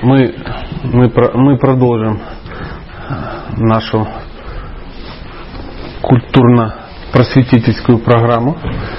Мы продолжим нашу культурно-просветительскую программу.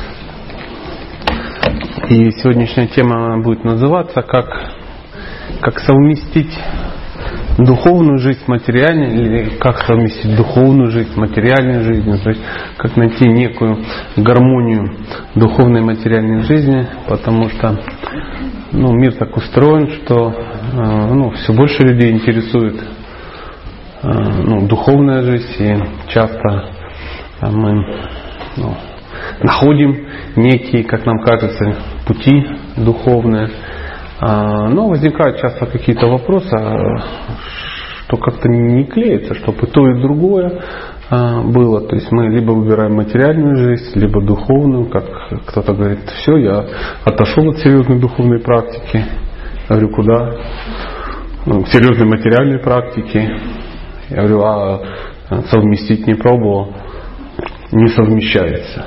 И сегодняшняя тема будет называться как совместить духовную жизнь с материальной, или как совместить духовную жизнь с материальной жизнью, то есть как найти некую гармонию духовной и материальной жизни, потому что мир так устроен, что все больше людей интересует духовная жизнь, и часто мы находим некие, как нам кажется, пути духовные. Но возникают часто какие-то вопросы, что как-то не клеится, чтобы и то, и другое было. То есть мы либо выбираем материальную жизнь, либо духовную, как кто-то говорит, все, я отошел от серьезной духовной практики. Я говорю, куда? К серьезной материальной практике. Я говорю, а совместить не пробовал? Не совмещается.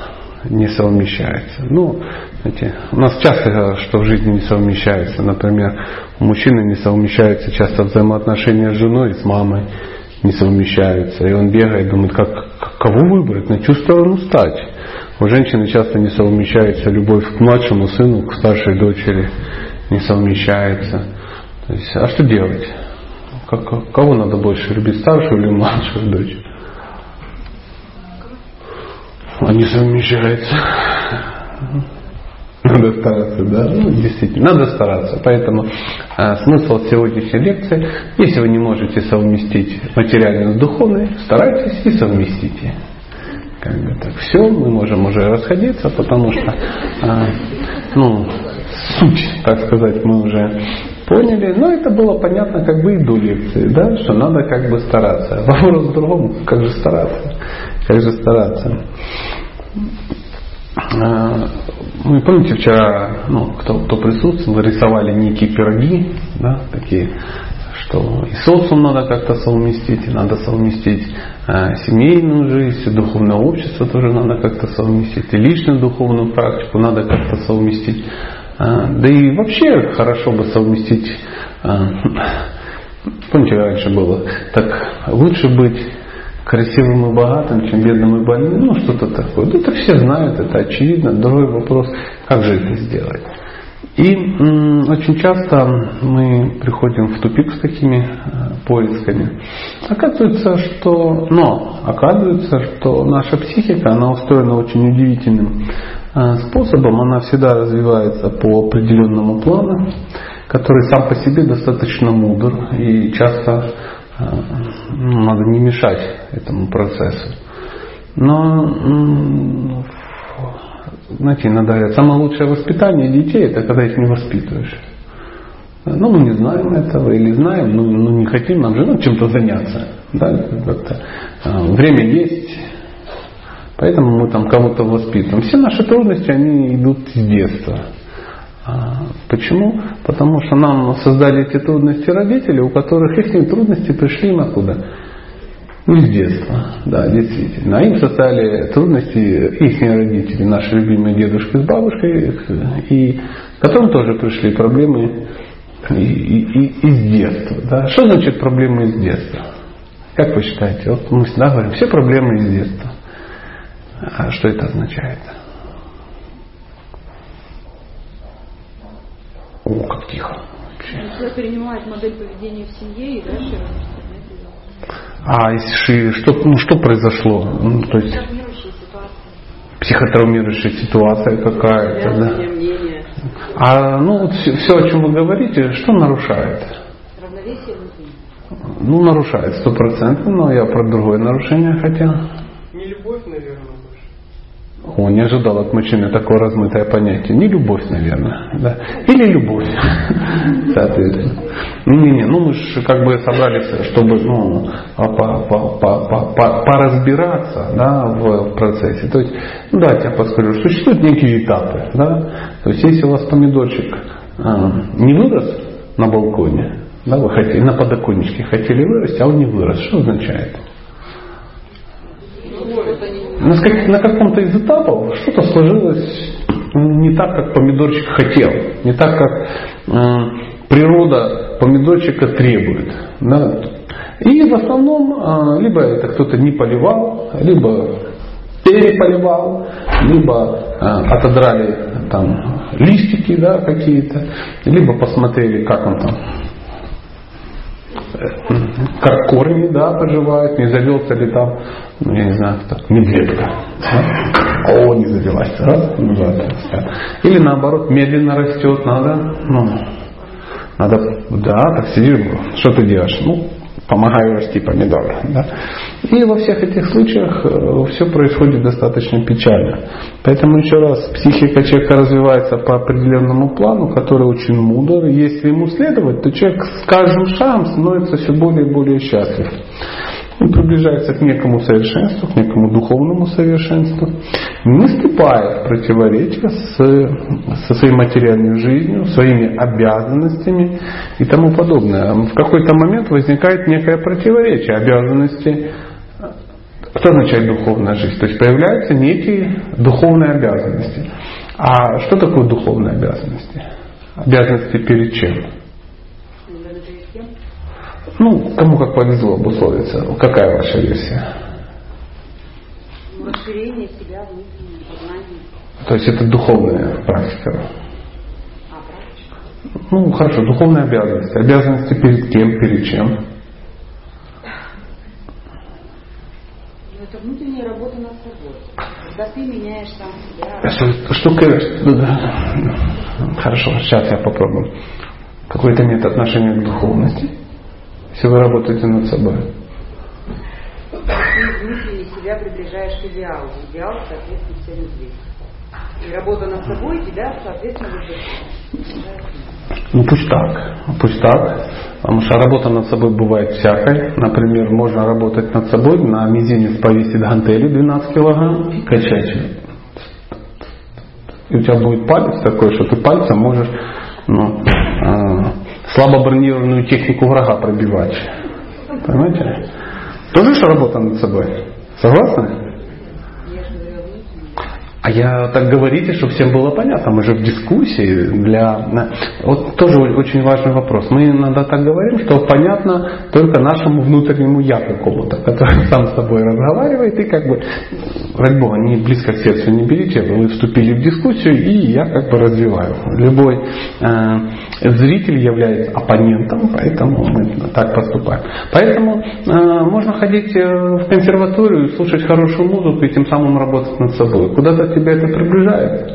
Знаете, у нас часто что в жизни не совмещается. Например, у мужчины не совмещаются часто взаимоотношения с женой и с мамой. Не совмещаются. И он бегает, думает, кого выбрать, на чью сторону стать. У женщины часто не совмещается любовь к младшему сыну, к старшей дочери. Не совмещается. То есть, а что делать? Кого надо больше любить, старшую или младшую дочь? Они совмещаются. Надо стараться, да? Действительно, надо стараться. Поэтому смысл сегодняшней лекции, если вы не можете совместить материальное с духовной, старайтесь и совместите. Так. Все, мы можем уже расходиться, потому что суть, так сказать, мы уже поняли. Но это было понятно и до лекции, да, что надо стараться. Вопрос в другом, как же стараться. Вы помните, вчера, кто присутствовал, рисовали некие пироги, да, такие, что и социум надо как-то совместить, и надо совместить семейную жизнь, и духовное общество тоже надо как-то совместить, и личную духовную практику надо как-то совместить. Да и вообще хорошо бы совместить, помните, раньше было, так лучше быть красивым и богатым, чем бедным и больным, что-то такое. Это все знают, это очевидно. Другой вопрос, как же это сделать? И очень часто мы приходим в тупик с такими поисками. Оказывается, что наша психика, она устроена очень удивительным способом. Она всегда развивается по определенному плану, который сам по себе достаточно мудр, и часто надо не мешать этому процессу. Но, знаете, иногда самое лучшее воспитание детей — это когда их не воспитываешь. Мы не знаем этого, или знаем, но не хотим, нам же чем-то заняться. Да? Время есть, поэтому мы кого-то воспитываем. Все наши трудности, они идут с детства. Почему? Потому что нам создали эти трудности родители, у которых их трудности пришли им откуда? Из детства. Да, действительно. А им создали трудности их родители, наши любимые дедушки с бабушкой, и которым тоже пришли проблемы из детства. Да? Что значит проблемы из детства? Как вы считаете? Вот мы всегда говорим, все проблемы из детства. А что это означает? Как тихо. Человек перенимает модель поведения в семье и дальше что произошло? То есть психотравмирующая ситуация какая-то, да? Все, о чем вы говорите, что нарушает? Равновесие внутри. Нарушает 100%, но я про другое нарушение хотел. Не любовь, наверное. Не ожидал от мужчины такое размытое понятие. Не любовь, наверное. Да. Или любовь. Соответственно. Мы же собрались, чтобы поразбираться, да, в процессе. То есть, давайте я подскажу, существуют некие этапы. Да? То есть, если у вас помидорчик не вырос на балконе, да, вы хотели, на подоконничке хотели вырасти, а он не вырос, что означает? На каком-то из этапов что-то сложилось не так, как помидорчик хотел, не так, как природа помидорчика требует. Да? И в основном либо это кто-то не поливал, либо переполивал, либо отодрали там листики, да, какие-то, либо посмотрели, как он там, как корни, да, поживают, не завелся ли там, ну, я не знаю, медведка. Да? О, не завелась. Раз, или наоборот, медленно растет, надо, да, так сидишь, что ты делаешь? Ну, помогаю расти помидоры. Да? И во всех этих случаях все происходит достаточно печально. Поэтому еще раз, психика человека развивается по определенному плану, который очень мудр. Если ему следовать, то человек с каждым шагом становится все более и более счастлив. Он приближается к некому совершенству, к некому духовному совершенству, не наступая в противоречие со своей материальной жизнью, своими обязанностями и тому подобное. В какой-то момент возникает некое противоречие обязанностей. Что означает духовная жизнь? То есть появляются некие духовные обязанности. А что такое духовные обязанности? Обязанности перед чем? Ну, кому как повезло обусловиться. Какая ваша версия? Расширение себя, внутреннее сознание. То есть это духовная практика. Ну, хорошо, духовные обязанности. Обязанности перед кем, перед чем? Ну, это внутренняя работа над собой. Когда ты меняешь сам себя. Хорошо, сейчас я попробую. Какой это имеет отношение к духовности? Если вы работаете над собой. Ты внутренне себя приближаешь к идеалу. Идеал, соответственно, всем известен. И работа над собой тебя, соответственно, выдвигает. Ну пусть так. Потому что работа над собой бывает всякой. Например, можно работать над собой, на мизинец повесить гантели 12 килограмм, качать. И у тебя будет палец такой, что ты пальцем можешь слабо бронированную технику врага пробивать. Понимаете? Тоже же работа над собой. Согласны? А я так говорите, чтобы всем было понятно. Мы же в дискуссии Вот тоже очень важный вопрос. Мы иногда так говорим, что понятно только нашему внутреннему я какому-то, который сам с собой разговаривает и как бы, ради Бога, не близко к сердцу не берите, вы вступили в дискуссию и я как бы развиваю. Любой зритель является оппонентом, поэтому мы так поступаем. Поэтому можно ходить в консерваторию, слушать хорошую музыку и тем самым работать над собой. Куда-то тебя это приближает?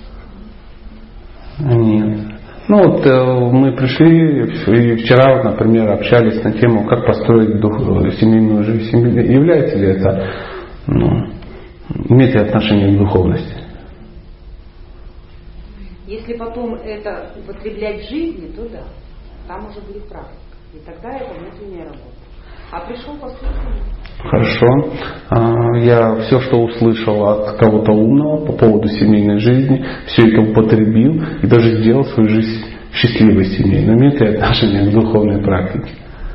Нет. Ну вот мы пришли и вчера, например, общались на тему, как построить семейную жизнь. Является ли это, имеет ли отношение к духовности? Если потом это употреблять в жизни, то да. Там уже будет практика. И тогда это внутренняя работа. А пришел послушать. Хорошо. Я все, что услышал от кого-то умного по поводу семейной жизни, все это употребил и даже сделал свою жизнь счастливой семьей. Но имеет ли отношение к духовной практике?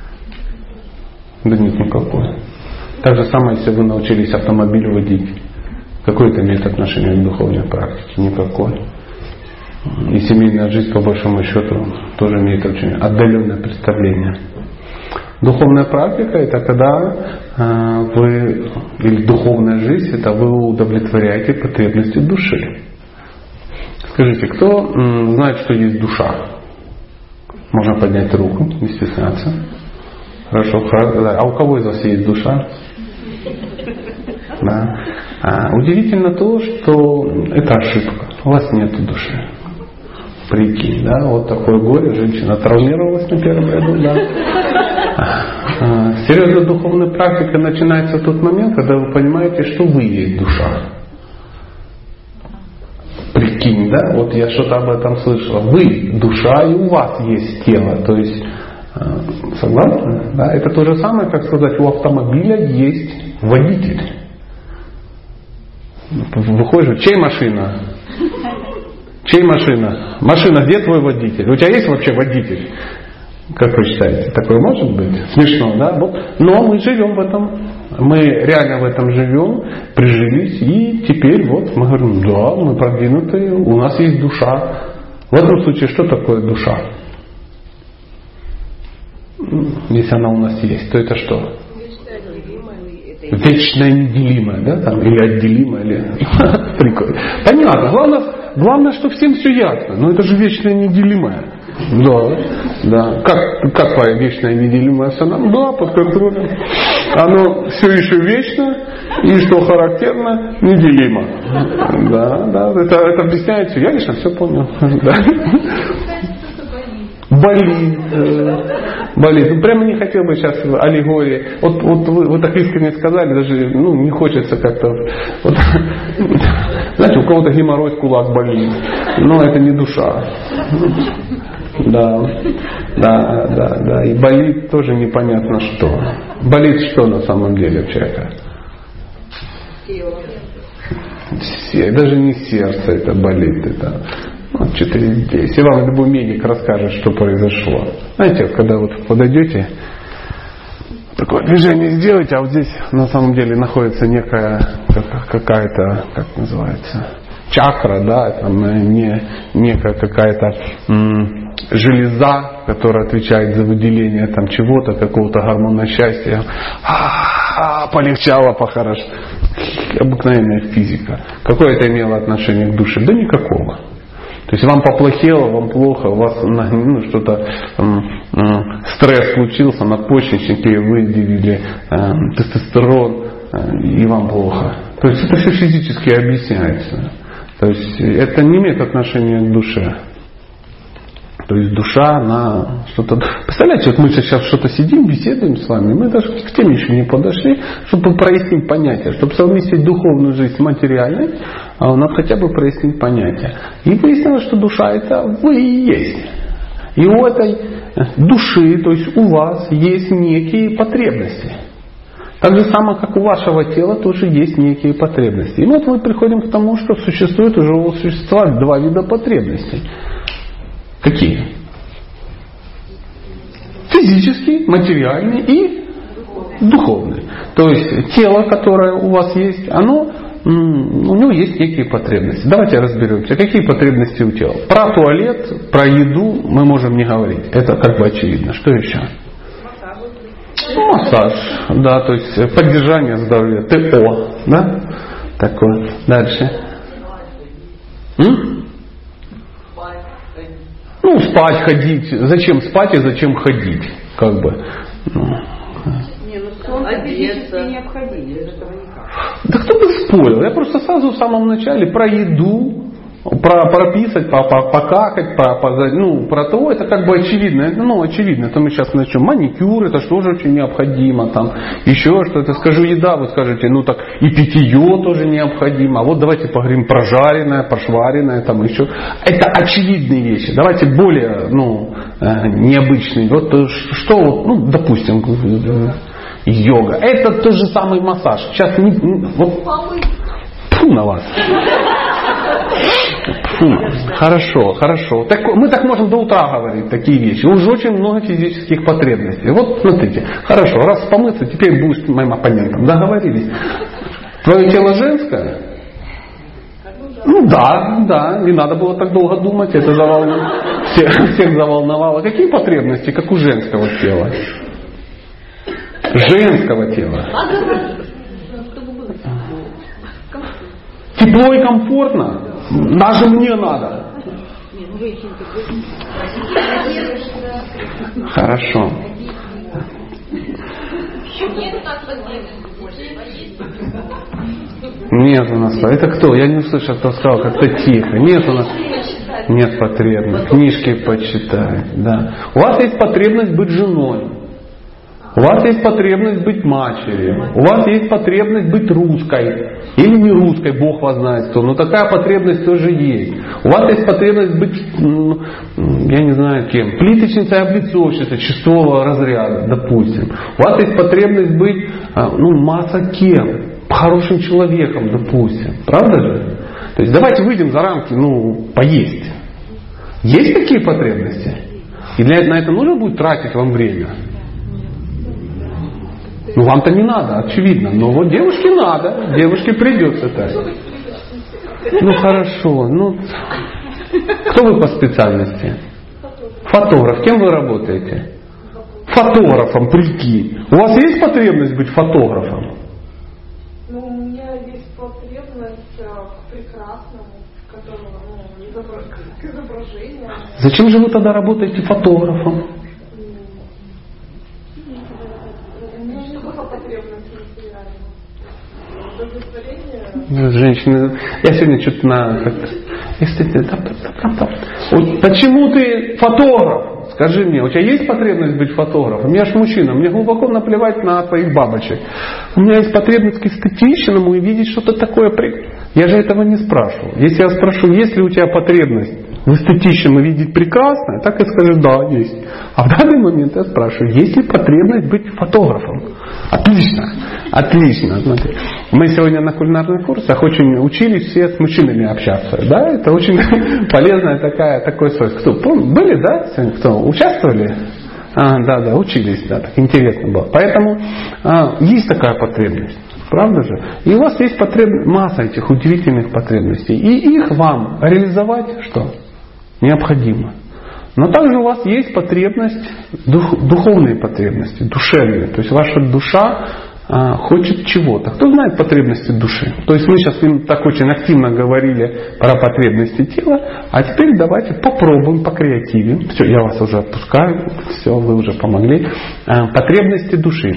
Да нет никакой. Так же самое, если вы научились автомобиль водить. Какое это имеет отношение к духовной практике? Никакой. И семейная жизнь, по большому счету, тоже имеет очень отдаленное представление. Духовная практика — это когда вы, или духовная жизнь, это вы удовлетворяете потребности души. Скажите, кто знает, что есть душа? Можно поднять руку, не стесняться. Хорошо. А у кого из вас есть душа? Да. Удивительно то, что это ошибка. У вас нет души. Прикинь, да, вот такое горе, женщина травмировалась на первом ряду, да. Серьезная духовная практика начинается в тот момент, когда вы понимаете, что вы есть душа. Прикинь, да, вот я что-то об этом слышал. Вы душа, и у вас есть тело, то есть, согласны? Да? Это то же самое, как сказать, у автомобиля есть водитель. Выходишь, чей машина? Чей машина? Машина, где твой водитель? У тебя есть вообще водитель? Как вы считаете, такое может быть? Смешно, да? Но мы живем в этом. Мы реально в этом живем, прижились, и теперь вот мы говорим, да, мы продвинутые, у нас есть душа. В этом случае что такое душа? если она у нас есть, то это что? Вечное неделимое, да? Там, или отделимое, или... Прикольно. Понятно. Главное, что всем все ясно. Но это же вечное неделимое. Да. Как твоя вечная неделимая сана? Да, под контролем. Оно все еще вечно, и что характерно, неделимо. Да. Это объясняется. Я лично все понял. Да. Болит. Ну, прямо не хотел бы сейчас аллегории. Вот вы так искренне сказали, даже не хочется как-то. Вот, знаете, у кого-то геморрой в кулак болит, но это не душа. Да. И болит тоже непонятно что. Болит что на самом деле у человека? Даже не сердце это болит, это что-то здесь. И вам любой медик расскажет, что произошло. Знаете, когда вот подойдете, такое движение сделаете, а вот здесь на самом деле находится некая какая-то, как называется, чакра, да, там некая какая-то железа, которая отвечает за выделение там чего-то, какого-то гормона счастья. Полегчало, похорошо. Обыкновенная физика. Какое это имело отношение к душе? Да никакого. То есть вам поплохело, вам плохо, у вас что-то, стресс случился, надпочечники выделили тестостерон, и вам плохо. То есть это все физически объясняется. То есть это не имеет отношения к душе. То есть душа на что-то... Представляете, вот мы сейчас что-то сидим, беседуем с вами, мы даже к теме еще не подошли, чтобы прояснить понятие, чтобы совместить духовную жизнь с материальной, а у нас хотя бы прояснить понятие. И выяснилось, что душа это вы и есть. И у этой души, то есть у вас есть некие потребности. Так же самое, как у вашего тела тоже есть некие потребности. И вот мы приходим к тому, что существует уже у существа два вида потребностей. Какие? Физический, материальный и духовный. То есть тело, которое у вас есть, оно, у него есть некие потребности. Давайте разберемся. Какие потребности у тела? Про туалет, про еду мы можем не говорить. Это как бы очевидно. Что еще? Массаж. Да, то есть поддержание здоровья. ТО. Да? Такое. Дальше. Спать, ходить. Зачем спать и зачем ходить? Как бы. Сон физически необходим, без этого никак. Да кто бы спорил? Я просто сразу в самом начале про еду, про прописать, покакать, про то, это как бы очевидно. Очевидно. Это мы сейчас начнем. Маникюр, это что же очень необходимо. Там, еще что-то. Скажу еда, вы скажете, так и питье тоже необходимо. А вот давайте поговорим про жареное, прошваренное, там еще. Это очевидные вещи. Давайте более, необычные. Вот что, допустим, йога. Это тот же самый массаж. Сейчас фу на вас. Хорошо. Мы так можем до утра говорить такие вещи. Уже очень много физических потребностей. Вот смотрите. Хорошо, раз помыться, теперь будешь моим оппонентом. Договорились. Твое тело женское? Да. Не надо было так долго думать. Это всех заволновало. Какие потребности, как у женского тела? Женского тела. Тепло и комфортно. Даже мне надо. Хорошо. Нет у нас. Это кто? Я не услышал, кто сказал, как-то тихо. Нет у нас. Нет потребности. Книжки почитать. Да. У вас есть потребность быть женой. У вас есть потребность быть матерью. У вас есть потребность быть русской. Или не русской, Бог вас знает кто. Но такая потребность тоже есть. У вас есть потребность быть, я не знаю кем, плиточницей, облицовщицей, шестого разряда, допустим. У вас есть потребность быть, масса кем. Хорошим человеком, допустим. Правда же? То есть давайте выйдем за рамки, поесть. Есть такие потребности? И на это нужно будет тратить вам время? Вам-то не надо, очевидно. Но вот девушке надо. Девушке придется так. Хорошо. Кто вы по специальности? Фотограф. Кем вы работаете? фотографом, прикинь. У вас есть потребность быть фотографом? Ну, у меня есть потребность к прекрасному, которого, к изображению. Зачем же вы тогда работаете фотографом? У меня не было потребности материального. Удовлетворение. Женщины, я сегодня что-то Почему ты фотограф? Скажи мне, у тебя есть потребность быть фотографом? Я ж мужчина, мне глубоко наплевать на твоих бабочек. У меня есть потребность к эстетичному и видеть что-то такое. Я же этого не спрашивал. Если я спрошу, есть ли у тебя потребность в эстетичном и видеть прекрасное, так и скажешь, да, есть. А в данный момент я спрашиваю, есть ли потребность быть фотографом? Отлично, отлично. Смотри. Мы сегодня на кулинарных курсах очень учились все с мужчинами общаться. Да? Это очень полезная такой свойство. Кто были, да? Кто участвовали? Да, учились, да, так интересно было. Поэтому есть такая потребность. Правда же? И у вас есть масса этих удивительных потребностей. И их вам реализовать что? Необходимо. Но также у вас есть потребность, духовные потребности, душевные. То есть ваша душа хочет чего-то. Кто знает потребности души? То есть мы сейчас с ним так очень активно говорили про потребности тела, а теперь давайте попробуем, покреативим. Все, я вас уже отпускаю, все, вы уже помогли. Потребности души.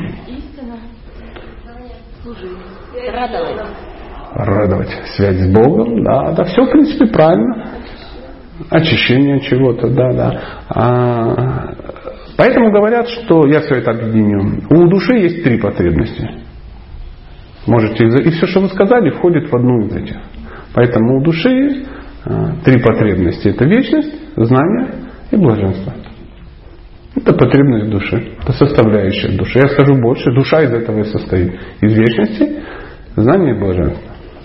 Радовать. Связь с Богом, да, все в принципе правильно. Очищение чего-то, да. Поэтому говорят, что, я все это объединю, у души есть 3 потребности. Можете, и все, что вы сказали, входит в одну из этих. Поэтому у души 3 потребности. Это вечность, знание и блаженство. Это потребность души. Это составляющая души. Я скажу больше, душа из этого и состоит. Из вечности, знания и блаженства.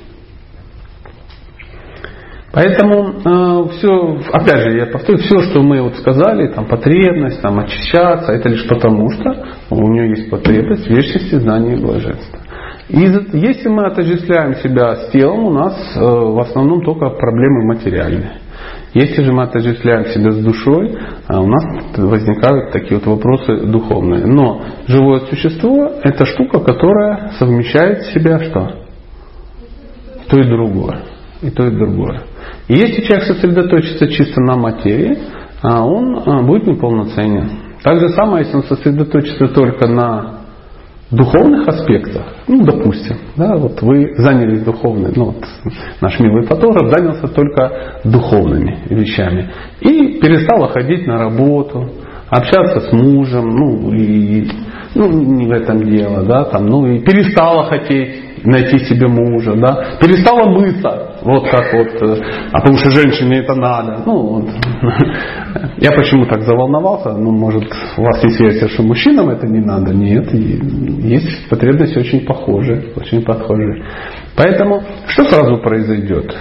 Поэтому все, опять же, я повторю, все, что мы вот сказали, там потребность, там очищаться, это лишь потому, что у нее есть потребность вечности, знания и блаженства. И если мы отождествляем себя с телом, у нас в основном только проблемы материальные. Если же мы отождествляем себя с душой, у нас возникают такие вот вопросы духовные. Но живое существо – это штука, которая совмещает в себя что? То и другое. И то, и другое. И если человек сосредоточится чисто на материи, он будет неполноценен. Так же самое, если он сосредоточится только на духовных аспектах, допустим, да, вот вы занялись духовными, наш милый фотограф занялся только духовными вещами и перестал ходить на работу, общаться с мужем, не в этом дело, да, и перестала хотеть найти себе мужа, да, перестала мыться, вот как вот, потому что женщине это надо. Я почему так заволновался, может у вас есть версия, что мужчинам это не надо, нет, есть потребности очень похожие. Поэтому что сразу произойдет?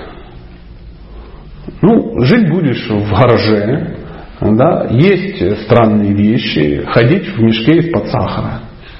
Жить будешь в гараже, да, есть странные вещи, ходить в мешке из-под сахара.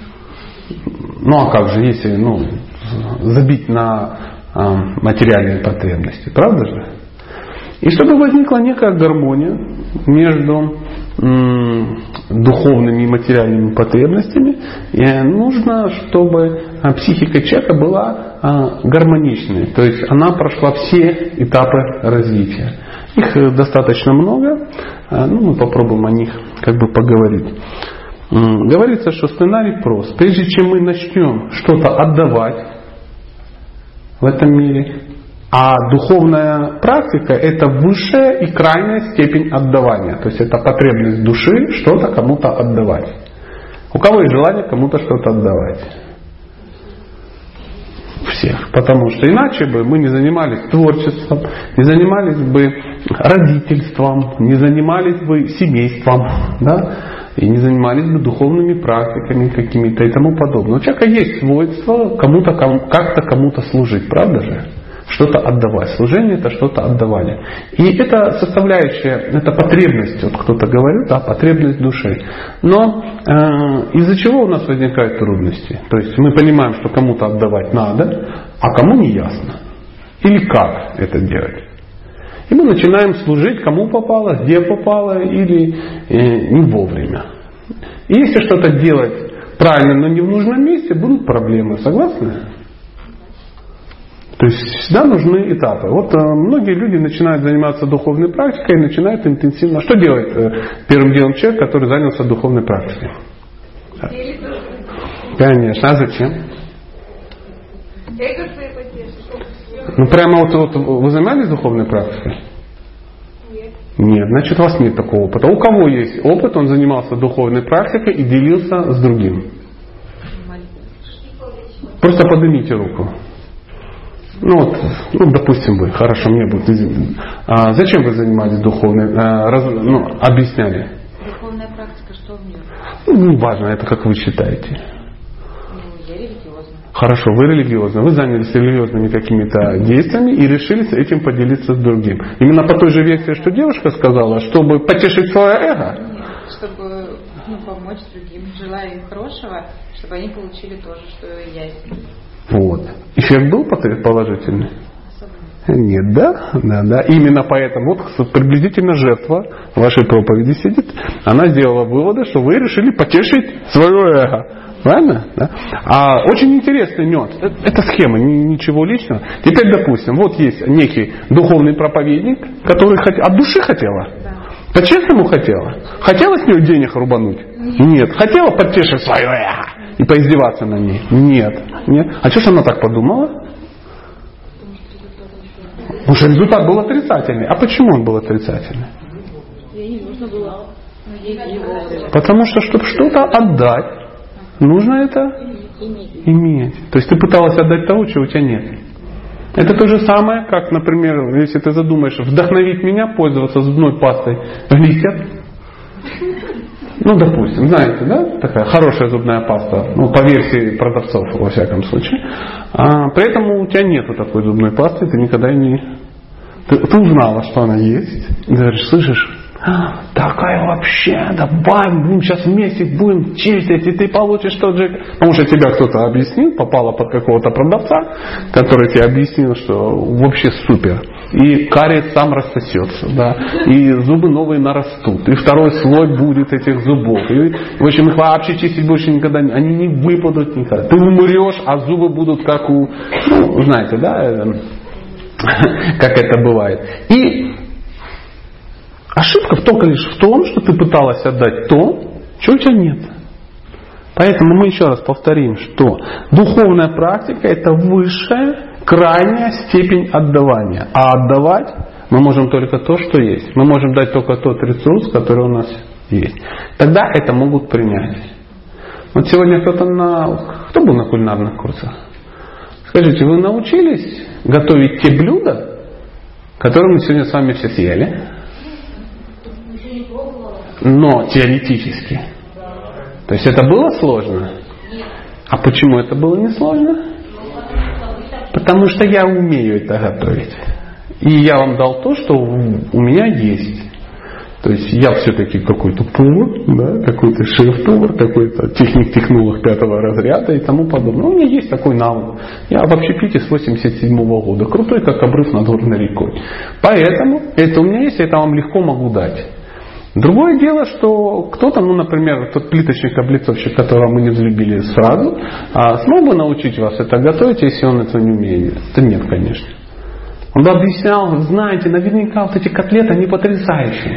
А как же, если, забить на материальные потребности, правда же? И чтобы возникла некая гармония между духовными и материальными потребностями, нужно, чтобы психика человека была гармоничной, то есть она прошла все этапы развития. Их достаточно много, мы попробуем о них поговорить. Говорится, что сценарий прост. Прежде чем мы начнем что-то отдавать в этом мире, а духовная практика – это высшая и крайняя степень отдавания. То есть это потребность души что-то кому-то отдавать. У кого есть желание кому-то что-то отдавать? Всех. Потому что иначе бы мы не занимались творчеством, не занимались бы родительством, не занимались бы семейством, да? И не занимались бы духовными практиками какими-то и тому подобное. У человека есть свойство как-то кому-то служить, правда же? Что-то отдавать. Служение – это что-то отдавание. И это составляющая, это потребность, вот кто-то говорит, потребность души. Но из-за чего у нас возникают трудности? То есть мы понимаем, что кому-то отдавать надо, а кому не ясно. Или как это делать. И мы начинаем служить, кому попало, где попало, или не вовремя. И если что-то делать правильно, но не в нужном месте, будут проблемы. Согласны? То есть всегда нужны этапы. Вот многие люди начинают заниматься духовной практикой и начинают интенсивно. Что делает первым делом человек, который занялся духовной практикой? Конечно. А зачем? Ну прямо вот вы занимались духовной практикой? Нет, значит у вас нет такого опыта. У кого есть опыт, он занимался духовной практикой и делился с другим. Просто поднимите руку. Ну, допустим, вы. Хорошо, мне будет извините. А зачем вы занимались духовной? Объясняли. Духовная практика, что в ней? Ну, важно, это как вы считаете. Я религиозна. Хорошо, вы религиозны. Вы занялись религиозными какими-то действиями и решили этим поделиться с другим. Именно по той же версии, что девушка сказала, чтобы потешить свое эго? Нет, чтобы помочь другим, желая им хорошего, чтобы они получили то же, что и я. Вот. Эффект был положительный? Нет, да? Да. Именно поэтому вот приблизительно жертва вашей проповеди сидит. Она сделала выводы, что вы решили потешить свое эго. Правильно? Да? А очень интересный нюанс. Это схема, ничего личного. Теперь, допустим, вот есть некий духовный проповедник, который от души хотела. По-честному хотела. Хотела с нее денег рубануть? Нет. Хотела потешить свое эго и поиздеваться на ней? Нет. А что ж она так подумала? Потому что результат был отрицательный. А почему он был отрицательный? Ей не нужно было. Потому что, чтобы что-то отдать, нужно это иметь. То есть ты пыталась отдать того, чего у тебя нет. Это то же самое, как, например, если ты задумаешь вдохновить меня пользоваться зубной пастой Ликет. Ну, допустим, знаете, да? Такая хорошая зубная паста, по версии продавцов, во всяком случае. При этом у тебя нету такой зубной пасты, ты никогда не... Ты узнала, что она есть, и говоришь, слышишь, такая вообще, давай, будем сейчас вместе будем чистить, и ты получишь тот же... Потому что тебя кто-то объяснил, попала под какого-то продавца, который тебе объяснил, что вообще супер. И кариес сам рассосется, да, и зубы новые нарастут, и второй слой будет этих зубов. И, в общем, их вообще чистить больше никогда они не выпадут никогда. Ты умрешь, а зубы будут как у... знаете, да, как это бывает. И ошибка только лишь в том, что ты пыталась отдать то, чего у тебя нет. Поэтому мы еще раз повторим, что духовная практика – это высшая, крайняя степень отдавания. А отдавать мы можем только то, что есть. Мы можем дать только тот ресурс, который у нас есть. Тогда это могут принять. Вот сегодня кто был на кулинарных курсах? Скажите, вы научились готовить те блюда, которые мы сегодня с вами все съели? Но теоретически. То есть это было сложно? А почему это было не сложно? Потому что я умею это готовить. И я вам дал то, что у меня есть. То есть я все-таки какой-то повар, да, какой-то шеф-повар, какой-то техник-технолог 5-го разряда и тому подобное. У меня есть такой навык. Я в общепите с 87-го года. Крутой, как обрыв над горной рекой. Поэтому это у меня есть, это вам легко могу дать. Другое дело, что кто-то, например, тот плиточник-облицовщик, которого мы не взлюбили сразу, смог бы научить вас это готовить, если он этого не умеет? Да нет, конечно. Он бы объяснял, знаете, наверняка вот эти котлеты, они потрясающие.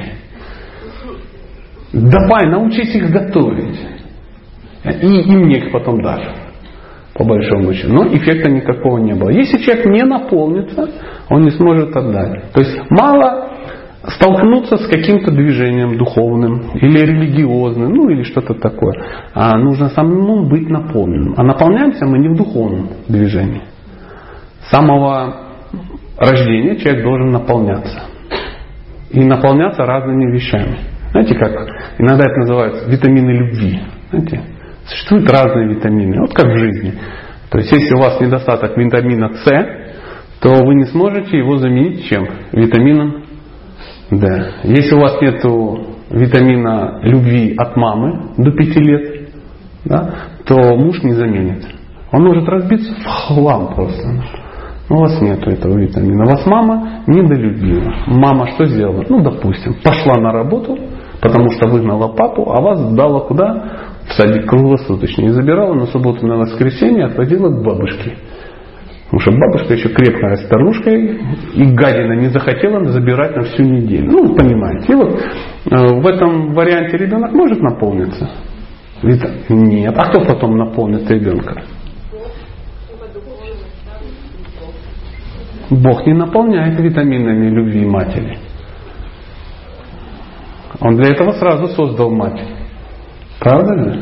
Давай, научись их готовить. И мне их потом дашь, по большому счету. Но эффекта никакого не было. Если человек не наполнится, он не сможет отдать. То есть мало столкнуться с каким-то движением духовным или религиозным, или что-то такое. А нужно самому быть наполненным. А наполняемся мы не в духовном движении. С самого рождения человек должен наполняться. И наполняться разными вещами. Знаете, как иногда это называется витамины любви. Знаете, существуют разные витамины. Вот как в жизни. То есть, если у вас недостаток витамина С, то вы не сможете его заменить чем? Витамином D. Если у вас нет витамина любви от мамы до 5 лет, да, то муж не заменит. Он может разбиться в хлам просто. Но у вас нет этого витамина. Вас мама недолюбила. Мама что сделала? Допустим, пошла на работу, потому что выгнала папу, а вас сдала куда? садик круглосуточный. И забирала на субботу, на воскресенье, отводила к бабушке. Потому что бабушка еще крепкая старушка, и гадина не захотела забирать на всю неделю. Ну, понимаете. И вот в этом варианте ребенок может наполниться? Нет. А кто потом наполнит ребенка? Бог не наполняет витаминами любви матери. Он для этого сразу создал мать. Правда же?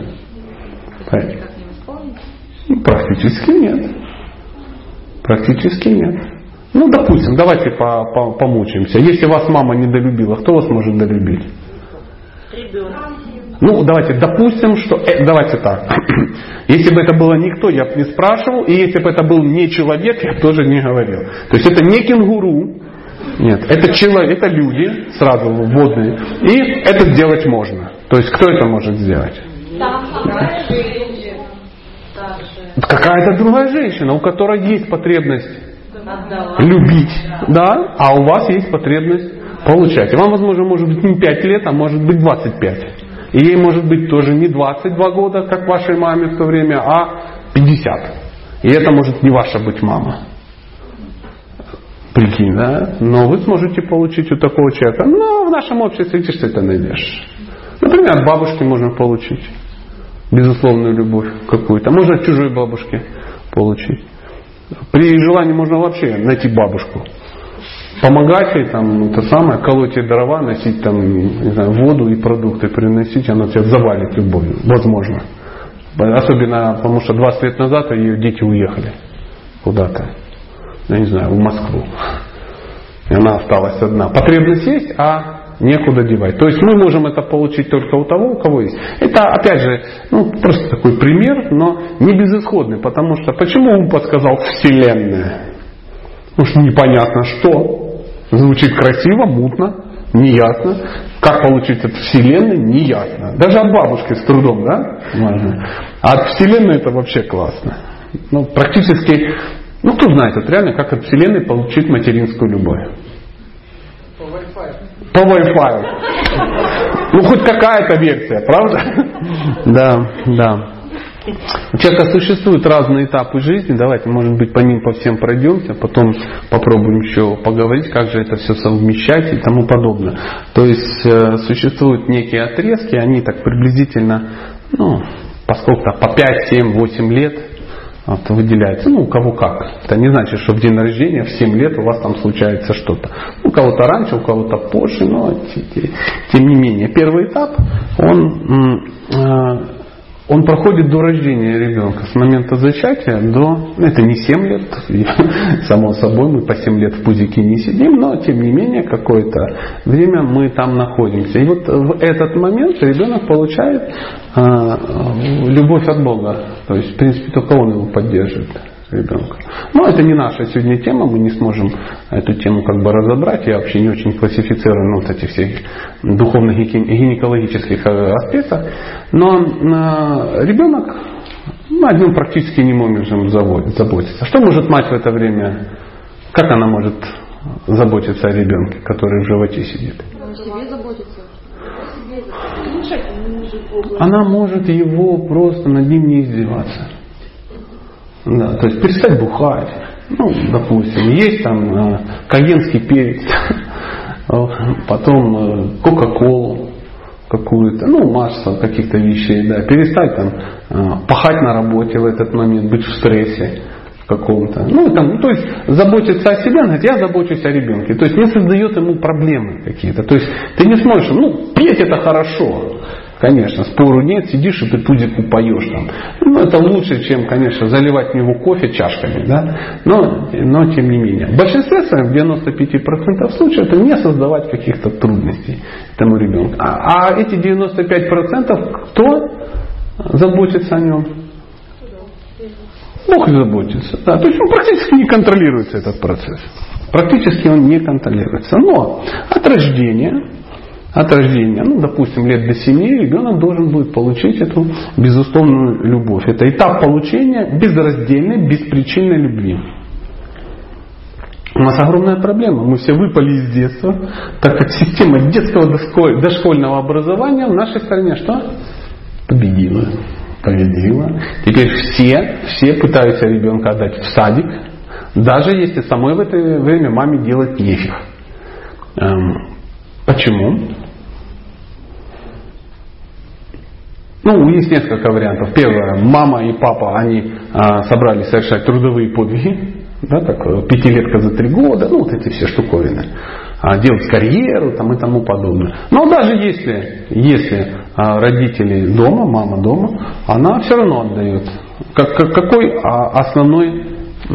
Практически нет. Практически нет. Ну, допустим, давайте помучаемся. Если вас мама недолюбила, кто вас может долюбить? Ребенок. Ну, давайте допустим, что... давайте так. Если бы это было никто, я бы не спрашивал. И если бы это был не человек, я бы тоже не говорил. То есть это не кенгуру. Нет, это человек, это люди, сразу водные. И это сделать можно. То есть кто это может сделать? Какая-то другая женщина, у которой есть потребность любить, да, а у вас есть потребность получать. И вам, возможно, может быть не 5 лет, а может быть 25. И ей может быть тоже не 22 года, как вашей маме в то время, а 50. И это может не ваша быть мама. Прикинь, да? Но вы сможете получить у такого человека. Но в нашем обществе, видишь, ты это найдешь. Например, от бабушки можно получить безусловную любовь какую-то. Можно от чужой бабушки получить. При желании можно вообще найти бабушку. Помогать ей, там, это самое, колоть ей дрова, носить там, не знаю, воду и продукты приносить, она тебя завалит любовью. Возможно. Особенно, потому что 20 лет назад ее дети уехали куда-то. Я не знаю, в Москву. И она осталась одна. Потребность есть, а некуда девать. То есть мы можем это получить только у того, у кого есть. Это, опять же, просто такой пример, но не безысходный. Потому что, почему он подсказал Вселенная? Потому что непонятно что. Звучит красиво, мутно, неясно. Как получить от Вселенной, неясно. Даже от бабушки с трудом, да? Можно. А от Вселенной это вообще классно. Практически, кто знает, вот реально, как от Вселенной получить материнскую любовь. По Wi-Fi. Хоть какая-то версия, правда? Да. У человека существуют разные этапы жизни. Давайте, может быть, по ним по всем пройдемся, потом попробуем еще поговорить, как же это все совмещать и тому подобное. То есть существуют некие отрезки, они так приблизительно, поскольку по 5, 7, 8 лет выделяется. У кого как. Это не значит, что в день рождения в 7 лет у вас там случается что-то. У кого-то раньше, у кого-то позже, но тем не менее. Первый этап, он проходит до рождения ребенка. С момента зачатия до... это не 7 лет. Само собой, мы по 7 лет в пузике не сидим, но тем не менее какое-то время мы там находимся. И вот в этот момент ребенок получает любовь от Бога. То есть, в принципе, только он его поддерживает, ребенка. Но это не наша сегодня тема, мы не сможем эту тему разобрать. Я вообще не очень классифицирую эти все духовных и гинекологических аспектах. Но ребенок, о нем практически не можем заботиться. Что может мать в это время? Как она может заботиться о ребенке, который в животе сидит? О себе заботиться. Она может его просто над ним не издеваться. Да, то есть перестать бухать. Допустим, есть там кайенский перец, потом кока-колу какую-то, масса каких-то вещей, да, перестать там пахать на работе в этот момент, быть в стрессе каком-то. То есть заботиться о себе, говорит, я забочусь о ребенке. То есть не создает ему проблемы какие-то. То есть ты не сможешь, петь это хорошо. Конечно, спору нет, сидишь и ты пузику поешь там. Это лучше, чем, конечно, заливать в него кофе чашками, да? Но тем не менее. В большинстве своем, в 95% случаев, это не создавать каких-то трудностей этому ребенку. А эти 95% кто заботится о нем? Бог заботится. Да. То есть он практически не контролируется, этот процесс. Практически он не контролируется. Но от рождения, допустим, лет до 7 ребенок должен будет получить эту безусловную любовь. Это этап получения безраздельной, беспричинной любви. У нас огромная проблема. Мы все выпали из детства, так как система детского дошкольного образования в нашей стране что? Победила. Теперь все пытаются ребенка отдать в садик, даже если самой в это время маме делать нефиг. Почему? Есть несколько вариантов. Первое, мама и папа, они собрались совершать трудовые подвиги, да, так, пятилетка за 3 года, вот эти все штуковины. Делать карьеру там, и тому подобное. Но даже если родители дома, мама дома, она все равно отдает. Какой основной...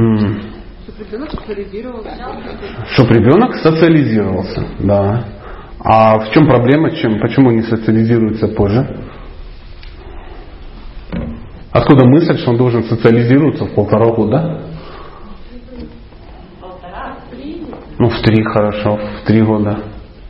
Чтобы ребенок социализировался. Да. А в чем проблема? Почему не социализируется позже? Откуда мысль, что он должен социализироваться в 1,5 года? В 3 хорошо, в 3 года.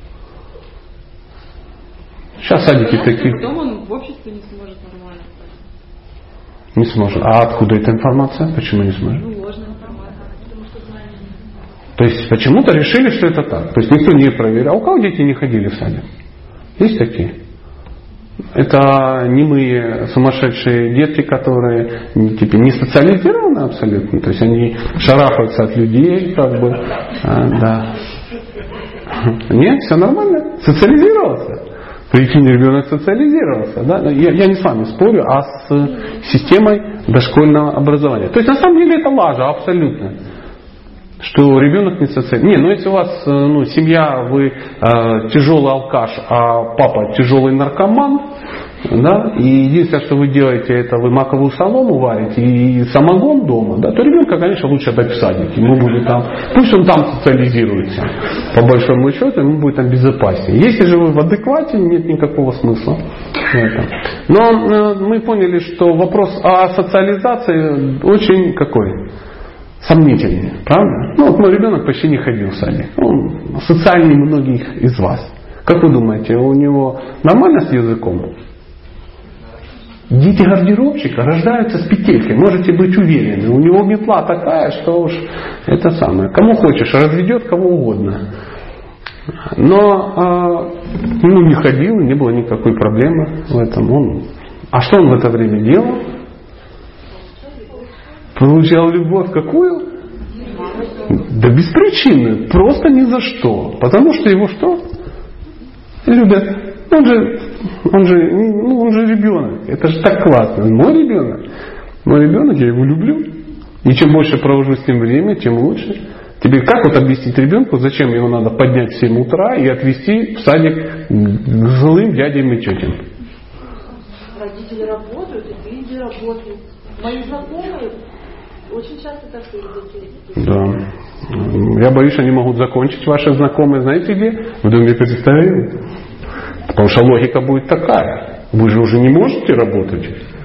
Сейчас садики такие. Потом он в обществе не сможет нормально. Не сможет. А откуда эта информация? Почему не сможет? Ложная информация, потому что знания не знают. То есть почему-то решили, что это так. То есть никто не проверял. А у кого дети не ходили в садик? Есть такие? Это немые сумасшедшие детки, которые не социализированы абсолютно. То есть они шарахаются от людей, как бы. Да. Нет, все нормально. Социализировался. Прикинь, ребенок социализировался. Да? Я не с вами спорю, а с системой дошкольного образования. То есть на самом деле это лажа абсолютно. Что ребенок не социализируется. Если у вас семья, вы тяжелый алкаш, а папа тяжелый наркоман, да, и единственное, что вы делаете, это вы маковую солому варите и самогон дома, да, то ребенка, конечно, лучше отдать в садик. Ему будет там, пусть он там социализируется. По большому счету, ему будет там безопаснее. Если же вы в адеквате, нет никакого смысла в этом. Но мы поняли, что вопрос о социализации очень какой? Сомнительный, правда? Мой ребенок почти не ходил в садик. Он социальнее многих из вас. Как вы думаете, у него нормально с языком? Дети гардеробщика рождаются с петелькой, можете быть уверены. У него метла такая, что уж это самое. Кому хочешь, разведет кого угодно. Но не ходил, не было никакой проблемы в этом. А что он в это время делал? Получал любовь какую? Да без причины. Просто ни за что. Потому что его что? Любят. Он же ребенок. Это же так классно. Мой ребенок, я его люблю. И чем больше провожу с ним время, тем лучше. Теперь как объяснить ребенку, зачем его надо поднять в 7 утра и отвезти в садик к злым дядям и тетям? Родители работают, и люди работают. Мои знакомые очень часто так и Да. Я боюсь, они могут закончить ваши знакомые, знаете где? В доме представителей. Потому что логика будет такая. Вы же уже не можете работать.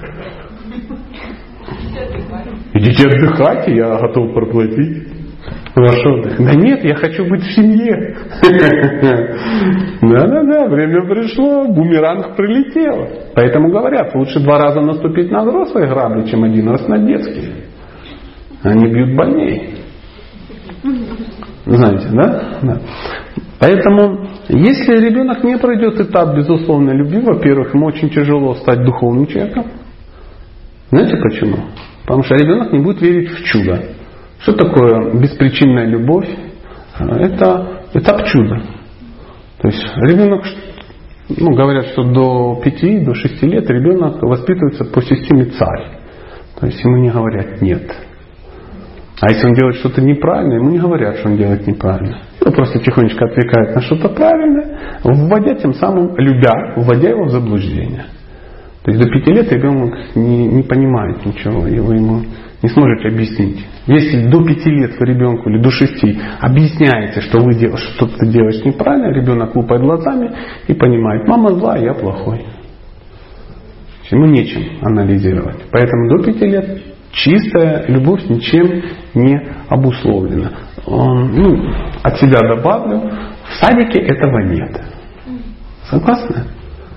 Идите отдыхать, и я готов проплатить. Ваш отдых. Да нет, я хочу быть в семье. Да, время пришло, бумеранг прилетел. Поэтому говорят, лучше 2 раза наступить на взрослые грабли, чем 1 раз на детские. Они бьют больнее. Знаете, да? Поэтому, если ребенок не пройдет этап безусловной любви, во-первых, ему очень тяжело стать духовным человеком. Знаете почему? Потому что ребенок не будет верить в чудо. Что такое беспричинная любовь? Это этап чуда. То есть ребенок, говорят, что до 5, до 6 лет ребенок воспитывается по системе царь. То есть ему не говорят «нет». А если он делает что-то неправильное, ему не говорят, что он делает неправильно. Его просто тихонечко отвлекают на что-то правильное, вводя тем самым, вводя его в заблуждение. То есть до 5 лет ребенок не понимает ничего, и вы ему не сможете объяснить. Если до 5 лет вы ребенку или до 6 объясняете, что что-то делаешь неправильно, ребенок лупает глазами и понимает, мама злая, я плохой. Ему нечем анализировать. Поэтому до 5 лет чистая любовь ничем не обусловлена. От себя добавлю, в садике этого нет. Согласны?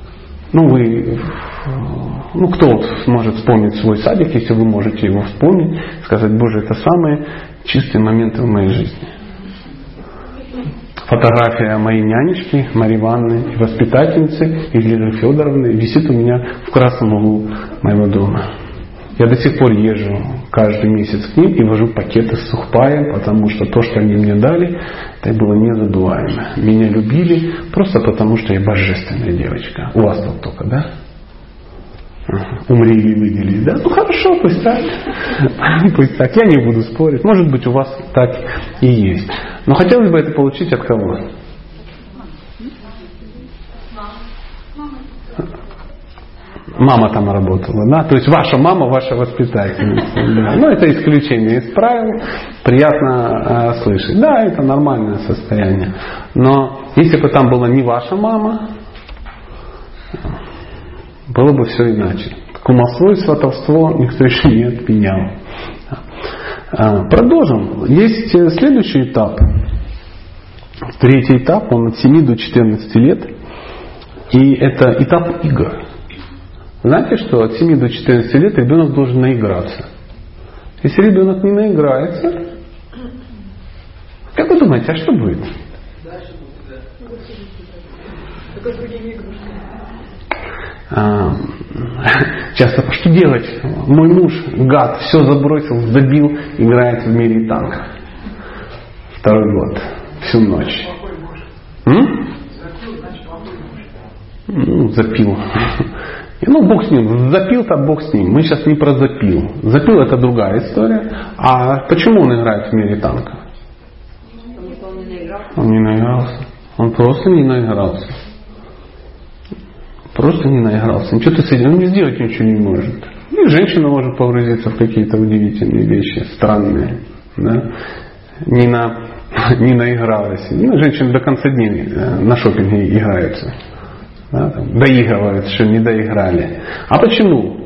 Кто сможет вспомнить свой садик, если вы можете его вспомнить, сказать, Боже, это самые чистые моменты в моей жизни. фотография моей нянечки Марии Ивановны, воспитательницы Елизаветы Федоровны висит у меня в красном углу моего дома. Я до сих пор езжу каждый месяц к ним и вожу пакеты с сухпаем, потому что то, что они мне дали, это было незабываемо. Меня любили просто потому, что я божественная девочка. У вас тут только, да? Умри или выделись, да? Ну хорошо, пусть так. Пусть так. Я не буду спорить. Может быть, у вас так и есть. Но хотелось бы это получить от кого? Мама там работала, да? То есть ваша мама, ваша воспитательница. Да. Ну, это исключение из правил. Приятно слышать. Да, это нормальное состояние. Но если бы там была не ваша мама, было бы все иначе. Кумовство и сватовство никто еще не отменял. Продолжим. Есть следующий этап. Третий этап, он от 7 до 14 лет. И это этап игр. Знаете, что от 7 до 14 лет ребенок должен наиграться. Если ребенок не наиграется, как вы думаете, а что будет? Часто, что делать? Мой муж, гад, все забросил, забил, играет в мире танков. 2-й год, всю ночь. Запил. Ну, Бог с ним. Запил-то Бог с ним. Мы сейчас не про запил. Запил — это другая история. А почему он играет в мире танков? Он не наигрался. Он просто не наигрался. Просто не наигрался. Ничего ты с этим, он сделать ничего не может. И женщина может погрузиться в какие-то удивительные вещи, странные. Да? Не наигралась. Ну, женщины до конца дней на шопинге играются. Да, там, доигрывают, что не доиграли. А почему?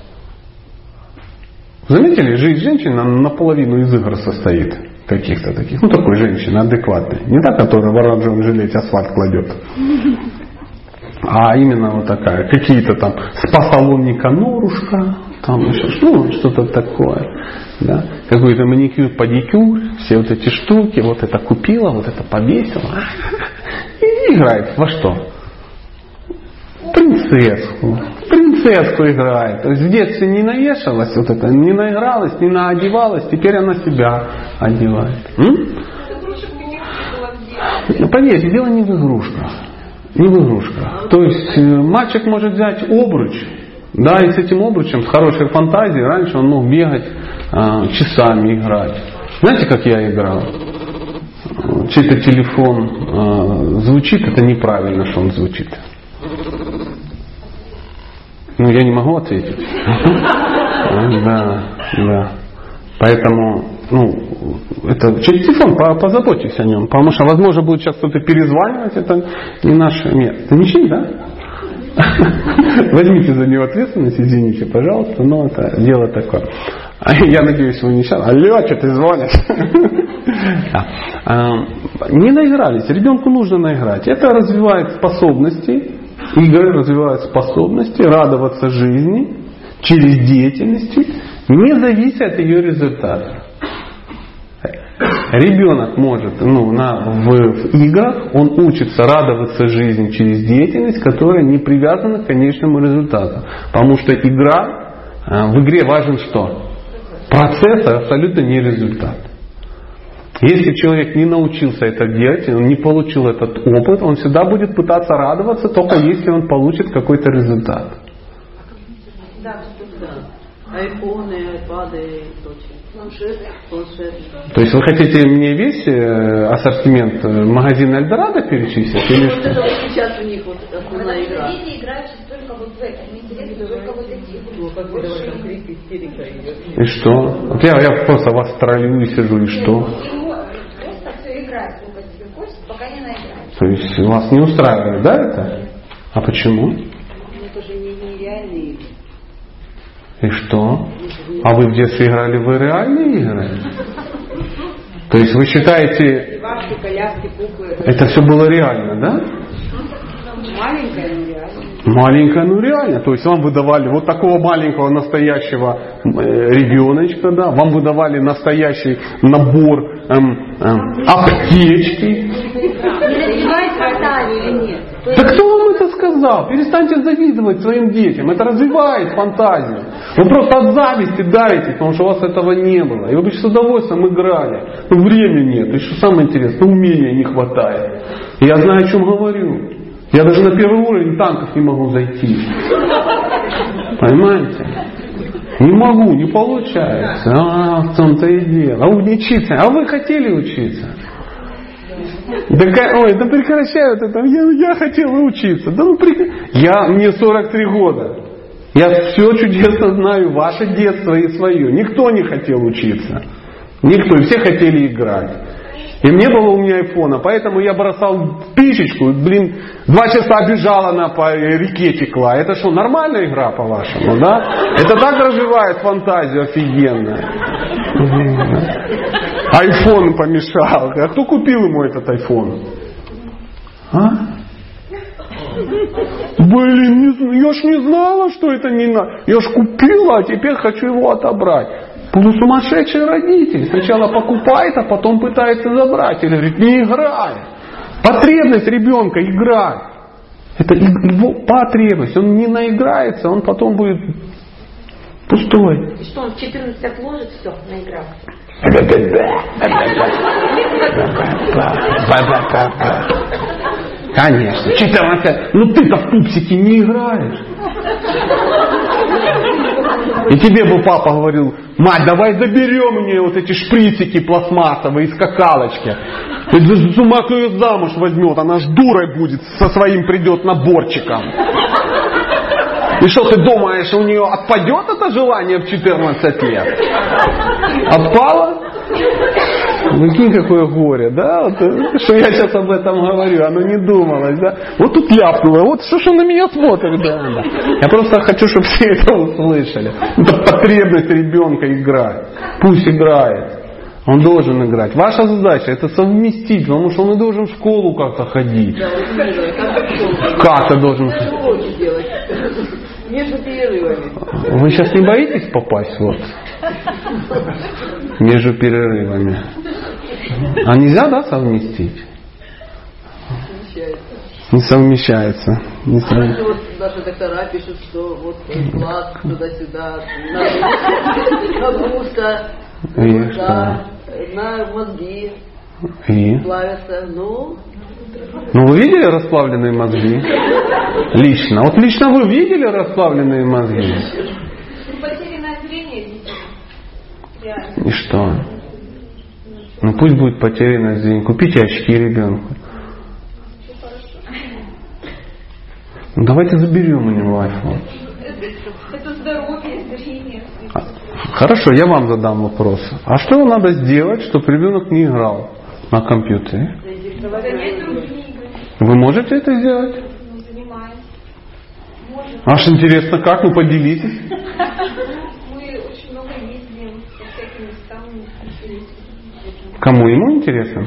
Заметили, жизнь женщины наполовину из игр состоит. Каких-то таких. Ну, такой женщины адекватной. Не та, которая вооружен жалеть асфальт кладет. А именно вот такая. Какие-то там спа-салонника Норушка. Там еще что-то такое. Да? Какой-то маникюр, педикюр. Все вот эти штуки. Вот это купила, вот это повесила. И играет во что? Принцесску играет. То есть в детстве не навешалась вот это, не наигралась, не наодевалась, теперь она себя одевает. Ну, поверьте, дело не в игрушках. Не в игрушках. То есть мальчик может взять обруч, да, и с этим обручем, с хорошей фантазией, раньше он мог бегать, часами играть. Знаете, как я играл? Чей-то телефон звучит, это неправильно, что он звучит. Ну, я не могу ответить. Да. Поэтому, это через телефон позаботьтесь о нем. Потому что, возможно, будет сейчас кто-то перезванивать. Это не наше место. Это ничего, да? Возьмите за него ответственность, извините, пожалуйста. Но это дело такое. Я надеюсь, вы не сейчас. Алло, что ты звонишь? Не наигрались. Ребенку нужно наиграть. Это развивает способности. Игры развивают способности радоваться жизни через деятельность, не завися от ее результата. Ребенок может, в играх он учится радоваться жизни через деятельность, которая не привязана к конечному результату. Потому что игра, в игре важен что? Процесс, а абсолютно не результат. Если человек не научился это делать, он не получил этот опыт, он всегда будет пытаться радоваться, только если он получит какой-то результат. Да. Айфоны, айпады и прочее. Планшеты. То есть вы хотите мне весь ассортимент магазина Эльдорадо перечислить? Или вот это вот сейчас у них вот основная игра. Дети играют только вот в это. Мне интересно только вот эти. И что? Вот я просто вас троллю и сижу, и что? Играет, сколько тебе хочется, пока не наиграет. То есть вас не устраивает, да, это? А почему? Это же нереальные игры. И что? А вы в детстве играли в реальные игры? То есть вы считаете... Ваши коляски, куклы. Это все было реально, да? Маленькая, но реально. Маленькая, ну реально. То есть вам выдавали вот такого маленького настоящего ребеночка, да, вам выдавали настоящий набор аптечки. Да кто вам это сказал? Перестаньте завидовать своим детям. Это развивает фантазию. Вы просто от зависти давите, потому что у вас этого не было. И вы бы с удовольствием играли. Но времени нет. И что самое интересное, умения не хватает. И я знаю, о чем говорю. Я даже на первый уровень танков не могу зайти. Понимаете? Не могу, не получается. В том-то и дело. А учиться. А вы хотели учиться? Да, ой, да прекращай вот это. Я хотел учиться. Да ну мне 43 года. Я все чудесно знаю, ваше детство и свое. Никто не хотел учиться. Никто. И все хотели играть. И не было у меня айфона, поэтому я бросал спичечку, 2 часа бежала она по реке текла. Это что, нормальная игра, по-вашему, да? Это так развивает фантазию офигенно. Айфон помешал. А кто купил ему этот айфон? А? Я ж не знала, что это не надо. Я ж купила, а теперь хочу его отобрать. Полусумасшедший родитель. Сначала покупает, а потом пытается забрать. Или говорит, не играй. Потребность ребенка играть. Это его потребность. Он не наиграется, он потом будет пустой. И что, он в 14 отложит все, наигрался? Конечно. 14. Ну ты-то в пупсики не играешь. И тебе бы папа говорил, мать, давай заберем мне вот эти шприцики пластмассовые из скакалочки. Ты с ума кто ее замуж возьмет, она ж дурой будет, со своим придет наборчиком. И что ты думаешь, у нее отпадет это желание в 14 лет? Отпало? Прикинь, какое горе, да? Вот, что я сейчас об этом говорю, оно не думалось, да? Вот тут ляпнуло, вот что ж он на меня смотрит, да. Я просто хочу, чтобы все это услышали. Это потребность ребенка играть. Пусть играет. Он должен играть. Ваша задача это совместить, потому что он и должен в школу как-то ходить. Как-то должен ходить. Между перерывами. Вы сейчас не боитесь попасть вот? Между перерывами. А нельзя, да, совместить? Не совмещается. Не совмещается. Вот даже доктора пишут, что вот глаз туда-сюда, нагрузка, на мозги плавятся. Ну вы видели расплавленные мозги? Лично. Вот лично вы видели расплавленные мозги? Потерянное зрение. И что? Ну пусть будет потерянное зрение. Купите очки ребенку. Ну, давайте заберем у него айфон. Это здоровье, зрение. Хорошо, я вам задам вопрос. А что надо сделать, чтобы ребенок не играл на компьютере? Вы можете это сделать? Аж интересно, как? Ну поделитесь. Мы очень много ездим по всяким местам. Кому? Ему интересно?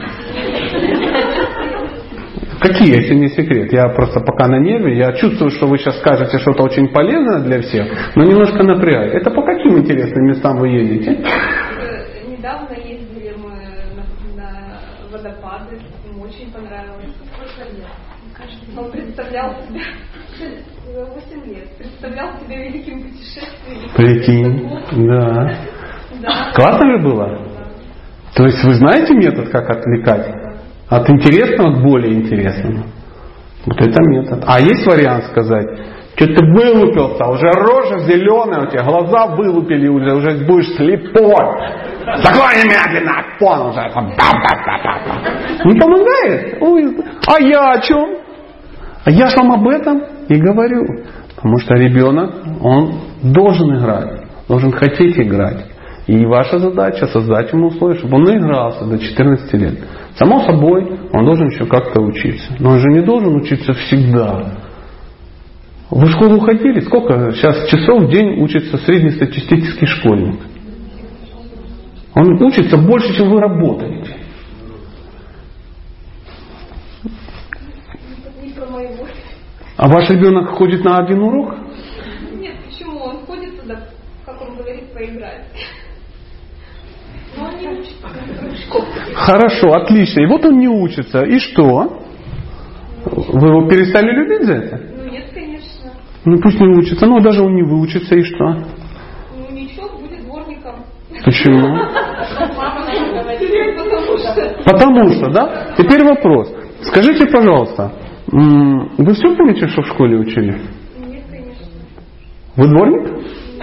Какие, если не секрет? Я просто пока на нерве. Я чувствую, что вы сейчас скажете что-то очень полезное для всех, но немножко напрягает. Это по каким интересным местам вы едете? Недавно ездили мы на водопады. Ему очень понравилось. Он представлял себя 8 лет. Представлял себя великим путешественником. Прикинь, да. Классно же было? Да. То есть вы знаете метод, как отвлекать? От интересного к более интересному. Вот это метод. А есть вариант сказать, что ты вылупился, уже рожа зеленая, у тебя глаза вылупили, уже будешь слепой. Закрой немедленно айфон уже. Не помогает? Ой, а я о чем? А я же вам об этом и говорю. Потому что ребенок, он должен играть, должен хотеть играть. И ваша задача создать ему условия, чтобы он наигрался до 14 лет. Само собой, он должен еще как-то учиться. Но он же не должен учиться всегда. Вы в школу ходили? Сколько сейчас часов в день учится среднестатистический школьник? Он учится больше, чем вы работаете. А ваш ребенок ходит на один урок? Нет, почему? Он ходит туда, как он говорит, поиграть. Но он не учится. Хорошо, отлично. И вот он не учится. И что? Вы его перестали любить за это? Ну нет, конечно. Ну пусть не учится. Ну даже он не выучится, и что? Ну ничего, будет дворником. Почему? Мама говорит, Потому что, да? Теперь вопрос. Скажите, пожалуйста, вы все помните, что в школе учили? Нет, конечно. Вы дворник?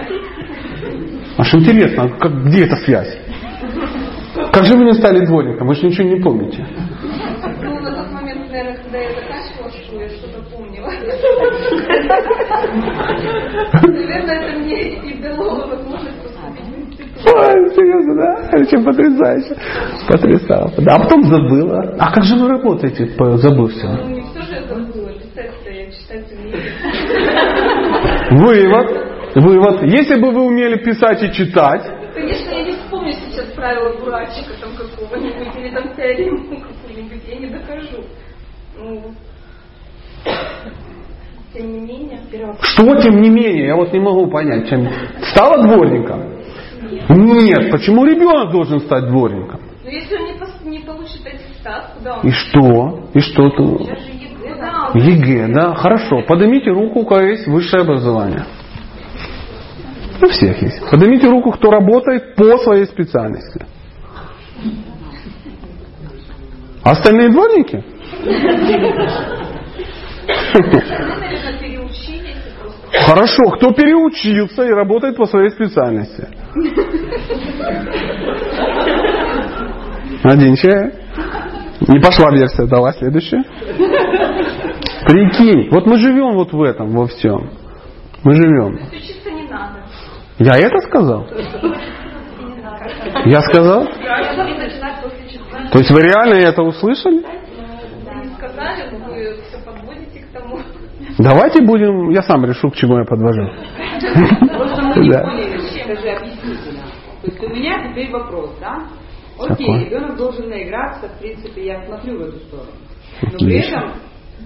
Аж интересно, где эта связь? Как же вы не стали дворником? Вы же ничего не помните. Ну, на тот момент, наверное, когда я заканчивала школу, я что-то помнила. Наверное, это мне и дало возможность поступить в институт. Ой, серьезно, да? Очень потрясающе. Потрясающе. Да, а потом забыла. А как же вы работаете, забыв все? Ну, не все же я забыла. Писать-то я читать умею. Вывод. Если бы вы умели писать и читать... Конечно, я не вспомню сейчас правила дурачика там какого-нибудь или там теорему какую-нибудь, я не докажу. Ну, тем не менее. Что тем не менее? Я вот не могу понять. Стала дворником? Нет. Почему ребенок должен стать дворником? Но если он не получит аттестат, куда он? И что? И что тут? Сейчас же ЕГЭ, да. ЕГЭ, да? Хорошо. Поднимите руку, у кого есть высшее образование. У всех есть. Поднимите руку, кто работает по своей специальности. А остальные дворники? Наверное, переучились просто. Хорошо. Кто переучился и работает по своей специальности? Один человек. Не пошла версия, давай следующая. Прикинь, вот мы живем вот в этом, во всем. Мы живем. То есть учиться не надо. Я это сказал? Я сказал? То есть вы реально это услышали? Не сказали, но вы все подводите к тому. Давайте будем, я сам решу, к чему я подвожу. Просто мы не Да. поняли, скажи, объясните нам. То есть у меня теперь вопрос, да? Окей, Какой? ребенок должен наиграться, в принципе, я смотрю в эту сторону. Но при Отлично. этом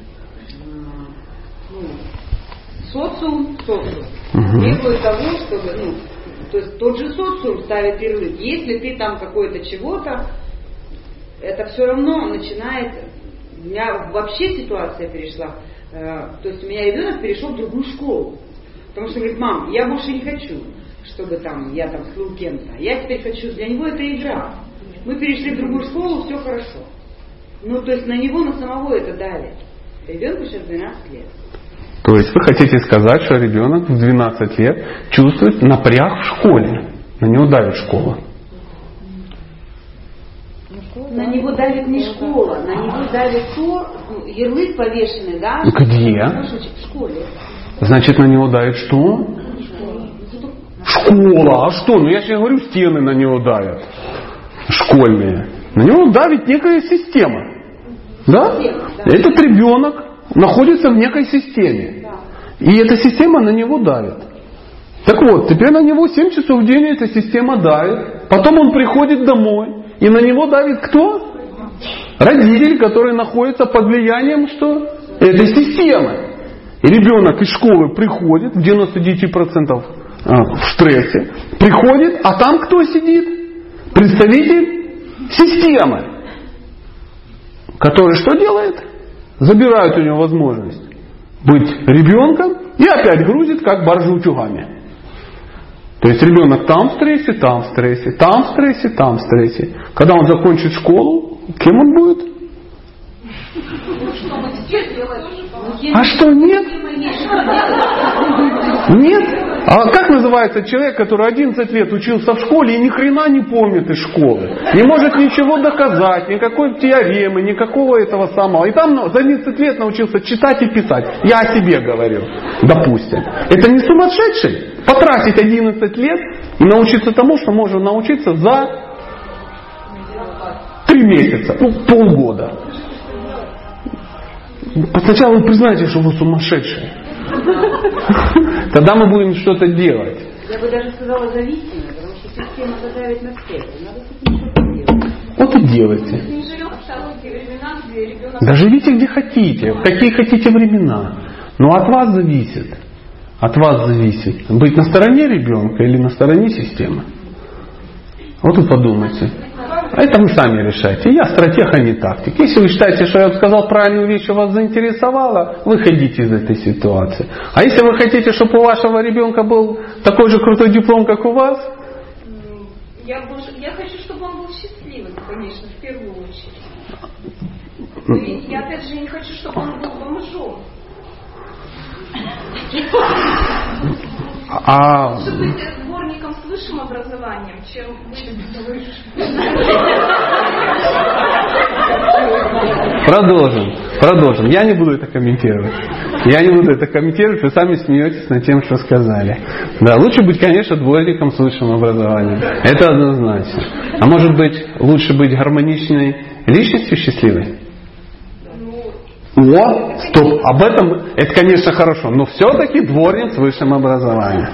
социум Мгм. требует того, чтобы, то есть тот же социум ставит ярлык. Если ты там какой-то чего-то, это все равно начинает, у меня вообще ситуация перешла, то есть у меня ребенок перешел в другую школу. Потому что говорит, мам, я больше не хочу, чтобы там я там слыл кем-то. Я теперь хочу, для него это игра. Мы перешли в другую школу, все хорошо. Ну, то есть на него, на самого это давит. Ребенку сейчас 12 лет. То есть вы хотите сказать, что ребенок в 12 лет чувствует напряг в школе. На него давит школа. На него давит не школа, на него давит то, ярлык повешенный, да? Где? В школе. Значит, на него давит что? Школа. А что? Ну я же говорю, стены на него давят. Школьные. На него давит некая система. Да? Этот ребенок находится в некой системе. И эта система на него давит. Так вот, теперь на него 7 часов в день эта система давит. Потом он приходит домой. И на него давит кто? Родитель, который находится под влиянием что? Этой системы. И ребенок из школы приходит, в 99% в стрессе, приходит, а там кто сидит? Представитель системы, который что делает? Забирает у него возможность быть ребенком и опять грузит, как баржу утюгами. То есть ребенок там в стрессе, там в стрессе, там в стрессе, там в стрессе. Когда он закончит школу, кем он будет? Что мы теперь делаем? А что, нет? Нет? А как называется человек, который 11 лет учился в школе и ни хрена не помнит из школы? Не может ничего доказать, никакой теоремы, никакого этого самого. И там за 11 лет научился читать и писать. Я о себе говорю, допустим. Это не сумасшедший? Потратить 11 лет и научиться тому, что можно научиться за 3 месяца, полгода. Сначала вы признаете, что вы сумасшедшие. Тогда мы будем что-то делать. Я бы даже сказала зависимое, потому что система задавит на всех. Надо с этим что-то делать. Вот и делайте. Мы не живем в короткие времена, где ребенок... Да живите где хотите, в какие хотите времена. Но от вас зависит. От вас зависит, быть на стороне ребенка или на стороне системы. Вот вы подумайте. А это вы сами решаете. Я стратег, а не тактик. Если вы считаете, что я сказал правильную вещь, что вас заинтересовало, выходите из этой ситуации. А если вы хотите, чтобы у вашего ребенка был такой же крутой диплом, как у вас? Я хочу, чтобы он был счастливым, конечно, в первую очередь. Но ведь я опять же не хочу, чтобы он был бомжом. Лучше быть дворником с высшим образованием, чем быть Продолжим. Я не буду это комментировать. Вы сами смеетесь над тем, что сказали. Да, лучше быть, конечно, дворником с высшим образованием. Это однозначно. А может быть, лучше быть гармоничной личностью счастливой? О, стоп, об этом, это, конечно, хорошо, но все-таки дворник с высшим образованием.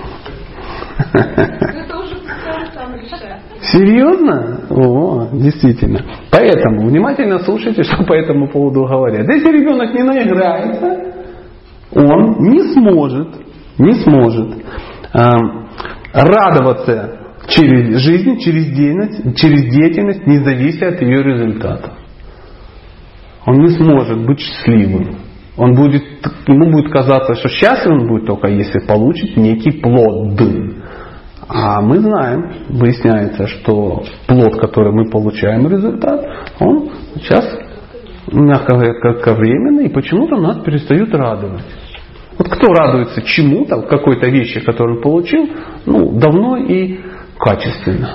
Это уже сам решает. Серьезно? О, действительно. Поэтому внимательно слушайте, что по этому поводу говорят. Если ребенок не наиграется, он не сможет радоваться через жизнь, через деятельность, не завися от ее результатов. Он не сможет быть счастливым. Ему будет казаться, что счастлив он будет только если получит некий плод. А мы знаем, выясняется, что плод, который мы получаем, результат, он сейчас, мягко говоря, кратковременный, и почему-то нас перестают радовать. Вот кто радуется чему-то, какой-то вещи, которую получил, давно и качественно.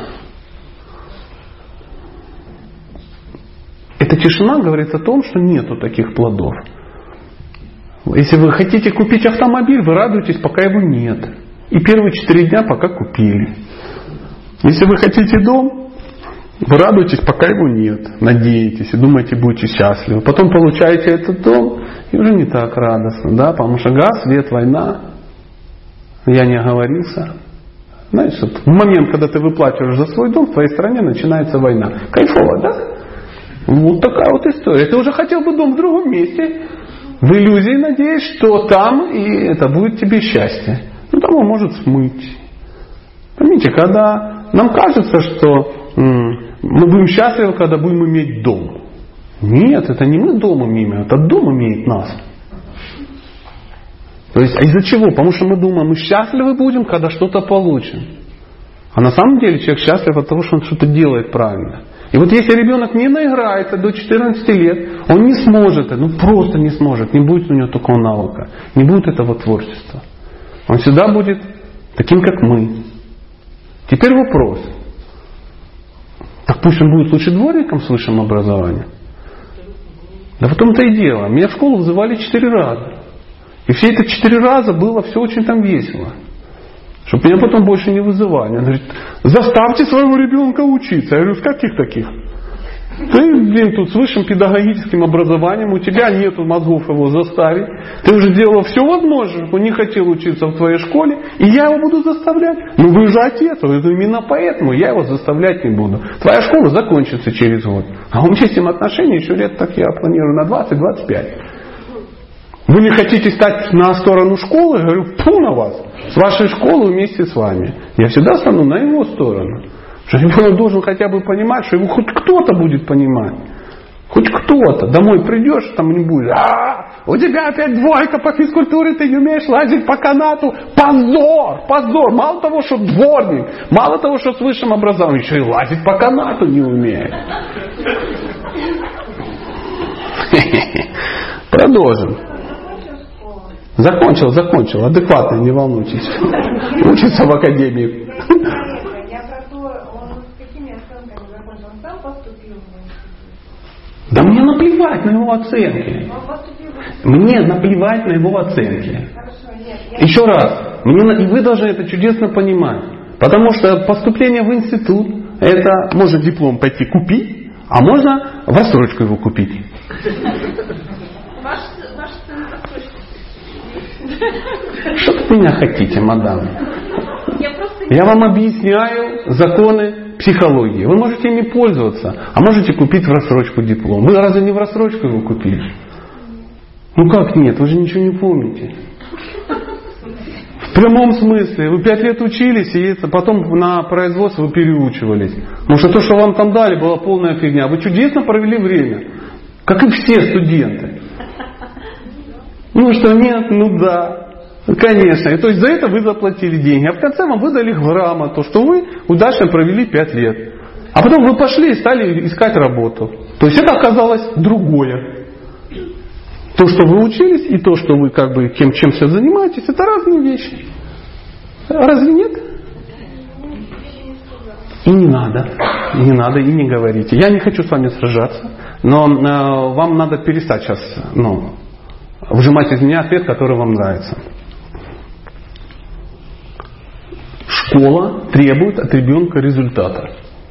Эта тишина говорит о том, что нету таких плодов. Если вы хотите купить автомобиль, вы радуетесь, пока его нет. И первые 4 дня, пока купили. Если вы хотите дом, вы радуетесь, пока его нет. Надеетесь и думаете, будете счастливы. Потом получаете этот дом, и уже не так радостно. Да? Потому что газ, свет, война. Я не оговорился. Знаешь, вот в момент, когда ты выплачиваешь за свой дом, в твоей стране начинается война. Кайфово, да? Вот такая вот история. Ты уже хотел бы дом в другом месте. В иллюзии надеясь, что там и это будет тебе счастье. Там он может смыть. Поймите, когда нам кажется, что мы будем счастливы, когда будем иметь дом. Нет, это не мы дом имеем, это дом имеет нас. То есть, а из-за чего? Потому что мы думаем, мы счастливы будем, когда что-то получим. А на самом деле человек счастлив от того, что он что-то делает правильно. И вот если ребенок не наиграется до 14 лет, он не сможет, просто не сможет, не будет у него такого навыка, не будет этого творчества. Он всегда будет таким, как мы. Теперь вопрос. Так пусть он будет лучше дворником с высшим образованием. Да в том-то и дело. Меня в школу вызывали 4 раза. И все это 4 раза было все очень там весело. Чтобы меня потом больше не вызывали. Он говорит, заставьте своего ребенка учиться. Я говорю, с каких таких? Ты, тут с высшим педагогическим образованием, у тебя нет мозгов его заставить. Ты уже делала все возможное, чтобы он не хотел учиться в твоей школе, и я его буду заставлять. Вы же отец, именно поэтому я его заставлять не буду. Твоя школа закончится через год. А у меня с ним отношения еще лет, так я планирую, на 20-25. Вы не хотите стать на сторону школы? Я говорю, фу на вас. С вашей школы вместе с вами. Я всегда стану на его сторону. Что ребенок должен хотя бы понимать, что его хоть кто-то будет понимать. Хоть кто-то. Домой придешь, там не будет. У тебя опять 2 по физкультуре, ты не умеешь лазить по канату. Позор. Мало того, что дворник, мало того, что с высшим образованием, еще и лазить по канату не умеет. Продолжим. Закончил. Адекватно, не волнуйтесь. Учится в академии. Я про то, он с какими оценками закончил? Он сам поступил в институт? Да мне наплевать на его оценки. Мне наплевать на его оценки. Хорошо, нет. Еще раз. И вы должны это чудесно понимать. Потому что поступление в институт, это можно диплом пойти купить, а можно в рассрочку его купить. Ваш сын в рассрочку. Что вы меня хотите, мадам? Я вам объясняю законы психологии. Вы можете ими пользоваться, а можете купить в рассрочку диплом. Вы разве не в рассрочку его купили? Ну как нет? Вы же ничего не помните. В прямом смысле. Вы 5 лет учились, и потом на производство вы переучивались. Может, то, что вам там дали, была полная фигня. Вы чудесно провели время. Как и все студенты. Ну что, нет? Ну да. Конечно. И то есть за это вы заплатили деньги. А в конце вам выдали грамоту, что вы удачно провели 5 лет. А потом вы пошли и стали искать работу. То есть это оказалось другое. То, что вы учились, и то, что вы как бы чем сейчас занимаетесь, это разные вещи. Разве нет? И не надо. Не надо и не говорите. Я не хочу с вами сражаться, но вам надо перестать сейчас выжимать из меня ответ, который вам нравится. Школа требует от ребенка результата.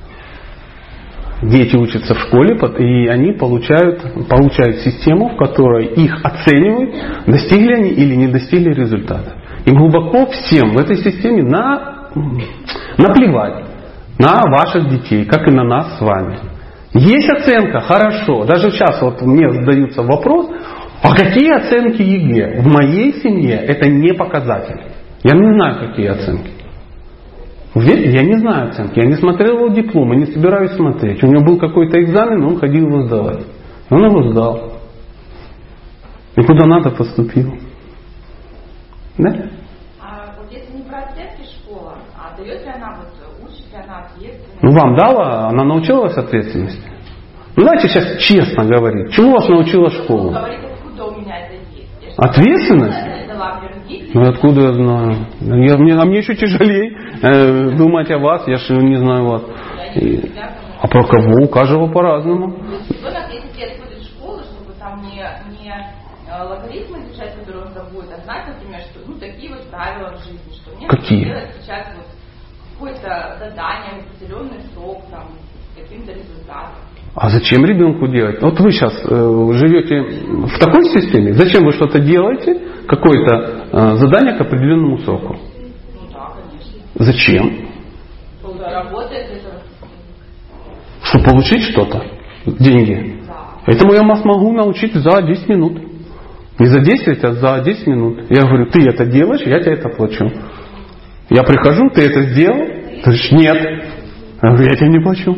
Дети учатся в школе, и они получают систему, в которой их оценивают, достигли они или не достигли результата. И глубоко всем в этой системе наплевать на ваших детей, как и на нас с вами. Есть оценка, хорошо. Даже сейчас мне задаются вопрос, а какие оценки ЕГЭ? В моей семье это не показатель. Я не знаю, какие оценки. Верьте, я не знаю оценки. Я не смотрел его диплом, и не собираюсь смотреть. У него был какой-то экзамен, он ходил его сдавать. И он его сдал. И куда надо поступил. Да? А вот если не про оценки школа, а дает ли она, учит ли она ответственность? Ну вам дала, она научила вас ответственности? Ну давайте сейчас честно говорить. Чему вас научила школа? Говорит, откуда у меня это есть? Ответственность? Ну откуда я знаю? Мне еще тяжелее думать о вас, я же не знаю вас. А про кого? У каждого по-разному. Ребенок, если лет ходит в школу, чтобы там не логарифмы изучать, которые он забудет, а знать, например, что такие вот правила в жизни, что мне нужно делать сейчас какое-то задание, определенный срок, там, с каким-то результатом. А зачем ребенку делать? Вот вы сейчас живете в такой системе. Зачем вы что-то делаете? Какое-то задание к определенному сроку. Ну да, конечно. Зачем? Работает это. Чтобы получить что-то? Деньги. Да. Поэтому я вас могу научить за 10 минут. Не за 10, а за 10 минут. Я говорю, ты это делаешь, я тебе это плачу. Я прихожу, ты это сделал? Ты говоришь, нет. Я говорю, я тебе не плачу.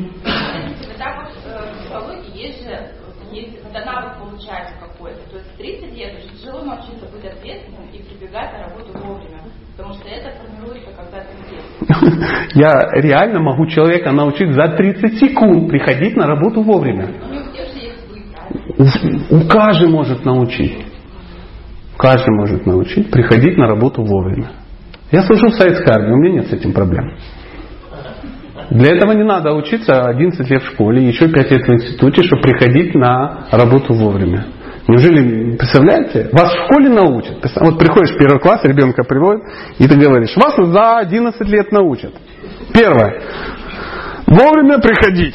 Когда навык получается какой-то, то есть 30 лет уже тяжело научиться быть ответственным и прибегать на работу вовремя, потому что это формируется когда ты в детстве. Я реально могу человека научить за 30 секунд приходить на работу вовремя. Но не у всех же есть быстро. Каждый может научить. Каждый может научить приходить на работу вовремя. Я служу в советской армии, у меня нет с этим проблем. Для этого не надо учиться 11 лет в школе, еще 5 лет в институте, чтобы приходить на работу вовремя. Неужели, представляете, вас в школе научат? Вот приходишь в 1 класс, ребенка приводят, и ты говоришь, вас за 11 лет научат. Первое. Вовремя приходить.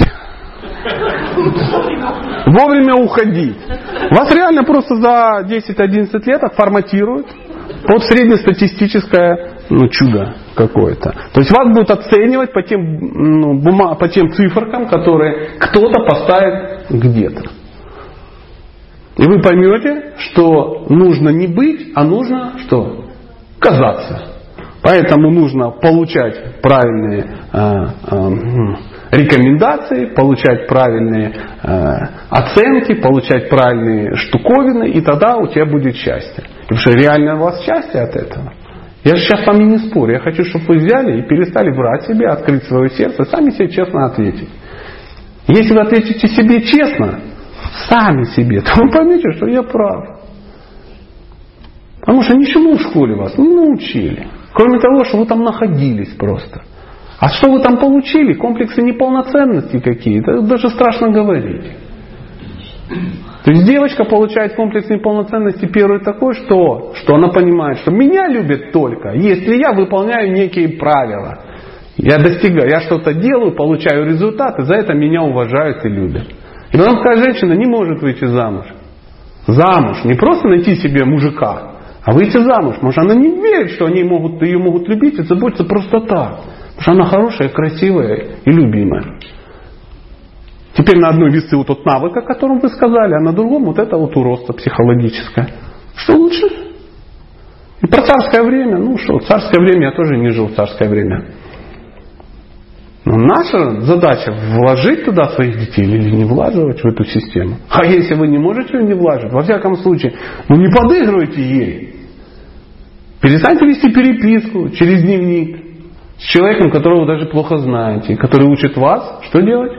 Вовремя уходить. Вас реально просто за 10-11 лет отформатируют под среднестатистическое чудо какое-то. То есть вас будут оценивать по тем циферкам, которые кто-то поставит где-то. И вы поймете, что нужно не быть, а нужно что? Казаться. Поэтому нужно получать правильные рекомендации, получать правильные оценки, получать правильные штуковины, и тогда у тебя будет счастье. Потому что реально у вас счастье от этого. Я же сейчас с вами не спорю. Я хочу, чтобы вы взяли и перестали врать себе, открыть свое сердце, сами себе честно ответить. Если вы ответите себе честно, сами себе, то вы поймете, что я прав. Потому что ничему в школе вас не научили. Кроме того, что вы там находились просто. А что вы там получили? Комплексы неполноценности какие-то. Даже страшно говорить. То есть девочка получает комплекс неполноценности первый такой, что она понимает, что меня любят только, если я выполняю некие правила. Я достигаю, я что-то делаю, получаю результаты, за это меня уважают и любят. И потом такая женщина не может выйти замуж. Замуж. Не просто найти себе мужика, а выйти замуж. Потому что она не верит, что ее могут любить и заботиться просто так. Потому что она хорошая, красивая и любимая. Теперь на одной весы вот тот навык, о котором вы сказали, а на другом вот это вот уродство психологическое. Что лучше? И про царское время, ну что, царское время, я тоже не жил в царское время. Но наша задача вложить туда своих детей или не влаживать в эту систему. А если вы не можете ее не влаживать, во всяком случае, ну не подыгрывайте ей. Перестаньте вести переписку через дневник с человеком, которого вы даже плохо знаете, который учит вас, что делать?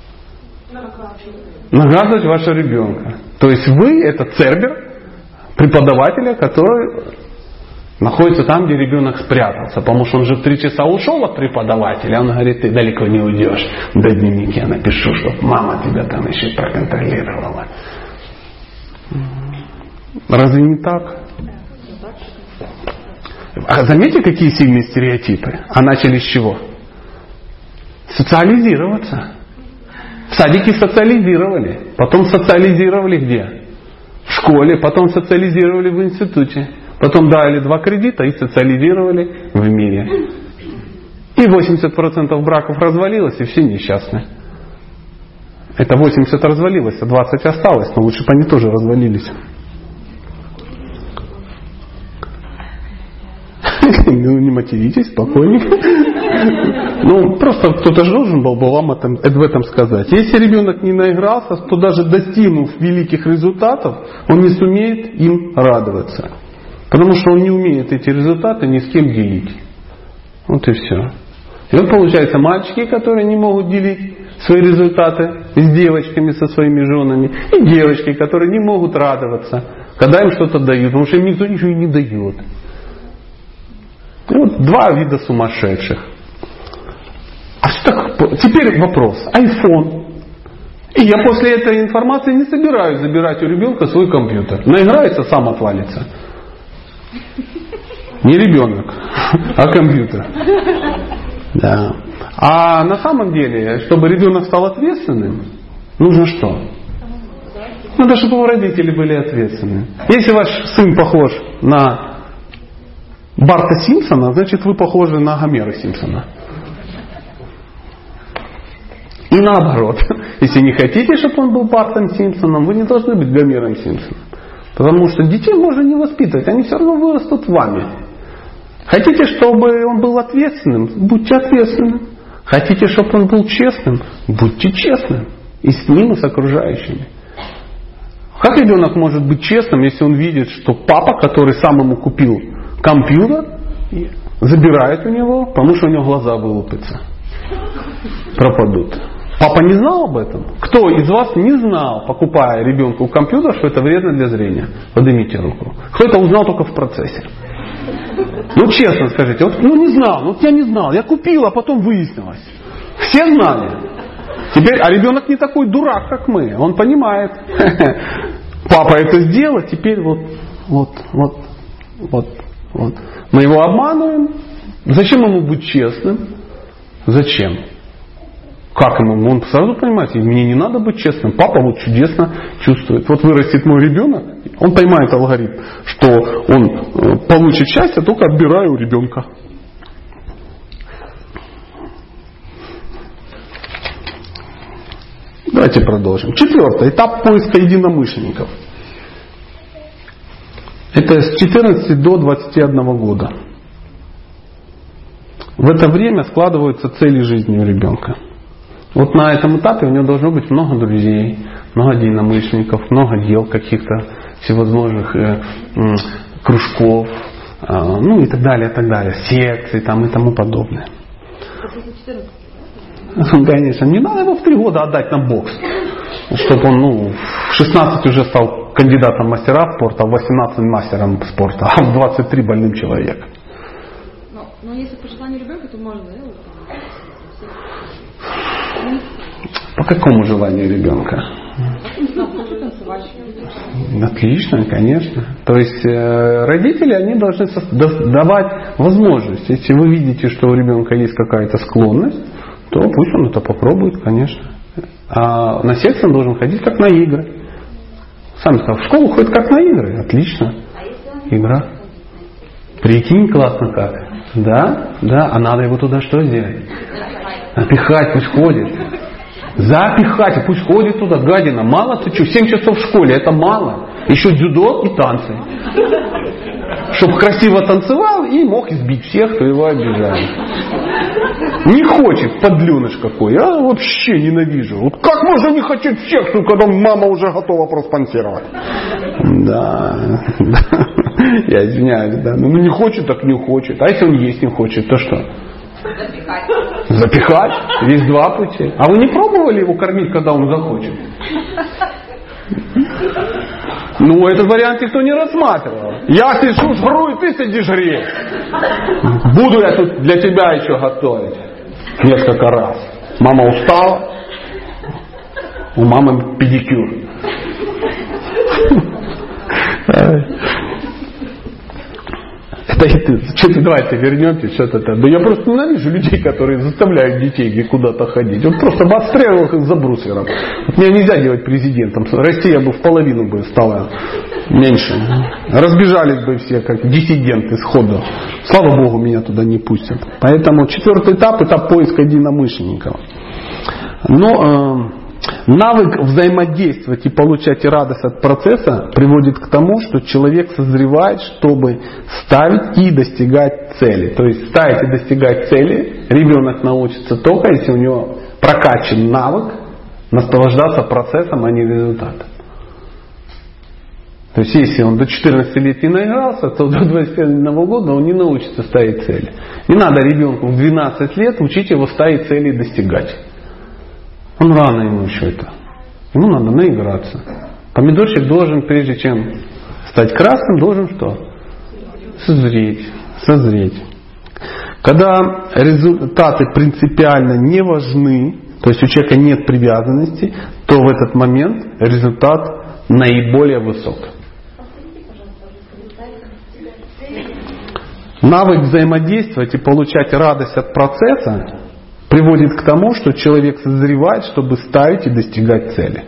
Наказывать вашего ребенка. То есть вы это цербер преподавателя, который находится там, где ребенок спрятался. Потому что он же в 3 часа ушел от преподавателя. Он говорит, ты далеко не уйдешь. До дневника я напишу, чтобы мама тебя там еще проконтролировала. Разве не так? А заметьте, какие сильные стереотипы. А начали с чего? Социализироваться. В садике социализировали. Потом социализировали где? В школе. Потом социализировали в институте. Потом дали 2 кредита и социализировали в мире. И 80% браков развалилось, и все несчастны. Это 80 развалилось, а 20 осталось. Но лучше бы они тоже развалились. Ну, не материтесь, спокойненько. Ну, просто кто-то же должен был бы вам в этом сказать. Если ребенок не наигрался, то даже достигнув великих результатов, он не сумеет им радоваться. Потому что он не умеет эти результаты ни с кем делить. Вот и все. И вот получается мальчики, которые не могут делить свои результаты с девочками, со своими женами. И девочки, которые не могут радоваться, когда им что-то дают. Потому что им никто ничего и не дает. И вот 2 вида сумасшедших. А что так? Теперь вопрос. iPhone. И я после этой информации не собираюсь забирать у ребенка свой компьютер. Наиграется, сам отвалится. Не ребенок, а компьютер. Да. А на самом деле, чтобы ребенок стал ответственным, нужно что? Надо, чтобы его родители были ответственны. Если ваш сын похож на Барта Симпсона, значит вы похожи на Гомера Симпсона. И наоборот. Если не хотите, чтобы он был Бартом Симпсоном, вы не должны быть Гомером Симпсоном. Потому что детей можно не воспитывать, они все равно вырастут вами. Хотите, чтобы он был ответственным? Будьте ответственным. Хотите, чтобы он был честным? Будьте честным. И с ним, и с окружающими. Как ребенок может быть честным, если он видит, что папа, который сам ему купил компьютер, забирает у него, потому что у него глаза вылупятся, пропадут. Папа не знал об этом? Кто из вас не знал, покупая ребенку компьютер, что это вредно для зрения? Поднимите руку. Кто это узнал только в процессе? Ну честно скажите, вот, ну не знал, вот я не знал, я купил, а потом выяснилось. Все знали. Теперь, а ребенок не такой дурак, как мы. Он понимает. Папа это сделал, теперь вот. Мы его обманываем. Зачем ему быть честным? Зачем? Как ему? Он сразу понимает, мне не надо быть честным. Папа вот чудесно чувствует. Вот вырастет мой ребенок, он поймает алгоритм, что он получит счастье, только отбирая у ребенка. Давайте продолжим. 4. Этап поиска единомышленников. Это с 14 до 21 года. В это время складываются цели жизни у ребенка. Вот на этом этапе у него должно быть много друзей, много единомышленников, много дел каких-то всевозможных кружков, ну и так далее, секций там, и тому подобное. Конечно, не надо его в 3 года отдать на бокс, чтобы он в 16 уже стал кандидатом в мастера спорта, в 18 мастером спорта, а в 23 больным человеком. Но если по желанию ребенка, то можно, да? По какому желанию ребенка? Отлично, конечно. То есть родители, они должны давать возможность. Если вы видите, что у ребенка есть какая-то склонность, то пусть он это попробует, конечно. А на секцию он должен ходить как на игры. Сам сказал, в школу ходит как на игры. Отлично. Игра. Прикинь, классно как. Да, а надо его туда что сделать? Напихать, пусть ходит. Запихать, пусть ходит туда, гадина. Мало ты что, 7 часов в школе, это мало. Еще дзюдо и танцы. Чтоб красиво танцевал и мог избить всех, кто его обижает. Не хочет, подлюныш какой. Я вообще ненавижу. Вот как можно не хотеть секса, когда мама уже готова проспонсировать? Да. Я извиняюсь, да. Ну не хочет, так не хочет. А если он есть не хочет, то что? Запихать? Есть два пути. А вы не пробовали его кормить, когда он захочет? Ну, этот вариант никто не рассматривал. Я сижу, жру, и ты сидишь греть. Буду я тут для тебя еще готовить. Несколько раз. Мама устала. У мамы педикюр. Что-то давайте вернемте, что-то там. Да я просто ненавижу людей, которые заставляют детей куда-то ходить. Вот просто бы отстреливал их за бруслером. Вот меня нельзя делать президентом. Россия бы в половину бы стала меньше. Разбежались бы все как диссиденты сходу. Слава Богу, меня туда не пустят. Поэтому 4-й этап — это поиск единомышленников. Но навык взаимодействовать и получать радость от процесса приводит к тому, что человек созревает, чтобы ставить и достигать цели. То есть ставить и достигать цели ребенок научится только, если у него прокачан навык наслаждаться процессом, а не результатом. То есть если он до 14 лет не наигрался, то до 21 года он не научится ставить цели. Не надо ребенку в 12 лет учить его ставить цели и достигать. Он рано ему еще это. Ему надо наиграться. Помидорчик должен, прежде чем стать красным, должен что? Созреть. Когда результаты принципиально не важны, то есть у человека нет привязанности, то в этот момент результат наиболее высок. Навык взаимодействовать и получать радость от процесса приводит к тому, что человек созревает, чтобы ставить и достигать цели.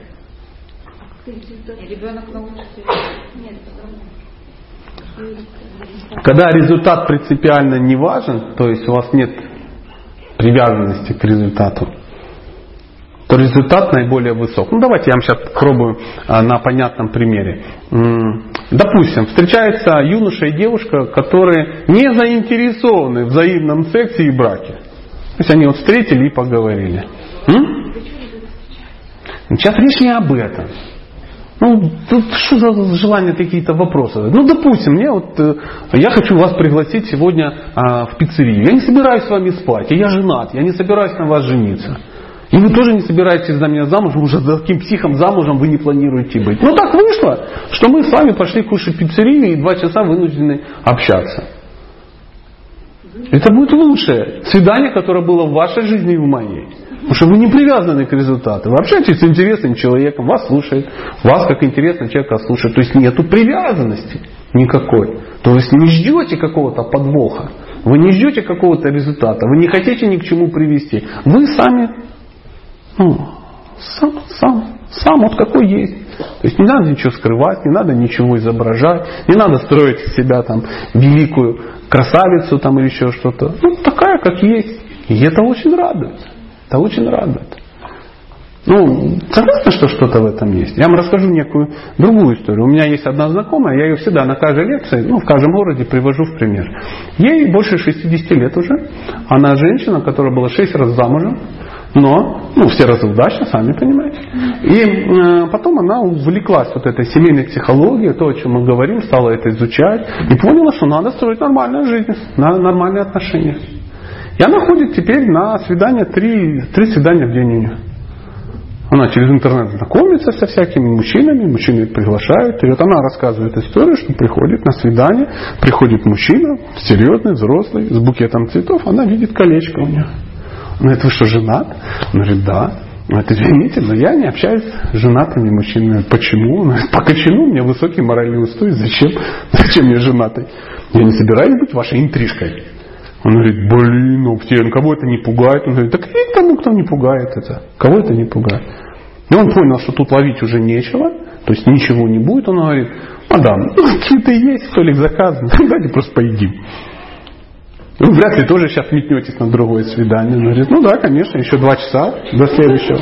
Когда результат принципиально не важен, то есть у вас нет привязанности к результату, то результат наиболее высок. Ну давайте я вам сейчас попробую на понятном примере. Допустим, встречается юноша и девушка, которые не заинтересованы в взаимном сексе и браке. То есть они вот встретили и поговорили. Сейчас речь не об этом. Ну, тут что за желание какие-то вопросы? Ну, допустим, я хочу вас пригласить сегодня в пиццерию. Я не собираюсь с вами спать, я женат, я не собираюсь на вас жениться. И вы тоже не собираетесь за меня замужем, уже за таким психом замужем вы не планируете быть. Ну, так вышло, что мы с вами пошли кушать пиццерию и 2 часа вынуждены общаться. Это будет лучшее свидание, которое было в вашей жизни и в моей. Потому что вы не привязаны к результату. Вы общаетесь с интересным человеком, вас слушает, вас как интересного человека слушает. То есть нету привязанности никакой. То есть не ждете какого-то подвоха. Вы не ждете какого-то результата. Вы не хотите ни к чему привести. Вы сами, сам вот какой есть. То есть не надо ничего скрывать, не надо ничего изображать, не надо строить из себя там великую красавицу там или еще что-то. Ну, такая, как есть. И это очень радует. Это очень радует. Ну, согласны, что что-то в этом есть? Я вам расскажу некую другую историю. У меня есть одна знакомая, я ее всегда на каждой лекции, в каждом городе привожу в пример. Ей больше 60 лет уже. Она женщина, которая была 6 раз замужем. Но, все разы удачно, сами понимаете. И потом она увлеклась вот этой семейной психологией, то, о чем мы говорим, стала это изучать. И поняла, что надо строить нормальную жизнь, нормальные отношения. И она ходит теперь на свидания, 3 свидания в день у нее. Она через интернет знакомится со всякими мужчинами, мужчины приглашают. И вот она рассказывает историю, что приходит на свидание, приходит мужчина, серьезный, взрослый, с букетом цветов, она видит колечко у нее. Она говорит, вы что, женат? Он говорит, да. Она говорит, извините, но я не общаюсь с женатыми мужчинами. Почему? Она говорит, по качану, у меня высокий моральный устой. Зачем мне женатый? Я не собираюсь быть вашей интрижкой. Он говорит, кого это не пугает? Он говорит, так и тому, кто не пугает это. Кого это не пугает? И он понял, что тут ловить уже нечего, то есть ничего не будет. Он говорит, мадам, цветы есть, столик заказан, давайте просто поедим. Ну, вряд ли тоже сейчас метнетесь на другое свидание. Он говорит, ну да, конечно, еще 2 часа до следующего.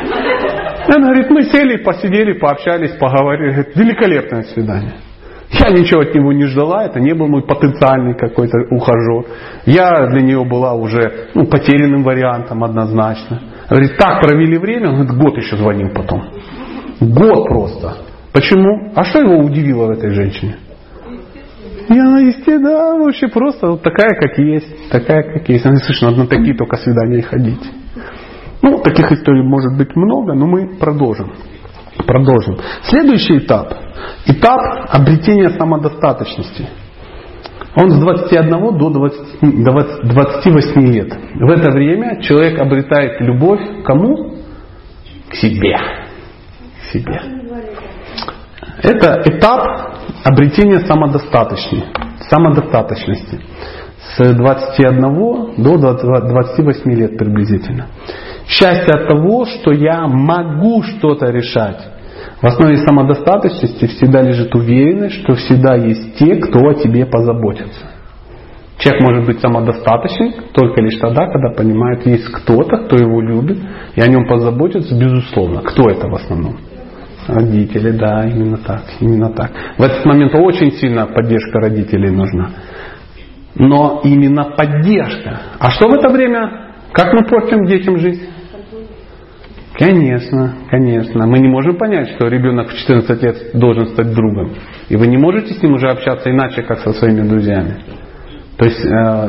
Он говорит, мы сели, посидели, пообщались, поговорили. Говорит, великолепное свидание. Я ничего от него не ждала, это не был мой потенциальный какой-то ухажер. Я для нее была уже потерянным вариантом однозначно. Говорит, так провели время, он говорит, год еще звонил потом. Год просто. Почему? А что его удивило в этой женщине? И она, естественно, вообще просто вот такая, как есть. Такая, как есть. Она, слышно, надо на такие только свидания ходить. Ну, таких историй может быть много, но мы продолжим. Следующий этап. Этап обретения самодостаточности. Он с 21 до 28 лет. В это время человек обретает любовь к кому? К себе. К себе. Это этап обретения самодостаточности. С 21 до 28 лет приблизительно. Счастье от того, что я могу что-то решать. В основе самодостаточности всегда лежит уверенность, что всегда есть те, кто о тебе позаботится. Человек может быть самодостаточным только лишь тогда, когда понимает, есть кто-то, кто его любит, и о нем позаботится, безусловно. Кто это в основном? Родители, да, именно так. В этот момент очень сильная поддержка родителей нужна. Но именно поддержка. А что в это время? Как мы портим детям жизнь? Конечно. Мы не можем понять, что ребенок в 14 лет должен стать другом. И вы не можете с ним уже общаться иначе, как со своими друзьями. То есть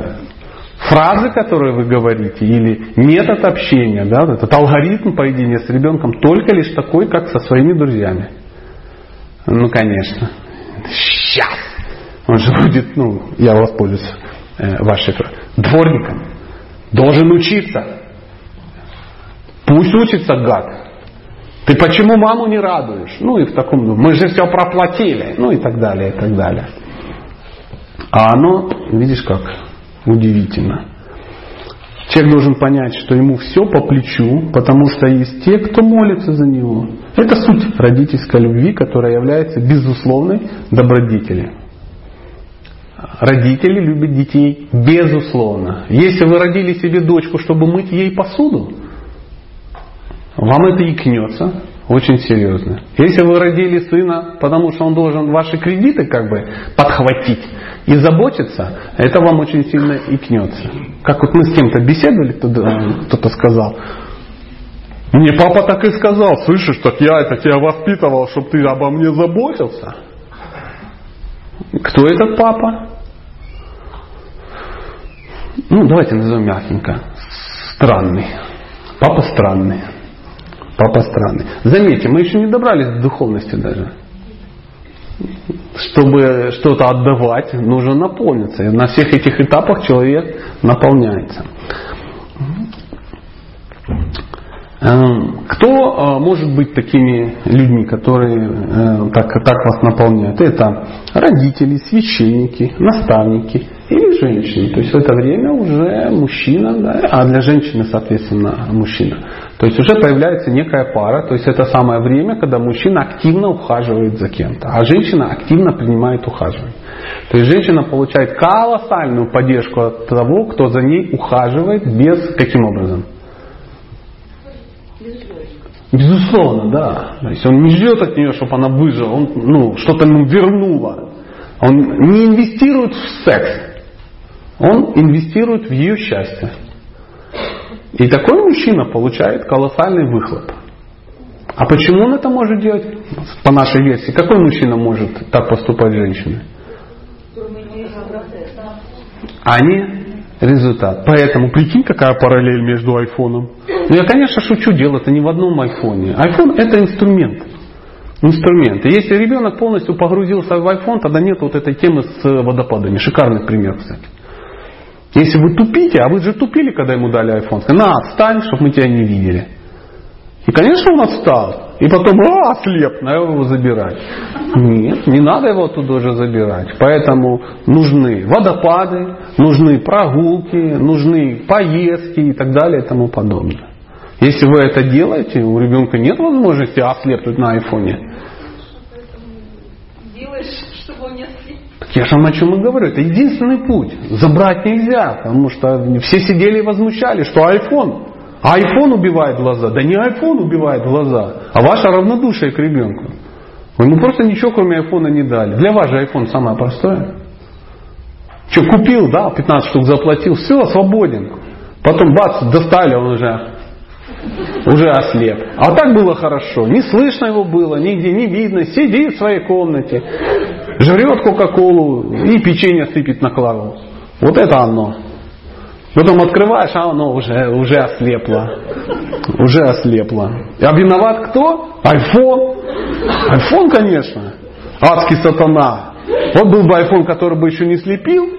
фразы, которые вы говорите, или метод общения, да, этот алгоритм поведения с ребенком только лишь такой, как со своими друзьями. Ну, конечно. Сейчас. Он же будет, я воспользуюсь вашей дворником. Должен учиться. Пусть учится, гад. Ты почему маму не радуешь? И в таком, мы же все проплатили. И так далее, и так далее. А оно, видишь как, удивительно. Человек должен понять, что ему все по плечу, потому что есть те, кто молится за него. Это суть родительской любви, которая является безусловной добродетелью. Родители любят детей безусловно. Если вы родили себе дочку, чтобы мыть ей посуду, вам это икнется очень серьезно. Если вы родили сына, потому что он должен ваши кредиты подхватить и заботиться, это вам очень сильно икнется. Как вот мы с кем-то беседовали, кто-то сказал, мне папа так и сказал, слышишь, так я тебя воспитывал, чтобы ты обо мне заботился. Кто этот папа? Давайте назовем мягенько. Странный. Папа странный. Заметьте, мы еще не добрались до духовности даже. Чтобы что-то отдавать, нужно наполниться. И на всех этих этапах человек наполняется. Кто может быть такими людьми, которые так вас наполняют? Это родители, священники, наставники или женщины. То есть в это время уже мужчина, да, а для женщины, соответственно, мужчина. То есть уже появляется некая пара. То есть это самое время, когда мужчина активно ухаживает за кем-то, а женщина активно принимает ухаживание. То есть женщина получает колоссальную поддержку от того, кто за ней ухаживает без... Каким образом? Безусловно, да. То есть он не ждет от нее, чтобы она выжила, он что-то ему вернуло. Он не инвестирует в секс, он инвестирует в ее счастье. И такой мужчина получает колоссальный выхлоп. А почему он это может делать? По нашей версии, какой мужчина может так поступать с женщиной? Они результат. Поэтому прикинь, какая параллель между айфоном. Я, конечно, шучу, дело-то не в одном айфоне. Айфон это инструмент. И если ребенок полностью погрузился в айфон, тогда нет вот этой темы с водопадами. Шикарный пример, кстати. Если вы тупите, а вы же тупили, когда ему дали айфон, сказали, на, отстань, чтобы мы тебя не видели. И, конечно, он отстал. И потом, ослеп, надо его забирать. Нет, не надо его оттуда уже забирать. Поэтому нужны водопады, нужны прогулки, нужны поездки и так далее и тому подобное. Если вы это делаете, у ребенка нет возможности ослепнуть на айфоне. Делаешь, чтобы он не ослеп. Я же вам о чем и говорю. Это единственный путь. Забрать нельзя, потому что все сидели и возмущались, что iPhone убивает глаза. Да не iPhone убивает глаза, а ваше равнодушие к ребенку. Вы ему просто ничего кроме iPhone не дали. Для вас же iPhone самое простое. Что, купил, да, 15 штук заплатил, все, свободен. Потом бац, достали, он уже ослеп. А так было хорошо. Не слышно его было, нигде не видно. Сидит в своей комнате, жрет кока-колу и печенье сыпет на клаву. Вот это оно. Потом открываешь, а оно уже ослепло. Уже ослепло. А виноват кто? iPhone. iPhone, конечно. Адский сатана. Вот был бы iPhone, который бы еще не слепил.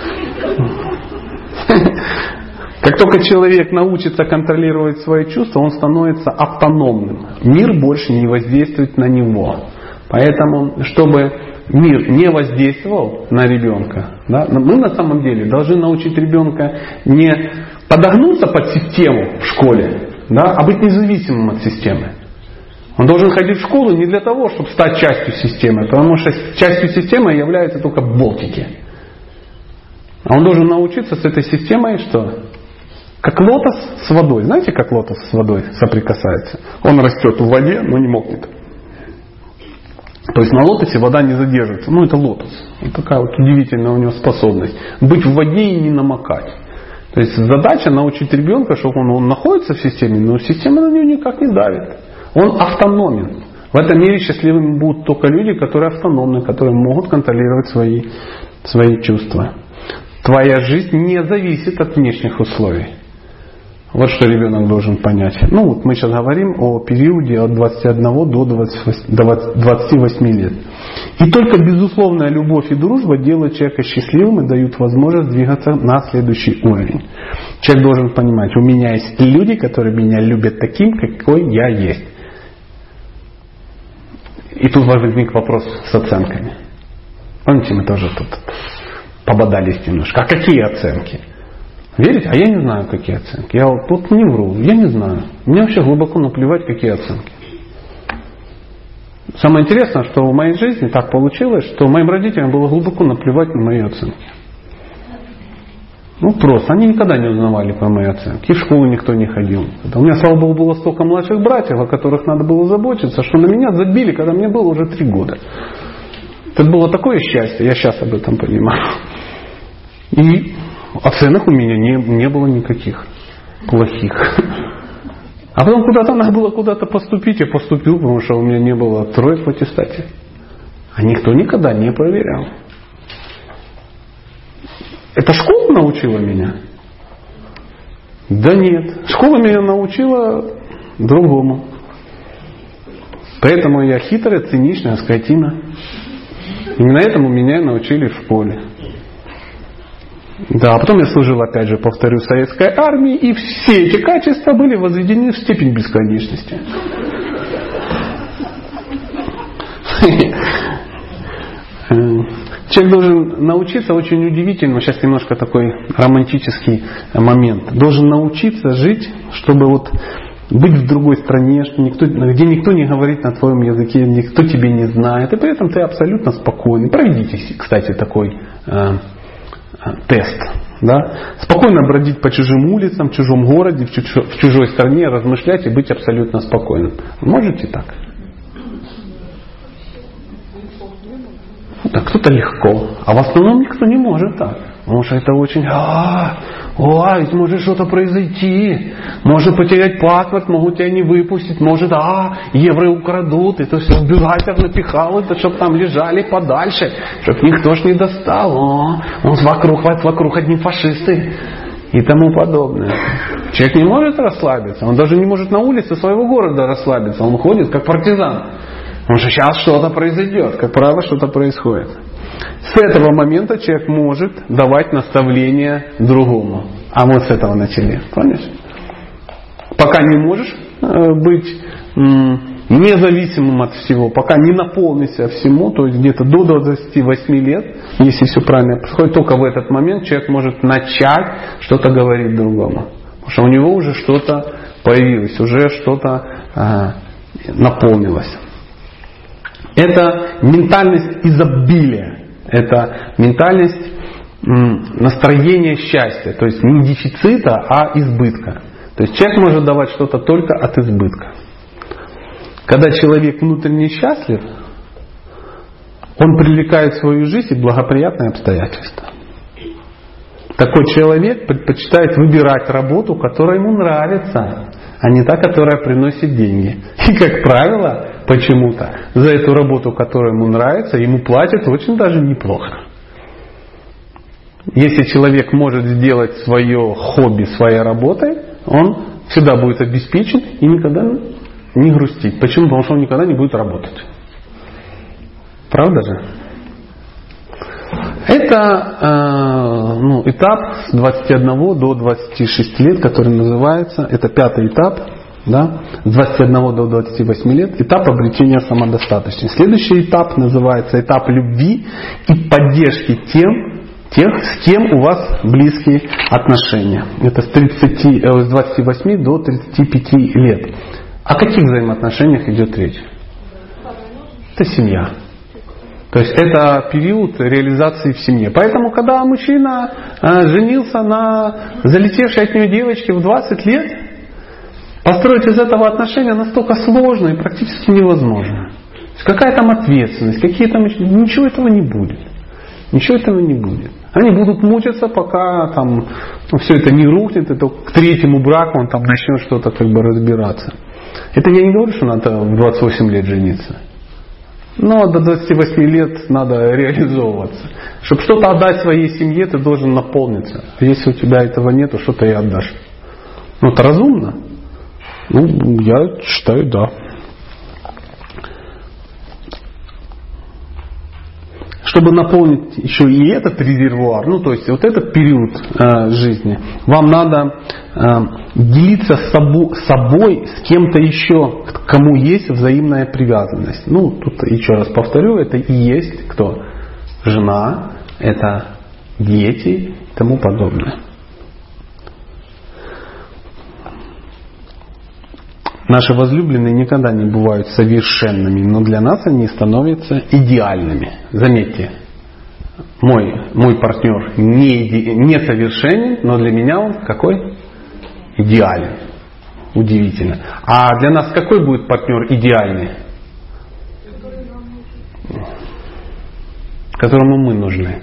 Как только человек научится контролировать свои чувства, он становится автономным. Мир больше не воздействует на него. Поэтому, чтобы мир не воздействовал на ребенка, да, мы на самом деле должны научить ребенка не подогнуться под систему в школе, да, а быть независимым от системы. Он должен ходить в школу не для того, чтобы стать частью системы, потому что частью системы являются только болтики. А он должен научиться с этой системой, что? Как лотос с водой. Знаете, как лотос с водой соприкасается? Он растет в воде, но не мокнет. То есть на лотосе вода не задерживается. Ну, это лотос. Вот такая вот удивительная у него способность. Быть в воде и не намокать. То есть задача научить ребенка, чтобы он находится в системе, но система на него никак не давит. Он автономен. В этом мире счастливыми будут только люди, которые автономны, которые могут контролировать свои чувства. Твоя жизнь не зависит от внешних условий. Вот что ребенок должен понять. Ну вот мы сейчас говорим о периоде от 21 до 28 лет. И только безусловная любовь и дружба делают человека счастливым и дают возможность двигаться на следующий уровень. Человек должен понимать, у меня есть люди, которые меня любят таким, какой я есть. И тут возник вопрос с оценками. Помните, мы тоже тут пободались немножко. А какие оценки? Верите? А я не знаю, какие оценки. Я вот тут не вру. Я не знаю. Мне вообще глубоко наплевать, какие оценки. Самое интересное, что в моей жизни так получилось, что моим родителям было глубоко наплевать на мои оценки. Ну просто. Они никогда не узнавали про мои оценки. И в школу никто не ходил. У меня, слава Богу, было столько младших братьев, о которых надо было заботиться, что на меня забили, когда мне было уже 3 года. Это было такое счастье. Я сейчас об этом понимаю. И оценок у меня не было никаких плохих. А потом куда-то надо было куда-то поступить. Я поступил, потому что у меня не было 3 в аттестате. А никто никогда не проверял. Это школа научила меня? Да нет. Школа меня научила другому. Поэтому я хитрая, циничная скотина. Именно этому меня научили в школе. Да, а потом я служил, опять же, повторю, в советской армии, и все эти качества были возведены в степень бесконечности. Человек должен научиться очень удивительному, сейчас немножко такой романтический момент, должен научиться жить, чтобы вот быть в другой стране, где никто не говорит на твоем языке, никто тебя не знает, и при этом ты абсолютно спокойный. Проведите, кстати, такой тест. Да? Спокойно бродить по чужим улицам, в чужом городе, в чужой стране, размышлять и быть абсолютно спокойным. Можете так? Да, кто-то легко. А в основном никто не может так. Потому что это очень... ведь может что-то произойти. Может потерять паспорт, могут тебя не выпустить. Может, евро украдут. Это все в бюргалтер напихал, это чтобы там лежали подальше. Чтобы никто ж не достал. Вокруг одни фашисты. И тому подобное. Человек не может расслабиться. Он даже не может на улице своего города расслабиться. Он ходит как партизан. Потому что сейчас что-то произойдет. Как правило, что-то происходит. С этого момента человек может давать наставления другому. А мы с этого начали. Помнишь? Пока не можешь быть независимым от всего, пока не наполнишься всему, то есть где-то до 28 лет, если все правильно происходит, только в этот момент человек может начать что-то говорить другому. Потому что у него уже что-то появилось, уже что-то наполнилось. Это ментальность изобилия. Это ментальность настроения счастья. То есть не дефицита, а избытка. То есть человек может давать что-то только от избытка. Когда человек внутренне счастлив, он привлекает в свою жизнь благоприятные обстоятельства. Такой человек предпочитает выбирать работу, которая ему нравится, а не та, которая приносит деньги. И, как правило, почему-то за эту работу, которая ему нравится, ему платят очень даже неплохо. Если человек может сделать свое хобби своей работой, он всегда будет обеспечен и никогда не грустить. Почему? Потому что он никогда не будет работать. Правда же? Это этап с 21 до 26 лет, который называется, это 5-й этап, да, с 21 до 28 лет, этап обретения самодостаточности. Следующий этап называется этап любви и поддержки тех, с кем у вас близкие отношения. Это с 28 до 35 лет. О каких взаимоотношениях идет речь? Это семья. То есть это период реализации в семье. Поэтому, когда мужчина женился на залетевшей от нее девочке в 20 лет, построить из этого отношения настолько сложно и практически невозможно. То есть какая там ответственность, какие там... Ничего этого не будет. Ничего этого не будет. Они будут мучиться, пока там, все это не рухнет, и то к 3-му браку он там начнет что-то как бы разбираться. Это я не говорю, что надо в 28 лет жениться. Но до 28 лет надо реализовываться. Чтобы что-то отдать своей семье, ты должен наполниться. Если у тебя этого нет, то что-то и отдашь. Ну, это разумно? Ну, я считаю, да. Чтобы наполнить еще и этот резервуар, ну то есть вот этот период жизни, вам надо делиться с собой с кем-то еще, к кому есть взаимная привязанность. Ну, тут еще раз повторю, это и есть кто? Жена, это дети и тому подобное. Наши возлюбленные никогда не бывают совершенными, но для нас они становятся идеальными. Заметьте, мой партнер не совершенен, но для меня он какой? Идеален. Удивительно. А для нас какой будет партнер идеальный? Которому мы нужны.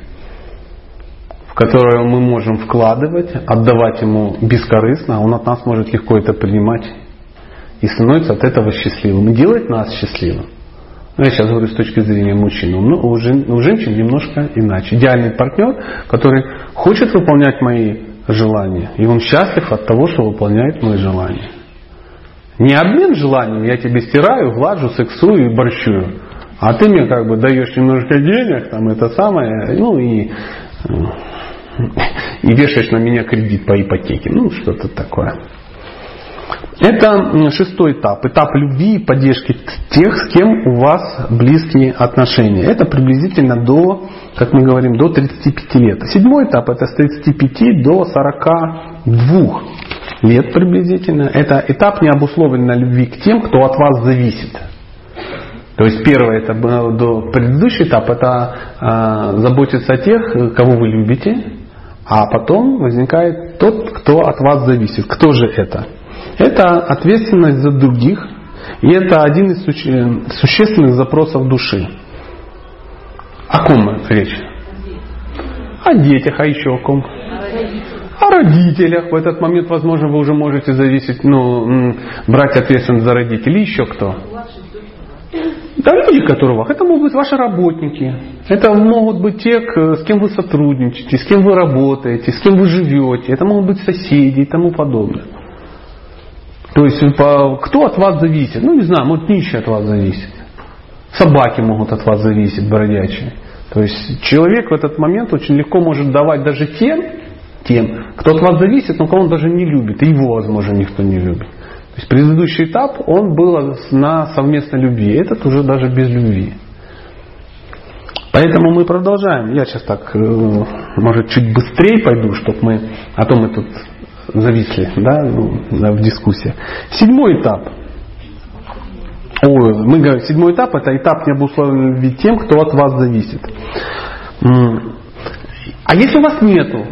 В которого мы можем вкладывать, отдавать ему бескорыстно, а он от нас может легко это принимать. И становится от этого счастливым. И делает нас счастливым. Я сейчас говорю с точки зрения мужчин. Но у женщин немножко иначе. Идеальный партнер, который хочет выполнять мои желания. И он счастлив от того, что выполняет мои желания. Не обмен желанием. Я тебе стираю, глажу, сексую и борщую. А ты мне как бы даешь немножко денег, там это самое, ну и вешаешь на меня кредит по ипотеке. Ну, что-то такое. Это 6-й этап. Этап любви и поддержки тех, с кем у вас близкие отношения. Это приблизительно до, как мы говорим, до 35 лет. 7-й этап это с 35 до 42 лет приблизительно. Это этап необусловленной любви к тем, кто от вас зависит. То есть первый это предыдущий этап это заботиться о тех, кого вы любите, а потом возникает тот, кто от вас зависит. Кто же это? Это ответственность за других, и это один из существенных запросов души. О ком речь? О детях, а еще о ком? О родителях. В этот момент, возможно, вы уже можете зависеть, брать ответственность за родителей. Еще кто? Да, люди, которых. Это могут быть ваши работники. Это могут быть те, с кем вы сотрудничаете, с кем вы работаете, с кем вы живете. Это могут быть соседи и тому подобное. То есть, кто от вас зависит? Ну, не знаю, может, нищие от вас зависит. Собаки могут от вас зависеть, бродячие. То есть, человек в этот момент очень легко может давать даже тем, кто от вас зависит, но кого он даже не любит. И его, возможно, никто не любит. То есть, предыдущий этап, он был на совместной любви. Этот уже даже без любви. Поэтому мы продолжаем. Я сейчас так, может, чуть быстрее пойду, чтобы мы... А то мы тут... зависли, в дискуссии. 7-й этап. Мы говорим, 7-й этап это этап необусловленной любви тем, кто от вас зависит. А если у вас нету,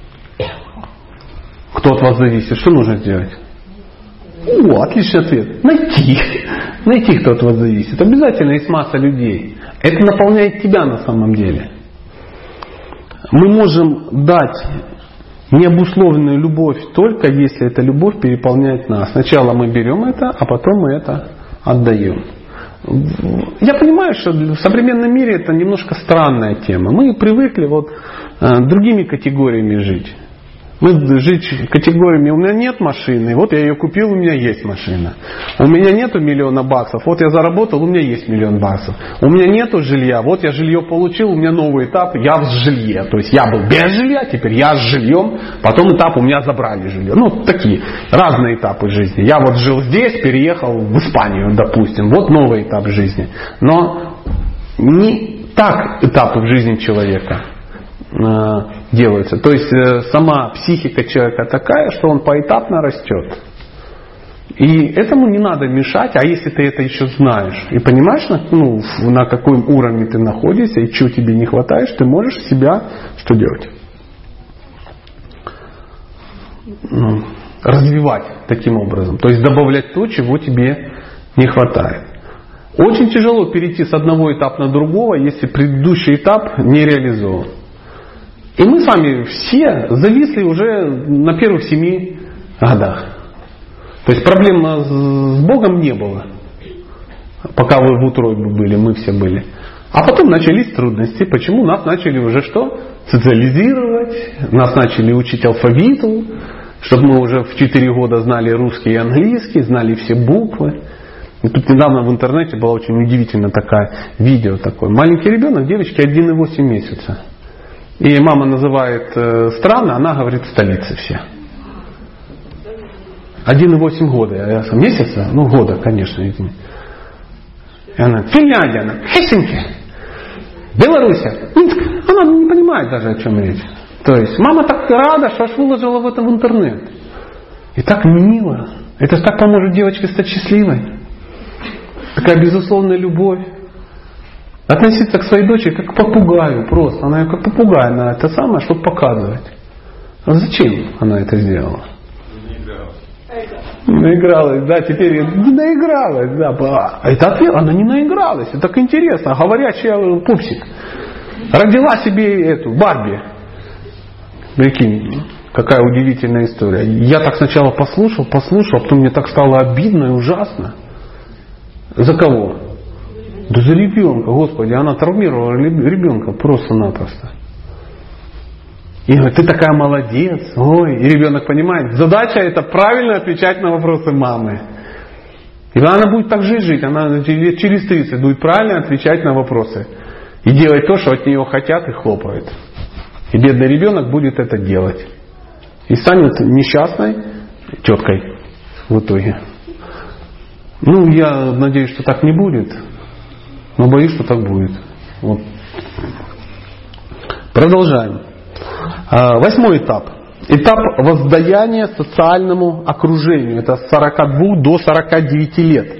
кто от вас зависит, что нужно сделать? О, отличный ответ. Найти, кто от вас зависит. Обязательно есть масса людей. Это наполняет тебя на самом деле. Мы можем дать необусловленную любовь только если эта любовь переполняет нас. Сначала мы берем это, а потом мы это отдаем. Я понимаю, что в современном мире это немножко странная тема. Мы привыкли другими категориями жить. Мы жить категориями: у меня нет машины, вот я ее купил, у меня есть машина. У меня нету $1 миллион, вот я заработал, у меня есть $1 миллион. У меня нету жилья, вот я жилье получил, у меня новый этап, я в жилье. То есть я был без жилья, теперь я с жильем, потом этап у меня забрали жилье. Такие разные этапы жизни. Я жил здесь, переехал в Испанию, допустим. Вот новый этап жизни. Но не так этапы в жизни человека делаются. То есть сама психика человека такая, что он поэтапно растет. И этому не надо мешать, а если ты это еще знаешь и понимаешь, на каком уровне ты находишься и чего тебе не хватает, ты можешь себя что делать? Развивать таким образом. То есть добавлять то, чего тебе не хватает. Очень тяжело перейти с одного этапа на другого, если предыдущий этап не реализован. И мы с вами все зависли уже на первых 7 годах. То есть проблем с Богом не было. Пока вы в утробе были, мы все были. А потом начались трудности. Почему? Нас начали уже что? Социализировать. Нас начали учить алфавиту. Чтобы мы уже в 4 года знали русский и английский, знали все буквы. И тут недавно в интернете было очень удивительно видео такое. Маленький ребенок, девочке 1,8 месяца. И мама называет страны, она говорит столицы все. 1,8 года. Месяца? Года, конечно. И она: Финляндия, Хельсинки, Белоруссия. Она не понимает даже, о чем речь. То есть мама так рада, что аж выложила в интернет. И так мило. Это так поможет девочке стать счастливой. Такая безусловная любовь. Относиться к своей дочери как к попугаю просто. Она как попугай на это самое, чтобы показывать. А зачем она это сделала? Наигралась, да, теперь не наигралась, да. Это ответ, она не наигралась. Это так интересно. Говорящая пупсик. Родила себе эту Барби. Прикинь, какая удивительная история. Я так сначала послушал, а потом мне так стало обидно и ужасно. За кого? Да за ребенка, Господи, она травмировала ребенка просто-напросто. И говорит: ты такая молодец. Ой, и ребенок понимает, задача это правильно отвечать на вопросы мамы. И она будет так же жить, она через 30 будет правильно отвечать на вопросы. И делать то, что от нее хотят и хлопают. И бедный ребенок будет это делать. И станет несчастной теткой в итоге. Я надеюсь, что так не будет. Но боюсь, что так будет. Продолжаем. 8 этап. Этап воздаяния социальному окружению. Это с 42 до 49 лет.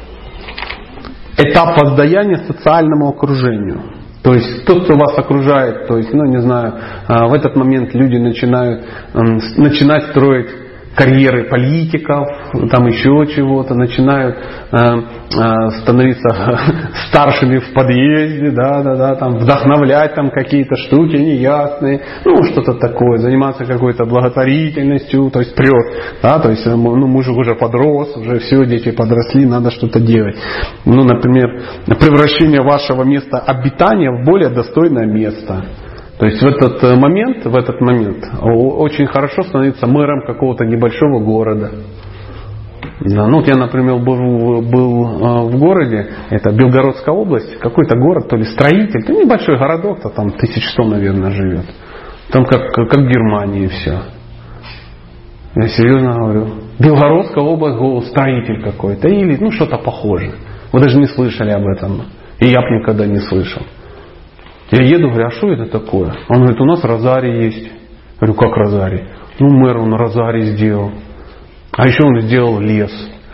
Этап воздаяния социальному окружению. То есть тот, кто вас окружает, то есть, в этот момент люди начинают строить карьеры политиков, там еще чего-то, начинают становиться старшими в подъезде, там вдохновлять там какие-то штуки неясные, что-то такое, заниматься какой-то благотворительностью, то есть прет, то есть мужик уже подрос, уже все, дети подросли, надо что-то делать. Например, превращение вашего места обитания в более достойное место. То есть в этот момент очень хорошо становиться мэром какого-то небольшого города. Да, я, например, был в городе, это Белгородская область, какой-то город, то ли строитель, небольшой городок-то, там 1100, наверное, живет. Там как в Германии все. Я серьезно говорю. Белгородская область, строитель какой-то, или что-то похожее. Вы даже не слышали об этом. И я бы никогда не слышал. Я еду, говорю: а что это такое? Он говорит: у нас розарий есть. Я говорю: как розарий? Мэр он розарий сделал. А еще он сделал лес.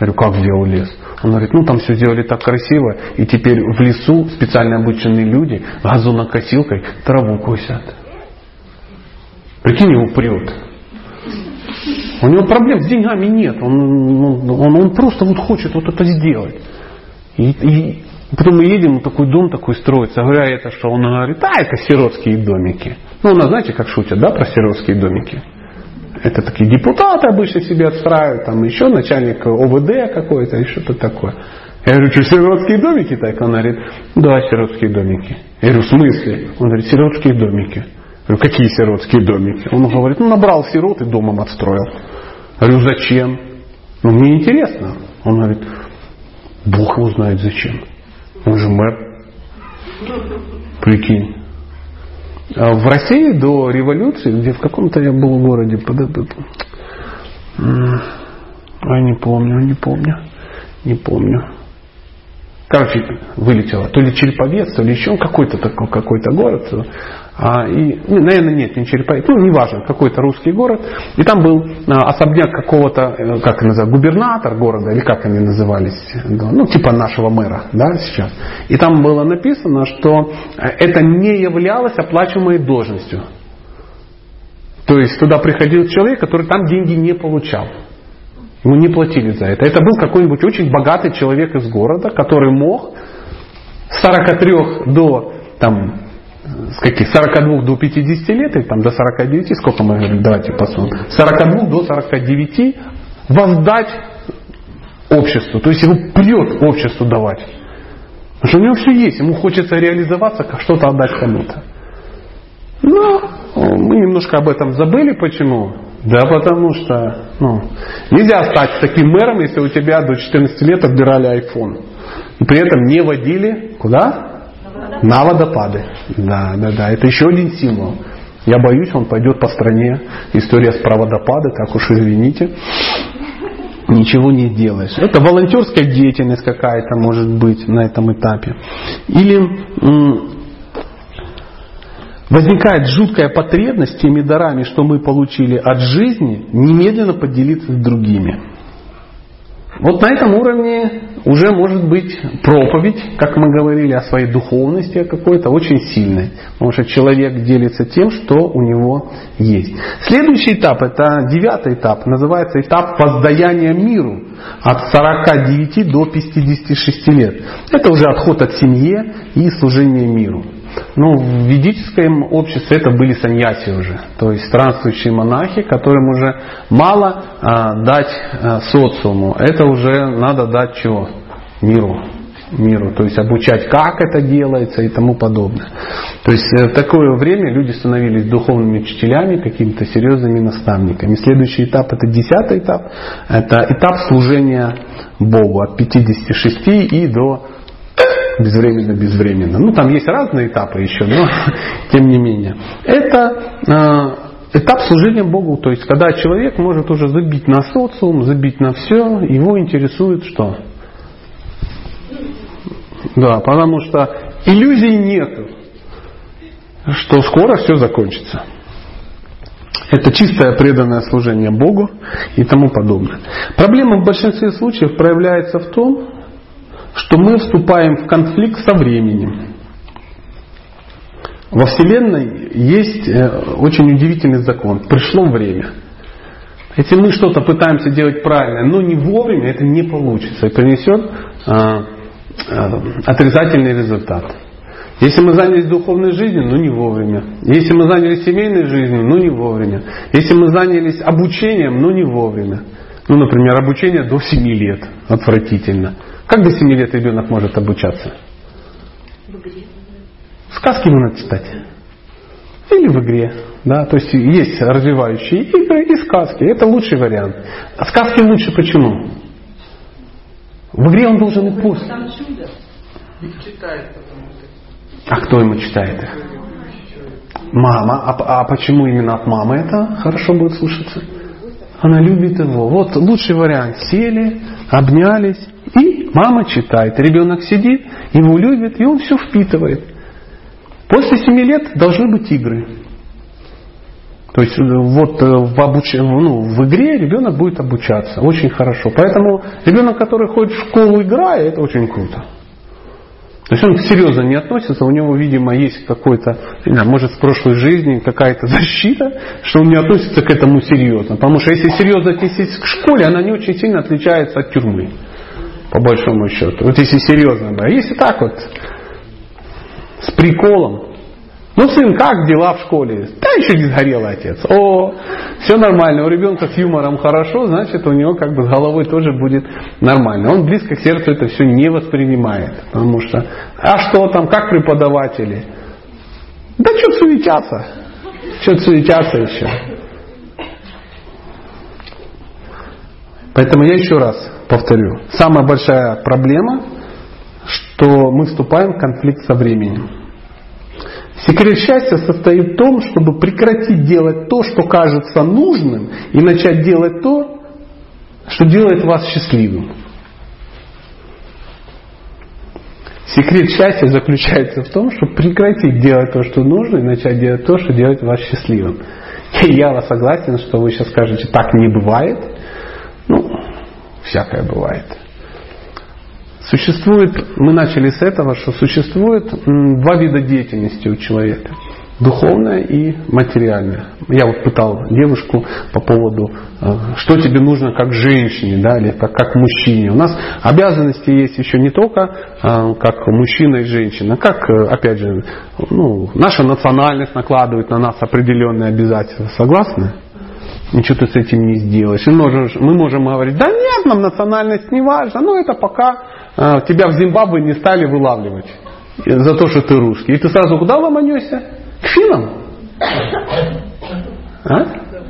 Я говорю, как сделал лес? Он говорит, ну там все сделали так красиво, и теперь в лесу специально обученные люди газонокосилкой траву косят. Прикинь, его прет. У него проблем с деньгами нет. Он просто вот хочет вот это сделать. И потом мы едем, такой дом такой строится. Говорю, а это что? Он говорит, это сиротские домики. Ну, у нас, знаете, как шутят, да, про сиротские домики? Это такие депутаты обычно себе отстраивают, там еще начальник ОВД какой-то и что-то такое. Я говорю, что, сиротские домики так? Он говорит, да, сиротские домики. Я говорю, в смысле? Он говорит, сиротские домики. Я говорю, какие сиротские домики? Он говорит, набрал сирот и домом отстроил. Я говорю, зачем? Ну, мне интересно. Он говорит, Бог его знает зачем. Он же мэр. Прикинь. В России до революции, где в каком-то я был городе, не помню. Короче, вылетело. То ли Череповец, то ли еще какой-то такой, какой-то город. Наверное, нет, не Череповец. Ну, неважно, какой-то русский город. И там был особняк какого-то, как это называется, губернатор города, или как они назывались, ну, типа нашего мэра, да, сейчас. И там было написано, что это не являлось оплачиваемой должностью. То есть туда приходил человек, который там деньги не получал. Ему не платили за это. Это был какой-нибудь очень богатый человек из города, который мог с 43 до с каких? 42 до 50 лет, или до 49, сколько мы говорим, давайте посмотрим, с 42 до 49 воздать обществу. То есть его прет обществу давать. Потому что у него все есть, ему хочется реализоваться, что-то отдать кому-то. Но мы немножко об этом забыли. Почему? Да потому что нельзя стать таким мэром, если у тебя до 14 лет отбирали iPhone. И при этом не водили куда? На водопады. Да. Это еще один символ. Я боюсь, он пойдет по стране. История про водопады, так уж извините. Ничего не делаешь. Это волонтерская деятельность какая-то может быть на этом этапе. Или возникает жуткая потребность теми дарами, что мы получили от жизни, немедленно поделиться с другими. Вот на этом уровне уже может быть проповедь, как мы говорили, о своей духовности какой-то очень сильной. Потому что человек делится тем, что у него есть. Следующий этап, это 9-й этап, называется этап воздаяния миру. От 49 до 56 лет. Это уже отход от семьи и служение миру. В ведическом обществе это были саньяси уже, то есть странствующие монахи, которым уже мало дать социуму, это уже надо дать чего? Миру, то есть обучать, как это делается и тому подобное. То есть в такое время люди становились духовными учителями, какими-то серьезными наставниками. Следующий этап, это 10-й этап, это этап служения Богу от 56 и до безвременно. Там есть разные этапы еще, но тем не менее. Это этап служения Богу, то есть когда человек может уже забить на социум, забить на все, его интересует что? Да, потому что иллюзий нет, что скоро все закончится. Это чистое преданное служение Богу и тому подобное. Проблема в большинстве случаев проявляется в том, что мы вступаем в конфликт со временем. Во Вселенной есть очень удивительный закон. Пришло время. Если мы что-то пытаемся делать правильно, но не вовремя, это не получится и принесет отрицательный результат. Если мы занялись духовной жизнью, не вовремя. Если мы занялись семейной жизнью, не вовремя. Если мы занялись обучением, не вовремя. Например, обучение до 7 лет. Отвратительно. Как до 7 лет ребенок может обучаться? В игре. Сказки можно читать. Или в игре. Да? То есть есть развивающие игры и сказки. Это лучший вариант. А сказки лучше почему? В игре он должен и пусть. Там чудо. Их читает потому что. А кто ему читает их? Мама. А почему именно от мамы это хорошо будет слушаться? Она любит его. Вот лучший вариант. Сели, обнялись, и мама читает. Ребенок сидит, его любит, и он все впитывает. После 7 лет должны быть игры. То есть вот в игре ребенок будет обучаться очень хорошо. Поэтому ребенок, который ходит в школу играя, это очень круто. То есть он серьезно не относится, у него, видимо, есть какой-то, может, в прошлой жизни какая-то защита, что он не относится к этому серьезно. Потому что если серьезно отнестись к школе, она не очень сильно отличается от тюрьмы, по большому счету. Вот если серьезно, да. Если так вот, с приколом, ну, сын, как дела в школе? Да еще не сгорел отец. О, все нормально. У ребенка с юмором хорошо, значит, у него как бы с головой тоже будет нормально. Он близко к сердцу это все не воспринимает. Потому что, а что там, как преподаватели? Да что суетятся? Что суетятся еще? Поэтому я еще раз повторю. Самая большая проблема, что мы вступаем в конфликт со временем. Секрет счастья состоит в том, чтобы прекратить делать то, что кажется нужным, и начать делать то, что делает вас счастливым. Секрет счастья заключается в том, чтобы прекратить делать то, что нужно, и начать делать то, что делает вас счастливым. И я согласен, что вы сейчас скажете, так не бывает. Ну, всякое бывает. Существует, мы начали с этого, что существует два вида деятельности у человека. Духовная и материальная. Я вот пытал девушку по поводу, что тебе нужно как женщине, да, или как мужчине. У нас обязанности есть еще не только как мужчина и женщина, как, опять же, наша национальность накладывает на нас определенные обязательства. Согласны? Ничего ты с этим не сделаешь. И мы можем говорить, да нет, нам национальность не важна, но это пока тебя в Зимбабве не стали вылавливать за то, что ты русский. И ты сразу куда ломанешься? К финнам? А?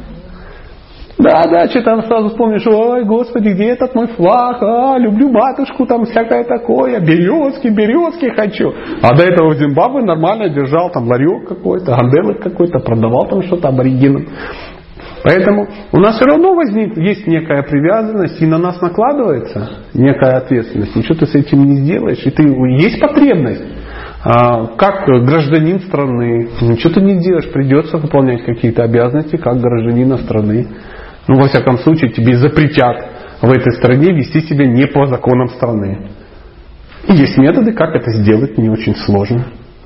Да, что там сразу вспомнишь, ой, Господи, где этот мой флаг? Люблю матушку, там всякое такое, березки хочу. А до этого в Зимбабве нормально держал там ларек какой-то, ганделок какой-то, продавал там что-то аборигенам. Поэтому у нас все равно есть некая привязанность, и на нас накладывается некая ответственность. Ничего ты с этим не сделаешь. И есть потребность, как гражданин страны. Ничего ты не делаешь, придется выполнять какие-то обязанности, как гражданина страны. Во всяком случае, тебе запретят в этой стране вести себя не по законам страны. И есть методы, как это сделать, не очень сложно.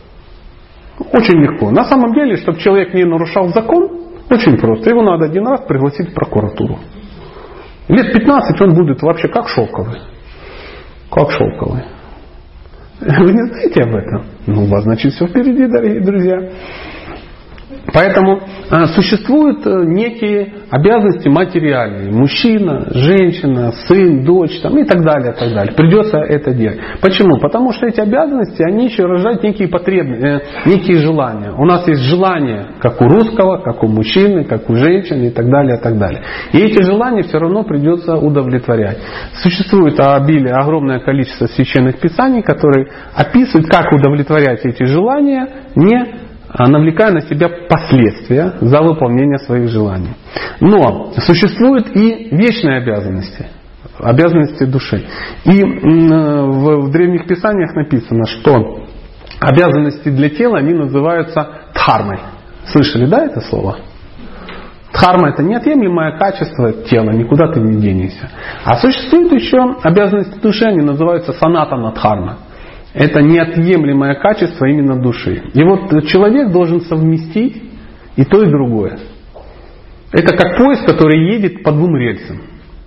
Очень легко. На самом деле, чтобы человек не нарушал закон, очень просто. Его надо один раз пригласить в прокуратуру. Лет 15 он будет вообще как шелковый. Как шелковый. Вы не знаете об этом? У вас, значит, все впереди, дорогие друзья. Поэтому существуют некие обязанности материальные. Мужчина, женщина, сын, дочь и так далее, так далее. Придется это делать. Почему? Потому что эти обязанности, они еще рождают некие потребности, некие желания. У нас есть желания, как у русского, как у мужчины, как у женщины и так далее, так далее. И эти желания все равно придется удовлетворять. Существует огромное количество священных писаний, которые описывают, как удовлетворять эти желания, не навлекая на себя последствия за выполнение своих желаний. Но существуют и вечные обязанности. Обязанности души. И в древних писаниях написано, что обязанности для тела, они называются дхармой. Слышали, да, это слово? Дхарма — это неотъемлемое качество тела, никуда ты не денешься. А существуют еще обязанности души, они называются санатана дхарма. Это неотъемлемое качество именно души. И вот человек должен совместить и то, и другое. Это как поезд, который едет по двум рельсам.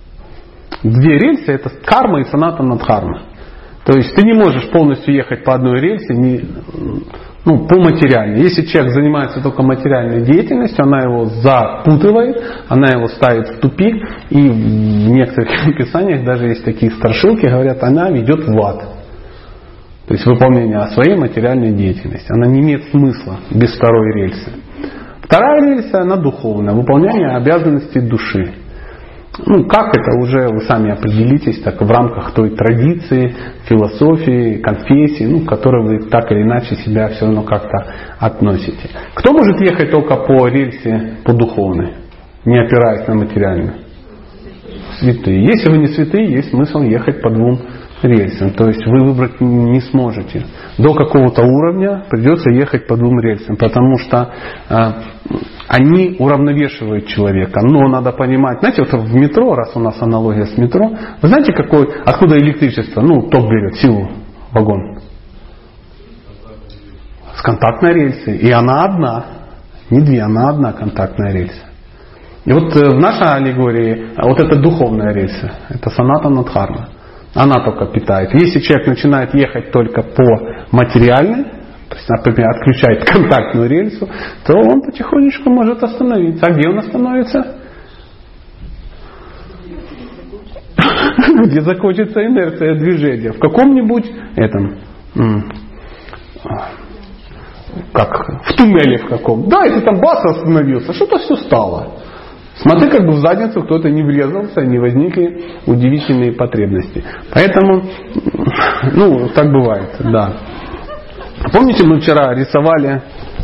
Две рельсы — это карма и санатана дхарма. То есть ты не можешь полностью ехать по одной рельсе по материальной. Если человек занимается только материальной деятельностью, она его запутывает, она его ставит в тупик. И в некоторых писаниях даже есть такие страшилки, говорят, она ведет в ад. То есть выполнение своей материальной деятельности. Она не имеет смысла без второй рельсы. Вторая рельса, она духовная. Выполнение обязанностей души. Как это уже вы сами определитесь, так в рамках той традиции, философии, конфессии, к которой вы так или иначе себя все равно как-то относите. Кто может ехать только по рельсе, по духовной, не опираясь на материальную? Святые. Если вы не святые, есть смысл ехать по двум рельсам. То есть вы выбрать не сможете. До какого-то уровня придется ехать по двум рельсам, потому что они уравновешивают человека. Но надо понимать, знаете, вот в метро, раз у нас аналогия с метро, вы знаете, откуда электричество, ток берет силу в вагон? С контактной рельсы. И она одна. Не две, она одна контактная рельса. И вот в нашей аллегории вот это духовная рельса. Это санатана дхарма. Она только питает. Если человек начинает ехать только по материальной, то есть, например, отключает контактную рельсу, то он потихонечку может остановиться. А где он остановится? Где закончится инерция движения. В каком-нибудь в туннеле в каком. Да, если там бас остановился, что-то все стало. Смотри, как бы в задницу кто-то не врезался, не возникли удивительные потребности. Поэтому, так бывает, да. Помните, мы вчера рисовали,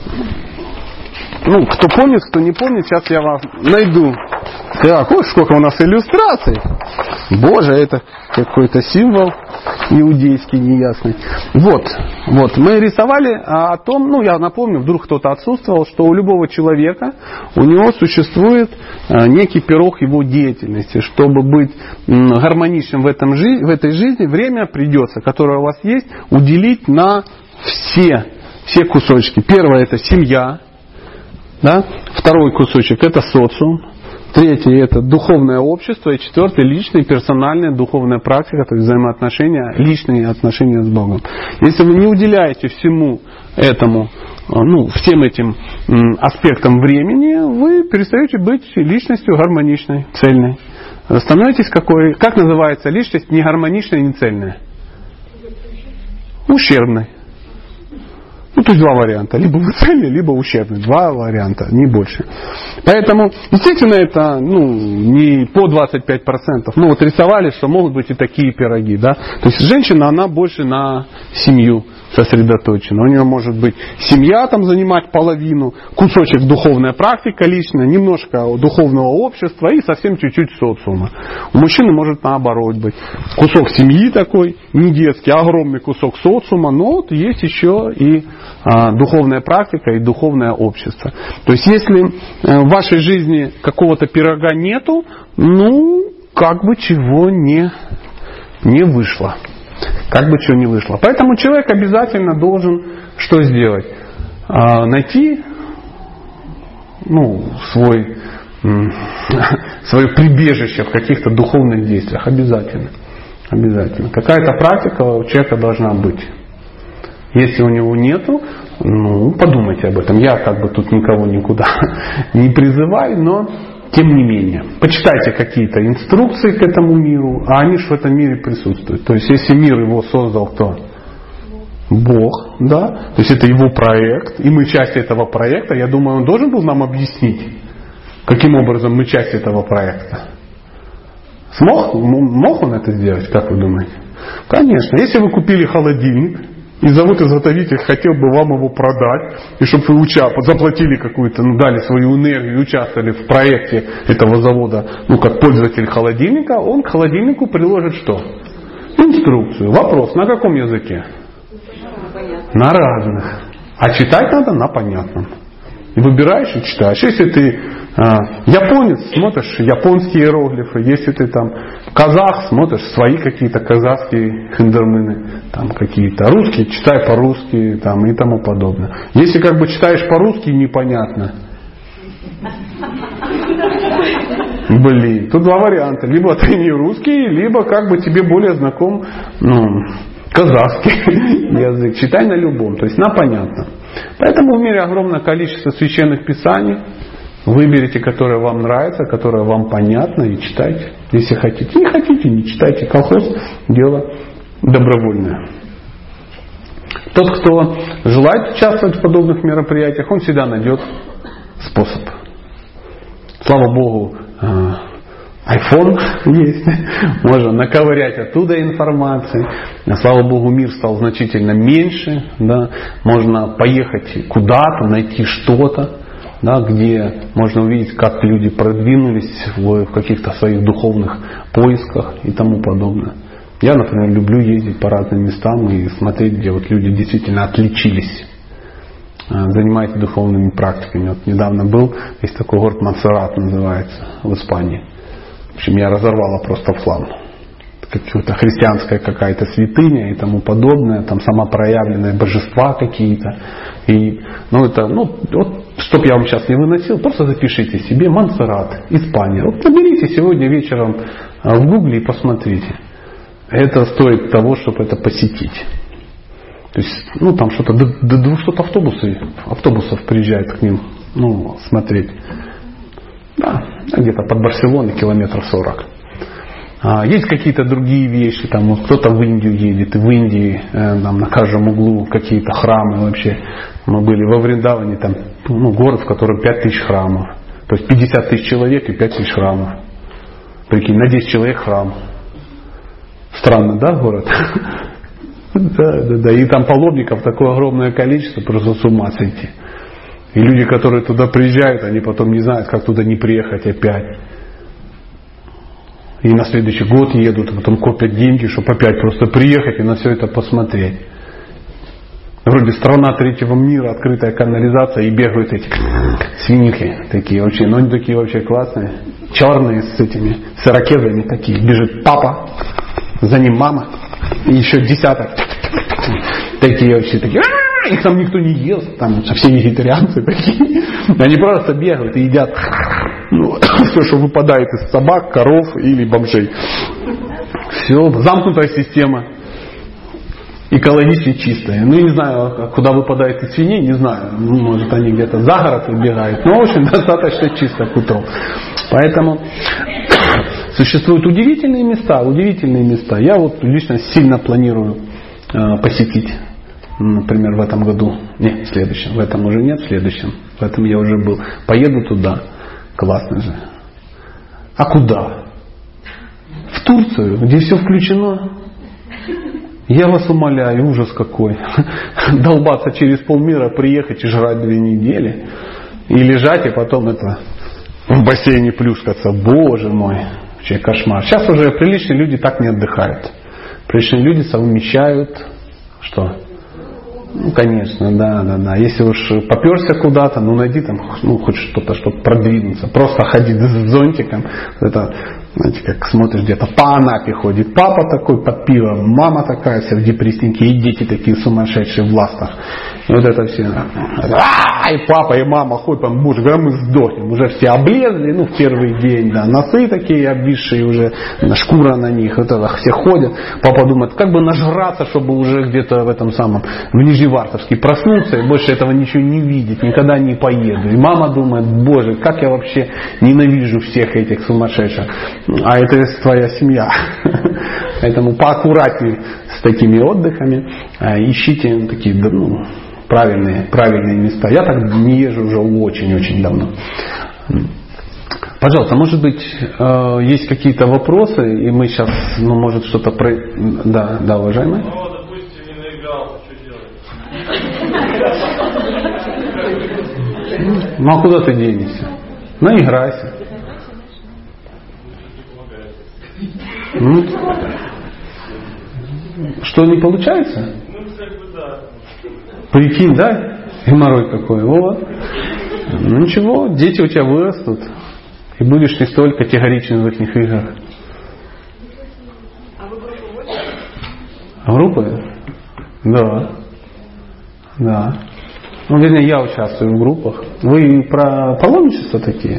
кто помнит, кто не помнит, сейчас я вам найду. Так, ой, сколько у нас иллюстраций. Боже, это какой-то символ иудейский неясный. Вот, мы рисовали о том, я напомню, вдруг кто-то отсутствовал, что у любого человека, у него существует некий пирог его деятельности. Чтобы быть гармоничным в этой жизни, время придется, которое у вас есть, уделить на все кусочки. Первое — это семья. Да? Второй кусочек — это социум. Третий — это духовное общество. И четвертый — личная, персональная духовная практика, то есть взаимоотношения, личные отношения с Богом. Если вы не уделяете всему этому, всем этим аспектам времени, вы перестаете быть личностью гармоничной, цельной. Становитесь как называется личность не гармоничная, не цельная? Ущербной. То есть два варианта. Либо вы цельный, либо ущербный. Два варианта, не больше. Поэтому, естественно, это не по 25%. Рисовали, что могут быть и такие пироги. Да? То есть женщина, она больше на семью сосредоточена. У нее может быть семья занимать половину, кусочек духовная практика личная, немножко духовного общества и совсем чуть-чуть социума. У мужчины может наоборот быть. Кусок семьи такой, не детский, а огромный кусок социума, но есть еще и духовная практика и духовное общество. То есть если в вашей жизни какого-то пирога нету, чего не вышло. Чего не вышло. Поэтому человек обязательно должен что сделать? Найти свое прибежище в каких-то духовных действиях. Обязательно. Какая-то практика у человека должна быть. Если у него нету, подумайте об этом. Я тут никого никуда не призываю, но тем не менее. Почитайте какие-то инструкции к этому миру, а они же в этом мире присутствуют. То есть, если мир его создал кто? Бог, да? То есть, это его проект, и мы часть этого проекта. Я думаю, он должен был нам объяснить, каким образом мы часть этого проекта. Мог он это сделать, как вы думаете? Конечно. Если вы купили холодильник, и завод-изготовитель хотел бы вам его продать, и чтобы вы заплатили какую-то, дали свою энергию и участвовали в проекте этого завода, как пользователь холодильника, он к холодильнику приложит что? Инструкцию. Вопрос, на каком языке? На разных. А читать надо на понятном. И выбираешь и читаешь. Если ты японец, смотришь японские иероглифы. Если ты казах, смотришь свои какие-то казахские хендермины, какие-то русские, читай по-русски и тому подобное. Если читаешь по-русски непонятно. Тут два варианта. Либо ты не русский, либо тебе более знаком казахский язык. Читай на любом, то есть на понятном. Поэтому в мире огромное количество священных писаний. Выберите, которое вам нравится, которое вам понятно, и читайте. Если хотите. Не хотите, не читайте. Колхоз – дело добровольное. Тот, кто желает участвовать в подобных мероприятиях, он всегда найдет способ. Слава Богу, iPhone есть. Можно наковырять оттуда информации. Слава Богу, мир стал значительно меньше. Да? Можно поехать куда-то, найти что-то. Да, где можно увидеть, как люди продвинулись в каких-то своих духовных поисках и тому подобное. Я, например, люблю ездить по разным местам и смотреть, где вот люди действительно отличились, занимаются духовными практиками. Вот недавно был, есть такой город Монсеррат называется, в Испании. В общем, я разорвала просто в хлам. Какая-то христианская какая-то святыня и тому подобное, там самопроявленные божества какие-то. И, вот, чтоб я вам сейчас не выносил, просто запишите себе Монсеррат, Испания. Вот наберите сегодня вечером в Гугле и посмотрите. Это стоит того, чтобы это посетить. То есть, там что-то до 200 автобусов приезжает к ним, смотреть. Да, где-то под Барселоной километров 40. Есть какие-то другие вещи, там вот кто-то в Индию едет, и в Индии там на каждом углу какие-то храмы вообще. Мы были во Вриндаване, там город, в котором 5000 храмов. То есть 50 тысяч человек и 5000 храмов. Прикинь, на 10 человек храм. Странно, да, город? Да. И там паломников такое огромное количество, просто с ума сойти. И люди, которые туда приезжают, они потом не знают, как туда не приехать опять. И на следующий год едут, а потом копят деньги, чтобы опять просто приехать и на все это посмотреть. Вроде страна третьего мира, открытая канализация, и бегают эти свиньи такие вообще. Но они такие вообще классные. Черные с этими, с ирокезами такие. Бежит папа, за ним мама. И еще десяток. Такие вообще такие. Их там никто не ест. Там все вегетарианцы такие. Они просто бегают и едят все, что выпадает из собак, коров или бомжей. Все, замкнутая система. Экологически чистая. Не знаю, куда выпадает из свиней, не знаю. Может, они где-то за город убегают. Но, в общем, достаточно чисто к утру. Поэтому существуют удивительные места. Я вот лично сильно планирую посетить. Например, в этом году. Нет, в следующем. В этом уже нет, в следующем. В этом я уже был. Поеду туда. Классно же. А куда? В Турцию, где все включено. Я вас умоляю, ужас какой. Долбаться через полмира, приехать и жрать 2 недели. И лежать, и потом в бассейне плюскаться. Боже мой, вообще кошмар. Сейчас уже приличные люди так не отдыхают. Приличные люди совмещают, что? Конечно, да. Если уж поперся куда-то, найди там, хоть что-то, чтобы продвинуться. Просто ходить с зонтиком. Это, знаете, как смотришь где-то по Анапе ходит. Папа такой под пивом, мама такая вся в депрессненьке, и дети такие сумасшедшие в ластах. И вот это все. И папа, и мама ходят, боже, когда мы сдохнем. Уже все облезли, в первый день, да. Носы такие обвисшие уже, шкура на них. Вот это все ходят. Папа думает, как бы нажраться, чтобы уже где-то в этом самом, в Нижневартовске проснуться и больше этого ничего не видеть, никогда не поеду. И мама думает, боже, как я вообще ненавижу всех этих сумасшедших. А это твоя семья. Поэтому поаккуратнее с такими отдыхами. Ищите такие, правильные места. Я так не езжу уже очень-очень давно. Пожалуйста, может быть, есть какие-то вопросы, и мы сейчас, может, что-то про... Да, уважаемый? Допустим, не наигрался, что делать? А куда ты денешься? Наиграйся. Что, не получается? Да. Прикинь, да? Геморрой какой. Вот. Ничего, дети у тебя вырастут. И будешь не столь категоричен в их играх. А вы группу водите? Группы? Да. Вернее, я участвую в группах. Вы про паломничество такие?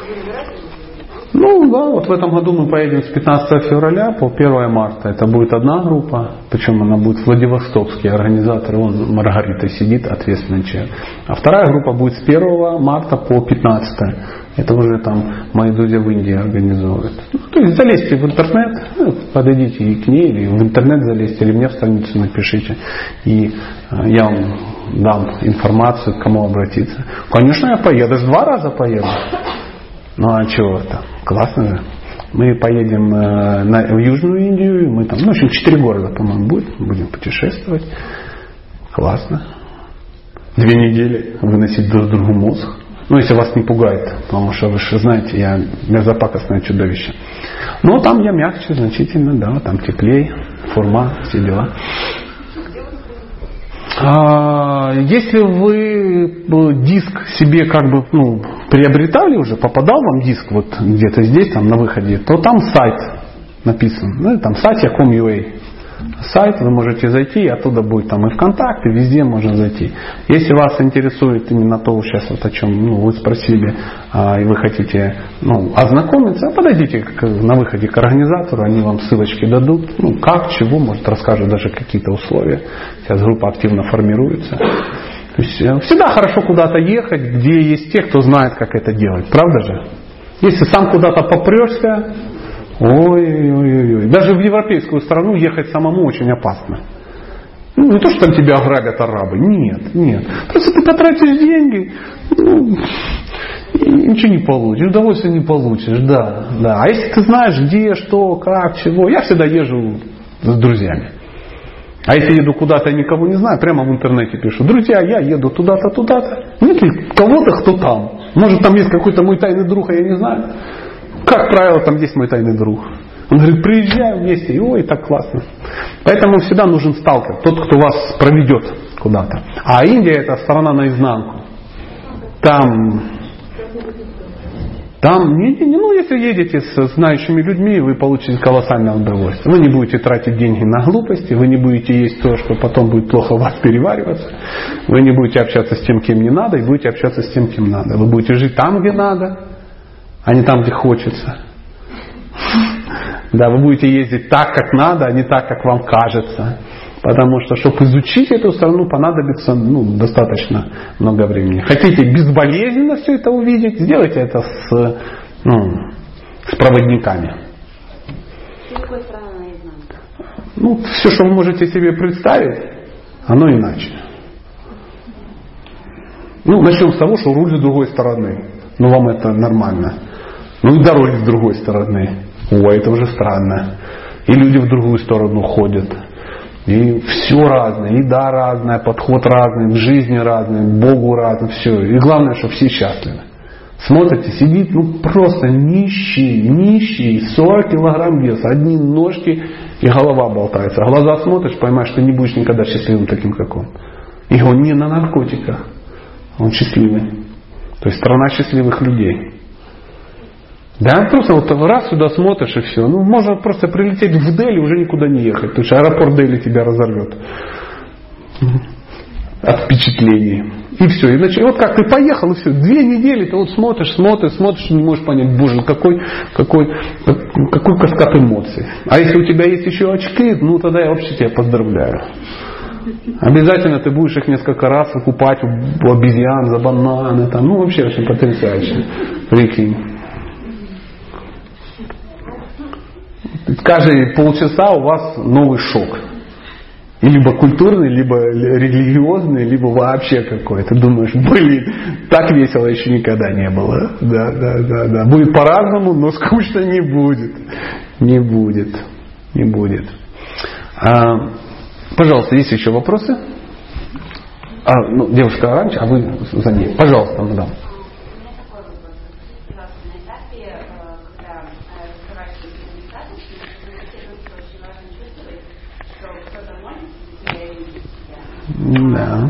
Да, вот в этом году мы поедем с 15 февраля по 1 марта. Это будет одна группа, причем она будет Владивостокский организатор, вон Маргарита сидит, ответственный человек. А вторая группа будет с 1 марта по 15. Это уже там мои друзья в Индии организовывают. То есть залезьте в интернет, подойдите и к ней, или в интернет залезьте, или мне в страницу напишите. И я вам дам информацию, к кому обратиться. Конечно, я поеду, даже 2 раза поеду. А чего это? Классно же. Мы поедем в Южную Индию, мы там, в общем, 4 города, по-моему, будем путешествовать. Классно. 2 недели выносить друг другу мозг. Ну, если вас не пугает, потому что вы же знаете, я мерзопакостное чудовище. Но там я мягче значительно, да, там теплее, форма, все дела. Если вы диск себе как бы приобретали уже, попадал вам диск вот где-то здесь, там на выходе, то там сайт написан. Ну, там satya.com.ua. Сайт, вы можете зайти, и оттуда будет там и ВКонтакте, везде можно зайти. Если вас интересует именно то, сейчас вот о чем вы спросили, и вы хотите ознакомиться, подойдите на выходе к организатору, они вам ссылочки дадут, как, чего, может расскажут даже какие-то условия. Сейчас группа активно формируется. То есть всегда хорошо куда-то ехать, где есть те, кто знает, как это делать. Правда же? Если сам куда-то попрешься, ой-ой-ой. Даже в европейскую страну ехать самому очень опасно. Не то, что там тебя ограбят арабы. Нет. Просто ты потратишь деньги, и ничего не получишь, удовольствия не получишь. Да. А если ты знаешь, где, что, как, чего. Я всегда езжу с друзьями. А если еду куда-то и никого не знаю, прямо в интернете пишу: друзья, я еду туда-то, туда-то. Нет ли кого-то, кто там? Может, там есть какой-то мой тайный друг, а я не знаю. Как правило, там есть мой тайный друг. Он говорит: приезжаем вместе. И ой, так классно. Поэтому всегда нужен сталкер. Тот, кто вас проведет куда-то. А Индия — это сторона наизнанку. Там, если едете с знающими людьми, вы получите колоссальное удовольствие. Вы не будете тратить деньги на глупости, вы не будете есть то, что потом будет плохо у вас перевариваться. Вы не будете общаться с тем, кем не надо, и будете общаться с тем, кем надо. Вы будете жить там, где надо, а не там, где хочется. Да, вы будете ездить так, как надо, а не так, как вам кажется. Потому что, чтобы изучить эту страну, понадобится достаточно много времени. Хотите безболезненно все это увидеть, сделайте это с проводниками. Какой страна наизнанку? Все, что вы можете себе представить, оно иначе. Начнем с того, что руль с другой стороны. Вам это нормально. И дороги с другой стороны. Это уже странно. И люди в другую сторону ходят. И все разное, еда разная, подход разный, к жизни разный, к Богу разный, все. И главное, что все счастливы. Смотрите, сидит просто нищий, 40 килограмм веса, одни ножки и голова болтается. А глаза смотришь, поймаешь, что не будешь никогда счастливым таким, как он. И он не на наркотиках, он счастливый. То есть страна счастливых людей. Да, просто раз сюда смотришь и все. Можно просто прилететь в Дели, уже никуда не ехать, потому что аэропорт Дели тебя разорвет от впечатлений. И все. Иначе как ты поехал, и все. 2 недели ты смотришь, не можешь понять, боже, какой каскад эмоций. А если у тебя есть еще очки, тогда я вообще тебя поздравляю. Обязательно ты будешь их несколько раз выкупать у обезьян за бананы. Вообще очень потрясающе. Прикинь. Каждые полчаса у вас новый шок. И либо культурный, либо религиозный, либо вообще какой-то. Думаешь, так весело еще никогда не было. Да. Будет по-разному, но скучно не будет. Не будет. Пожалуйста, есть еще вопросы? Девушка раньше, а вы за ней. Пожалуйста, мадам. Да.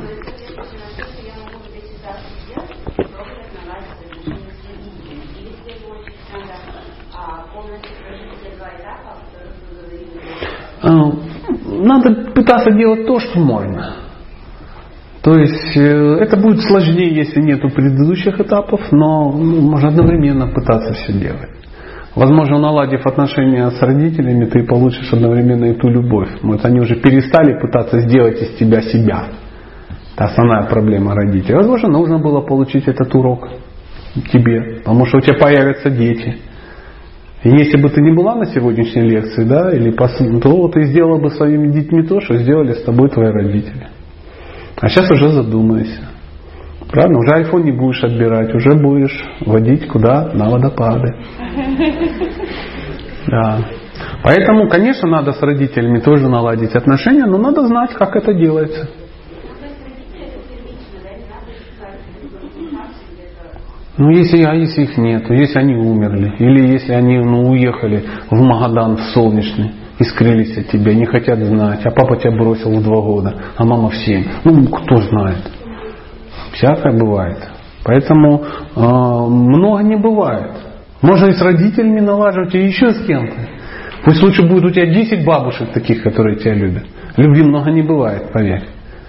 Надо пытаться делать то, что можно. То есть это будет сложнее, если нету предыдущих этапов, но можно одновременно пытаться все делать. Возможно, наладив отношения с родителями, ты получишь одновременно и ту любовь. Они уже перестали пытаться сделать из тебя себя. Это основная проблема родителей. Возможно, нужно было получить этот урок тебе, потому что у тебя появятся дети. И если бы ты не была на сегодняшней лекции, то ты сделала бы своими детьми то, что сделали с тобой твои родители. А сейчас уже задумайся. Правильно? Уже айфон не будешь отбирать, уже будешь водить куда? На водопады. Да. Поэтому, конечно, надо с родителями тоже наладить отношения, но надо знать, как это делается. Ну, если их нет, если они умерли, или если они уехали в Магадан, в солнечный, и скрылись от тебя, не хотят знать, а папа тебя бросил в 2 года, а мама в 7. Ну, кто знает. Всякое бывает. Поэтому много не бывает. Можно и с родителями налаживать, и еще с кем-то. Пусть лучше будет у тебя 10 бабушек таких, которые тебя любят. Любви много не бывает, поверь.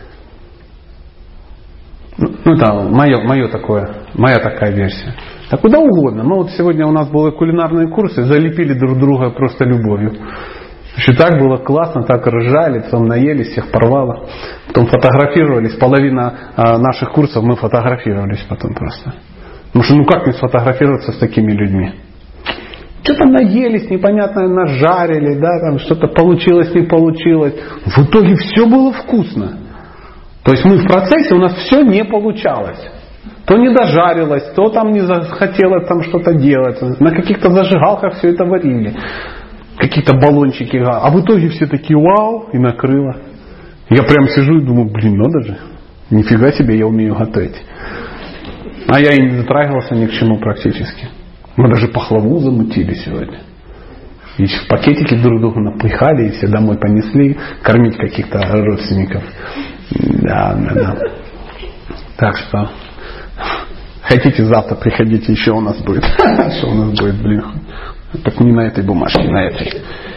Ну, это моя такая версия. Да куда угодно. Мы вот сегодня у нас были кулинарные курсы, залепили друг друга просто любовью. Еще так было классно, так ржали, потом наелись, всех порвало. Потом фотографировались. Половина наших курсов мы фотографировались потом просто. Потому что как не сфотографироваться с такими людьми? Что-то наелись, непонятно нажарили, да, там что-то получилось, не получилось. В итоге все было вкусно. То есть мы в процессе, у нас все не получалось. То не дожарилось, то там не захотелось там что-то делать. На каких-то зажигалках все это варили. Какие-то баллончики. А в итоге все такие вау, и накрыло. Я прям сижу и думаю, надо же. Нифига себе, я умею готовить. А я и не затрагивался ни к чему практически. Мы даже пахлаву замутили сегодня. И в пакетики друг друга напихали, и все домой понесли кормить каких-то родственников. Да. Так что хотите завтра приходите, еще у нас будет. Что у нас будет, Так не на этой бумажке, на этой.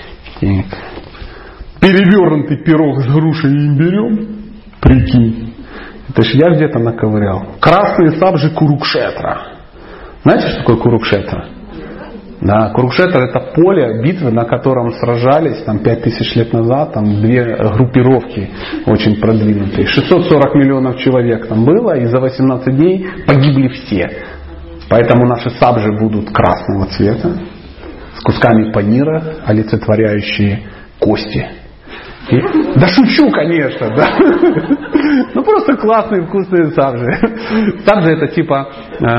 Перевернутый пирог с грушей и имбирем. Прикинь. Это ж я где-то наковырял. Красные сабжи Курукшетра. Знаете, что такое Курукшетра? Да, Курукшетр — это поле битвы, на котором сражались там 5000 лет назад, там 2 группировки очень продвинутые. 640 миллионов человек там было, и за 18 дней погибли все. Поэтому наши сабжи будут красного цвета, с кусками панира, олицетворяющие кости. Да шучу, конечно, да. Ну просто классные вкусные сабжи. Сабжи это типа...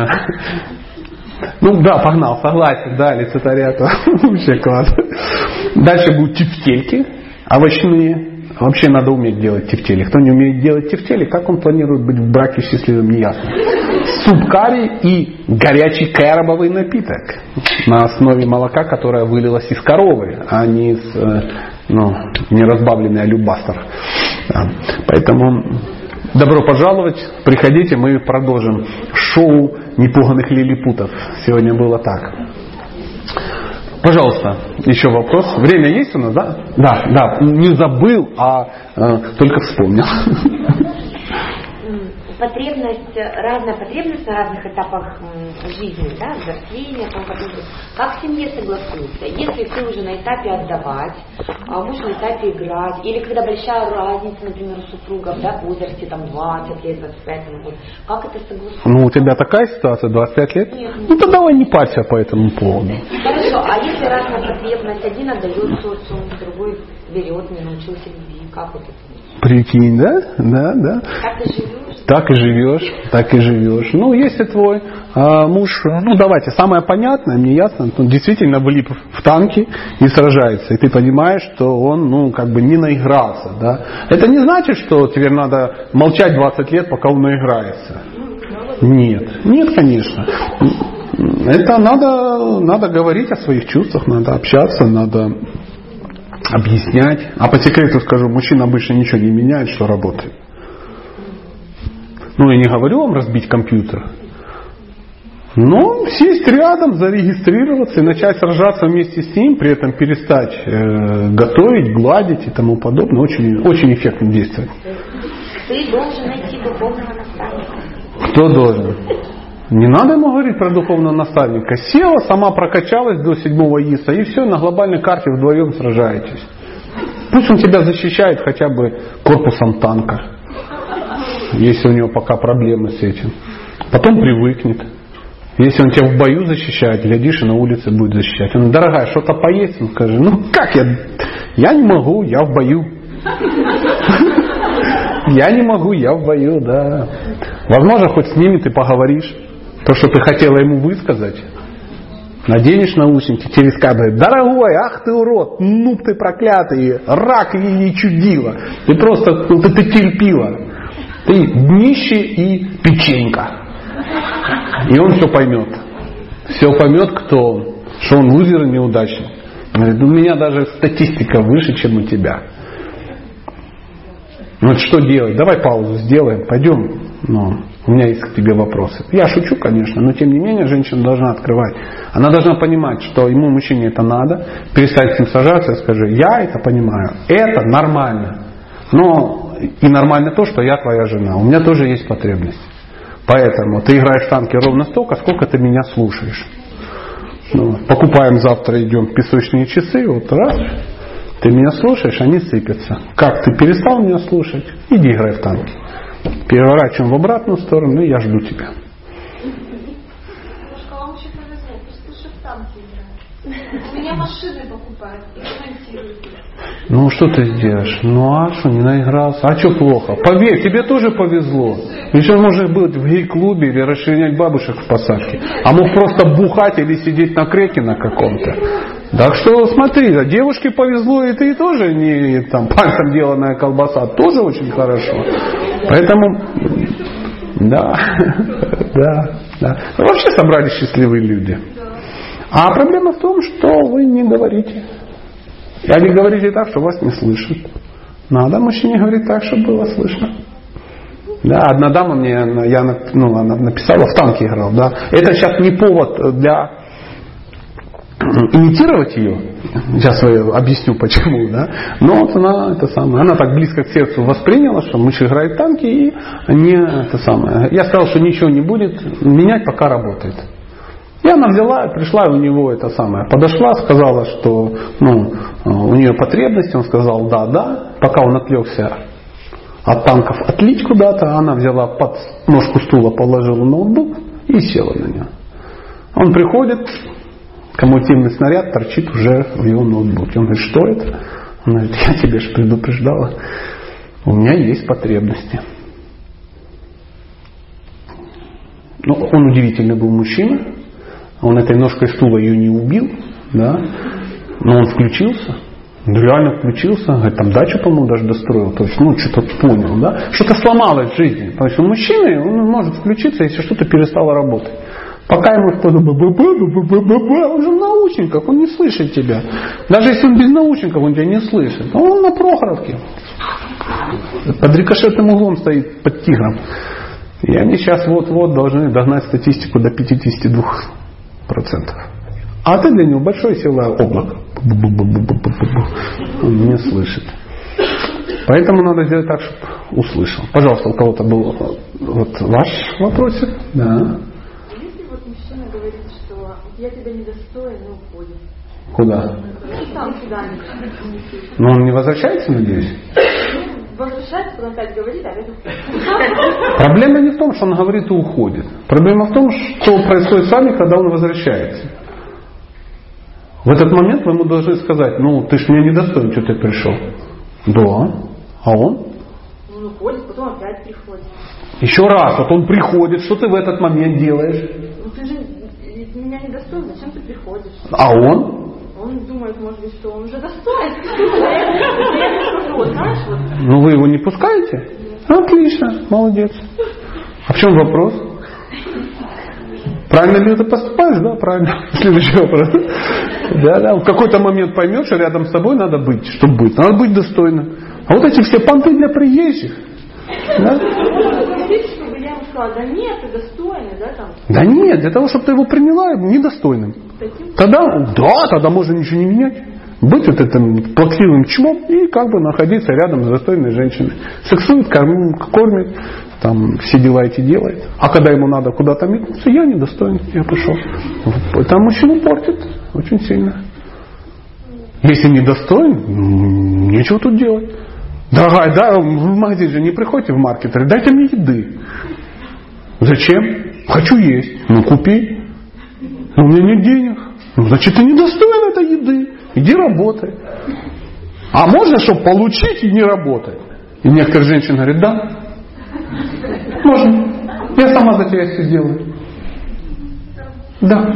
погнал, согласен, да, олицетворяет. Вообще класс. Дальше будут тефтельки овощные. Вообще надо уметь делать тефтели. Кто не умеет делать тефтели, как он планирует быть в браке счастливым, не ясно. Суп карри и горячий кэрабовый напиток. На основе молока, которое вылилось из коровы, а не из не разбавленный алюбастер. Да. Поэтому добро пожаловать, приходите, мы продолжим шоу непуганых лилипутов. Сегодня было так. Пожалуйста, еще вопрос. Время есть у нас, да? Да, не забыл, а только вспомнил. Разная потребность на разных этапах жизни, да, взросления, как в семье согласуется. Если ты уже на этапе отдавать, а муж на этапе играть, или когда большая разница, например, у супругов, да, в возрасте там 20 лет, 25 год, как это согласуется? У тебя такая ситуация, 25 лет? Нет. То давай не парься по этому поводу. Хорошо, а если разная потребность, один отдает социум, другой берет, не научился любви, как вот это? Прикинь, да? Да. Так и живешь. Если твой муж, давайте, самое понятное, мне ясно, он действительно влип в танки и сражается, и ты понимаешь, что он, не наигрался, да. Это не значит, что теперь надо молчать 20 лет, пока он наиграется. Нет, конечно. Это надо говорить о своих чувствах, надо общаться, надо объяснять. А по секрету скажу, мужчина обычно ничего не меняет, что работает. Я не говорю вам разбить компьютер. Но сесть рядом, зарегистрироваться и начать сражаться вместе с ним, при этом перестать готовить, гладить и тому подобное. Очень, очень эффектно действует. Ты должен найти духовного наставника. Кто должен? Не надо ему говорить про духовного наставника. Села, сама прокачалась до 7-го ИСа, и все, на глобальной карте вдвоем сражаетесь. Пусть он тебя защищает хотя бы корпусом танка, если у него пока проблемы с этим. Потом привыкнет. Если он тебя в бою защищает, глядишь, и на улице будет защищать. Он: дорогая, что-то поесть? Он скажет: как я не могу, я в бою. Я не могу, я в бою, да. Возможно, хоть с ними ты поговоришь. То, что ты хотела ему высказать. Наденешь наушники, через кадры: дорогой, ах ты урод, нуб ты проклятый, рак и чудила. Ты просто, ты терпила. Ты днище и печенька. И он все поймет. Все поймет, кто он. Что он лузер и неудачник. Он говорит, у меня даже статистика выше, чем у тебя. Ну вот что делать? Давай паузу сделаем, пойдем. Ну, у меня есть к тебе вопросы. Я шучу, конечно, но тем не менее женщина должна открывать. Она должна понимать, что ему, мужчине, это надо. Перестать с ним сажаться и скажи, я это понимаю, это нормально. Но и нормально то, что я твоя жена. У меня тоже есть потребность. Поэтому ты играешь в танки ровно столько, сколько ты меня слушаешь. Ну, покупаем завтра, идем песочные часы, вот раз. Ты меня слушаешь, они сыпятся. Как ты перестал меня слушать? Иди играй в танки. Переворачиваем в обратную сторону, и я жду тебя. Немножко вам очень повезло, просто лучше в танки играют. У меня машины покупают и ремонтируют. Ну что ты сделаешь? Ну а что, не наигрался? А что плохо? Поверь, тебе тоже повезло. Еще может быть в гей-клубе или расчленять бабушек в посадке. А мог просто бухать или сидеть на креке на каком-то. Так что смотри, девушке повезло, и ты тоже не там пальцем деланная колбаса. Тоже очень хорошо. Поэтому, да. Вообще собрались счастливые люди. А проблема в том, что вы не говорите. Или говорите так, что вас не слышат. Надо мужчине говорить так, чтобы было слышно. Да, одна дама мне, она написала, в танки играл. Да. Это сейчас не повод для имитировать ее. Сейчас я объясню почему. Да. Но вот она так близко к сердцу восприняла, что муж играет в танки и Я сказал, что ничего не будет менять, пока работает. И она взяла, пришла у него подошла, сказала, что у нее потребность, он сказал да, пока он отвлекся от танков отлить куда-то, она взяла под ножку стула, положила ноутбук и села на него. Он приходит, коммутативный снаряд торчит уже в его ноутбуке. Он говорит, что это? Он говорит, я тебе же предупреждала, у меня есть потребности. Он удивительный был мужчина. Он этой ножкой стула ее не убил, да, но он включился, реально включился, говорит, там дачу, по-моему, даже достроил, то есть, что-то понял, да, что-то сломалось в жизни, потому что мужчина, он может включиться, если что-то перестало работать. Пока ему он же в наушниках, он не слышит тебя. Даже если он без наушников, он тебя не слышит. Он на Прохоровке, под рикошетным углом стоит, под Тигром. И они сейчас вот-вот должны догнать статистику до 52%. А ты для него большое силовое облако. Он не слышит. Поэтому надо сделать так, чтобы услышал. Пожалуйста, у кого-то был ваш вопросик? Да. Если мужчина говорит, что я тебя недостоин, и уходит. Куда? Там куда-нибудь. Но он не возвращается, надеюсь? Возвращается, потом опять говорит, а опять уходит. Проблема не в том, что он говорит и уходит. Проблема в том, что происходит с вами, когда он возвращается. В этот момент вы ему должны сказать, ты ж меня недостоин, что ты пришел. Да. А он? Он уходит, потом опять приходит. Еще раз, он приходит, что ты в этот момент делаешь? Ты же меня недостоин, зачем ты приходишь? А он? Он думает, может быть, что он уже достоин. Вы его не пускаете? Отлично, молодец. А в чем вопрос? Правильно ли ты поступаешь? Да, правильно. Следующий вопрос. Да. В какой-то момент поймешь, что рядом с тобой надо быть, чтобы быть. Надо быть достойным. А вот эти все понты для приезжих. Да? Чтобы я ему сказала, да нет, ты достойный, да, там. Да нет, для того, чтобы ты его приняла недостойным. Тогда можно ничего не менять. Быть этим плаксивым чмом и находиться рядом с достойной женщиной. Сексует, кормит, все дела эти делает. А когда ему надо куда-то метнуться, я недостоин, я пошел. Это мужчину портит очень сильно. Если недостоин, нечего тут делать. Дорогая, в магазин же не приходите в маркет, дайте мне еды. Зачем? Хочу есть. Купи. У меня нет денег. Значит, ты недостоин этой еды. Иди работай. А можно, чтобы получить и не работать? И некоторые женщины говорят, да. Можно. Я сама за тебя все сделаю. Да.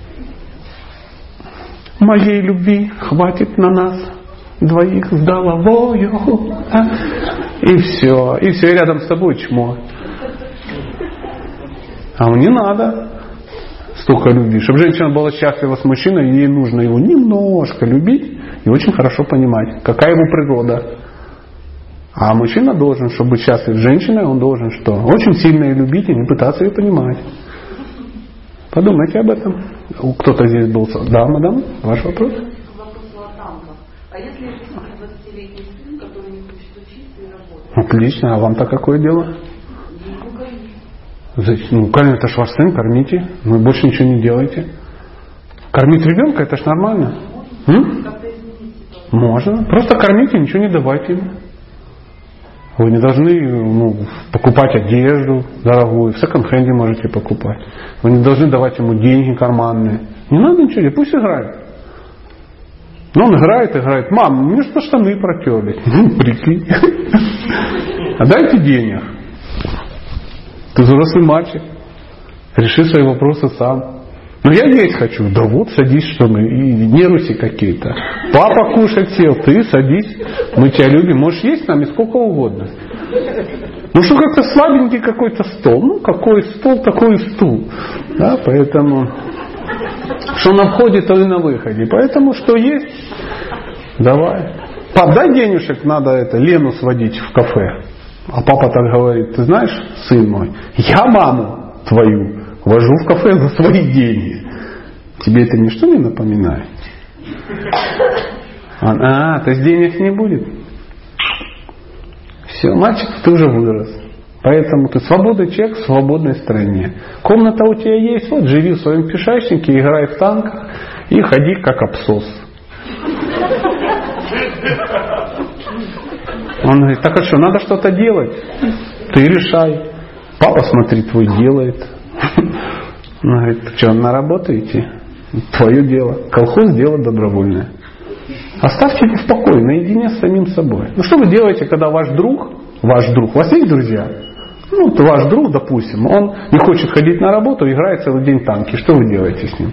Моей любви хватит на нас двоих с головою. И все. И рядом с тобой чмо. А ему не надо столько любви. Чтобы женщина была счастлива с мужчиной, ей нужно его немножко любить и очень хорошо понимать, какая его природа. А мужчина должен, чтобы быть счастлив с женщиной, он должен что? Очень сильно ее любить и не пытаться ее понимать. Подумайте об этом. Кто-то здесь был. Да, мадам, ваш вопрос? Вопрос Латанка. А если есть 20-летний сын, который не хочет учиться и работать? Отлично. А вам-то какое дело? Ну, это ж ваш сын, кормите. Вы больше ничего не делаете. Кормить ребенка, это ж нормально. Можно. Просто кормите, ничего не давайте ему. Вы не должны покупать одежду дорогую. В секонд-хенде можете покупать. Вы не должны давать ему деньги карманные. Не надо ничего, пусть играет. Но он играет. Мам, мне что штаны протерли. Прикинь. А дайте денег. Ты взрослый мальчик. Реши свои вопросы сам. Но я есть хочу. Да вот, садись, что мы. И неруси какие-то. Папа кушать сел, ты садись. Мы тебя любим. Можешь есть с нами сколько угодно. Ну что как-то слабенький какой-то стол. Ну какой стол, такой и стул. Да, поэтому что на входе, то и на выходе. Поэтому что есть, давай. Подай денежек, надо Лену сводить в кафе. А папа так говорит: ты знаешь, сын мой, я маму твою вожу в кафе за свои деньги. Тебе это ничто не напоминает? То есть денег не будет? Все, мальчик, ты уже вырос. Поэтому ты свободный человек в свободной стране. Комната у тебя есть, вот живи в своем пешачнике, играй в танках и ходи как абсос. Он говорит: так а что, надо что-то делать? Ты решай. Папа, смотри, твой делает. Он говорит: что, на работу идти? Твое дело. Колхоз — дело добровольное. Оставьте его в покое, наедине с самим собой. Ну что вы делаете, когда ваш друг, у вас есть друзья? Ну, ваш друг, допустим, он не хочет ходить на работу, играет целый день в танки. Что вы делаете с ним?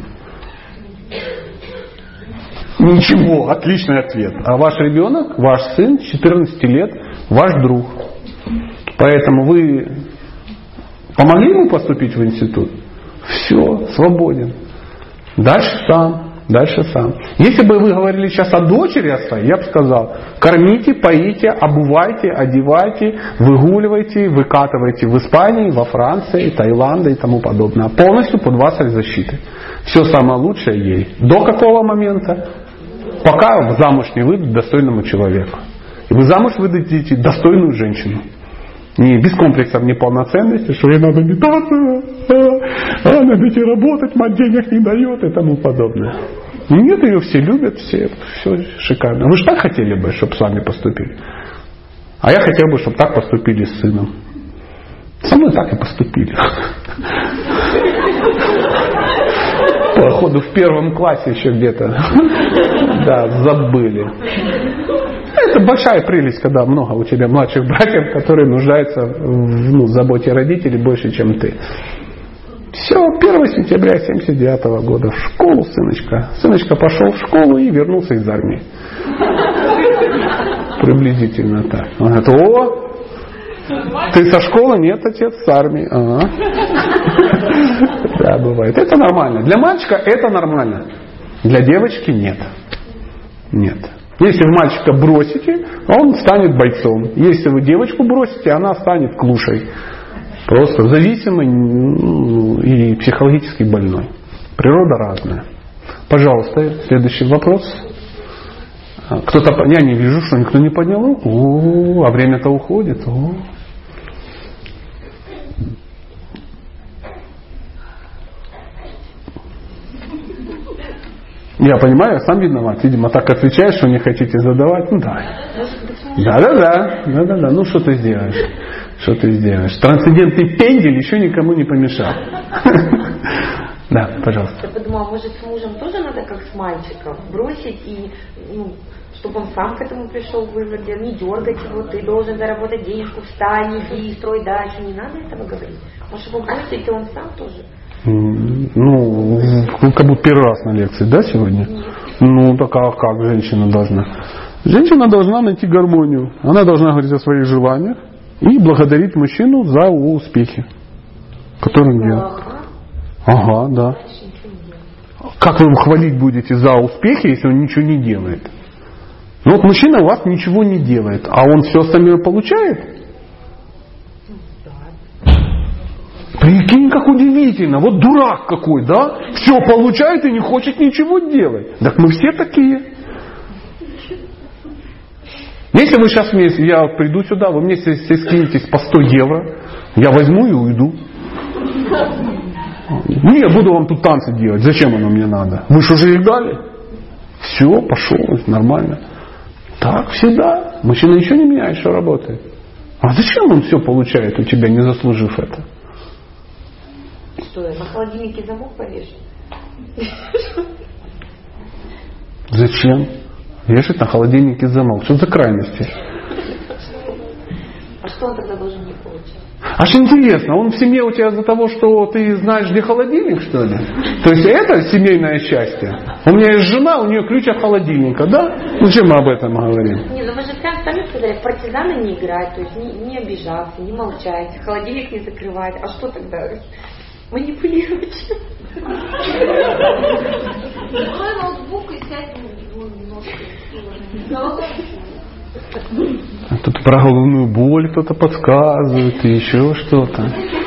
Ничего, отличный ответ. А ваш ребенок, ваш сын, 14 лет, ваш друг. Поэтому вы помогли ему поступить в институт? Все, свободен. Дальше сам. Если бы вы говорили сейчас о дочери своей, я бы сказал: кормите, поите, обувайте, одевайте, выгуливайте, выкатывайте в Испании, во Франции, Таиланде и тому подобное. Полностью под вас защитой. Все самое лучшее ей. До какого момента? Пока замуж не выйдут достойному человеку. И вы замуж выдадите достойную женщину. Не без комплексов неполноценности, что ей надо метаться, надо идти работать, мать денег не дает и тому подобное. Нет, ее все любят, все шикарно. Вы же так хотели бы, чтобы с вами поступили? А я хотел бы, чтобы так поступили с сыном. Со мной так и поступили. Походу в первом классе еще где-то. Да, забыли. Это большая прелесть, когда много у тебя младших братьев, которые нуждаются в заботе родителей больше, чем ты. Все, 1 сентября 1979 года. В школу, сыночка. Сыночка пошел в школу и вернулся из армии. Приблизительно так. Он говорит: о, ты со школы? Нет, отец, с армии. Да, бывает. Это нормально. Для мальчика это нормально. Для девочки нет. Нет. Если вы мальчика бросите, он станет бойцом. Если вы девочку бросите, она станет клушей. Просто зависимой и психологически больной. Природа разная. Пожалуйста, следующий вопрос. Кто-то, я не вижу, что никто не поднял руку. А время-то уходит. Я понимаю, я сам виноват. Видимо, так отвечаешь, что не хотите задавать. Ну да. Да. Ну что ты сделаешь? Трансцендентный пендель еще никому не помешал. Да, пожалуйста. Я подумала, может, с мужем тоже надо, как с мальчиком, бросить и, чтобы он сам к этому пришел в выводе, не дергать его, ты должен заработать денежку, встань, иди, строй дачу. Не надо этого говорить. Может, его бросить, и он сам тоже. Как будто первый раз на лекции, да, сегодня? Нет. Так а как женщина должна? Женщина должна найти гармонию. Она должна говорить о своих желаниях и благодарить мужчину за его успехи. Который он делает? Ага, да. Как вы его хвалить будете за успехи, если он ничего не делает? Ну вот мужчина у вас ничего не делает, а он все остальное получает? Прикинь, как удивительно. Вот дурак какой, да? Все получает и не хочет ничего делать. Так мы все такие. Если вы сейчас вместе, я приду сюда, вы мне все скинетесь по 100 евро, я возьму и уйду. Не, буду вам тут танцы делать. Зачем оно мне надо? Вы же уже их дали. Все, пошел, нормально. Так всегда. Мужчина ничего не меняет, что работает. А зачем он все получает у тебя, не заслужив это? Что, на холодильнике замок повешать? Зачем? Вешать на холодильнике замок. Что за крайности? А что он тогда должен не получать? Аж интересно, он в семье у тебя из-за того, что ты знаешь, где холодильник, что ли? То есть это семейное счастье? У меня есть жена, у нее ключ от холодильника, да? Ну, чем мы об этом говорим? Не, ну вы же сами сказали, в партизаны не играть, то есть не обижаться, не молчать, холодильник не закрывать. А что тогда? Манипулировать. Открой ноутбук и сядь немножко. Тут про головную боль кто-то подсказывает, и еще что-то.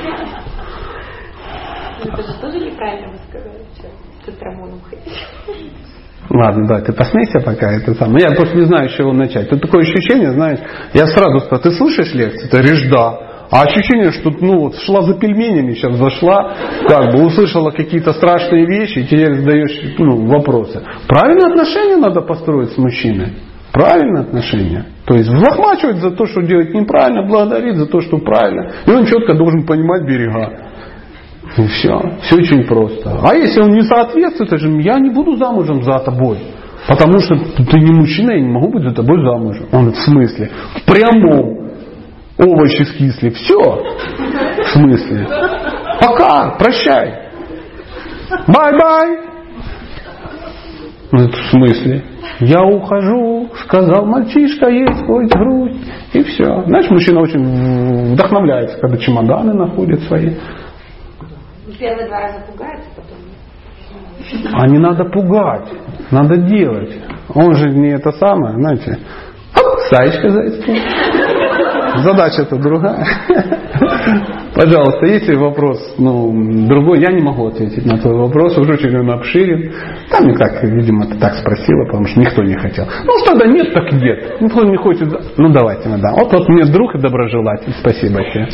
Это же тоже неправильно вы сказали, что с цитрамоном ходить. Ладно, да, ты посмейся пока, это самое. Я просто не знаю, с чего начать. Тут такое ощущение, знаешь, я сразу сказал, ты слушаешь лекцию? Ты говоришь, да. А ощущение, что шла за пельменями, сейчас зашла, услышала какие-то страшные вещи, и теперь задаешь вопросы. Правильные отношения надо построить с мужчиной. Правильные отношения. То есть взлохмачивать за то, что делать неправильно, благодарить за то, что правильно. И он четко должен понимать берега. И все. Все очень просто. А если он не соответствует, это же я не буду замужем за тобой. Потому что ты не мужчина, я не могу быть за тобой замужем. Он в смысле? В прямом. Овощи скисли. Все. В смысле? Пока. Прощай. Бай-бай. Ну, это в смысле? Я ухожу, сказал мальчишка, есть хоть грудь. И все. Знаешь, мужчина очень вдохновляется, когда чемоданы находят свои. Первые 2 раза пугается, потом. А не надо пугать. Надо делать. Он же не это самое, знаете. Саечка зайцу. Задача-то другая. Пожалуйста, если вопрос другой, я не могу ответить на твой вопрос, уже очень он обширен. Там никак, видимо, ты так спросила, потому что никто не хотел. Ну что, да нет, так нет. Никто не хочет. Ну давайте, да. Вот мне друг и доброжелатель. Спасибо большое.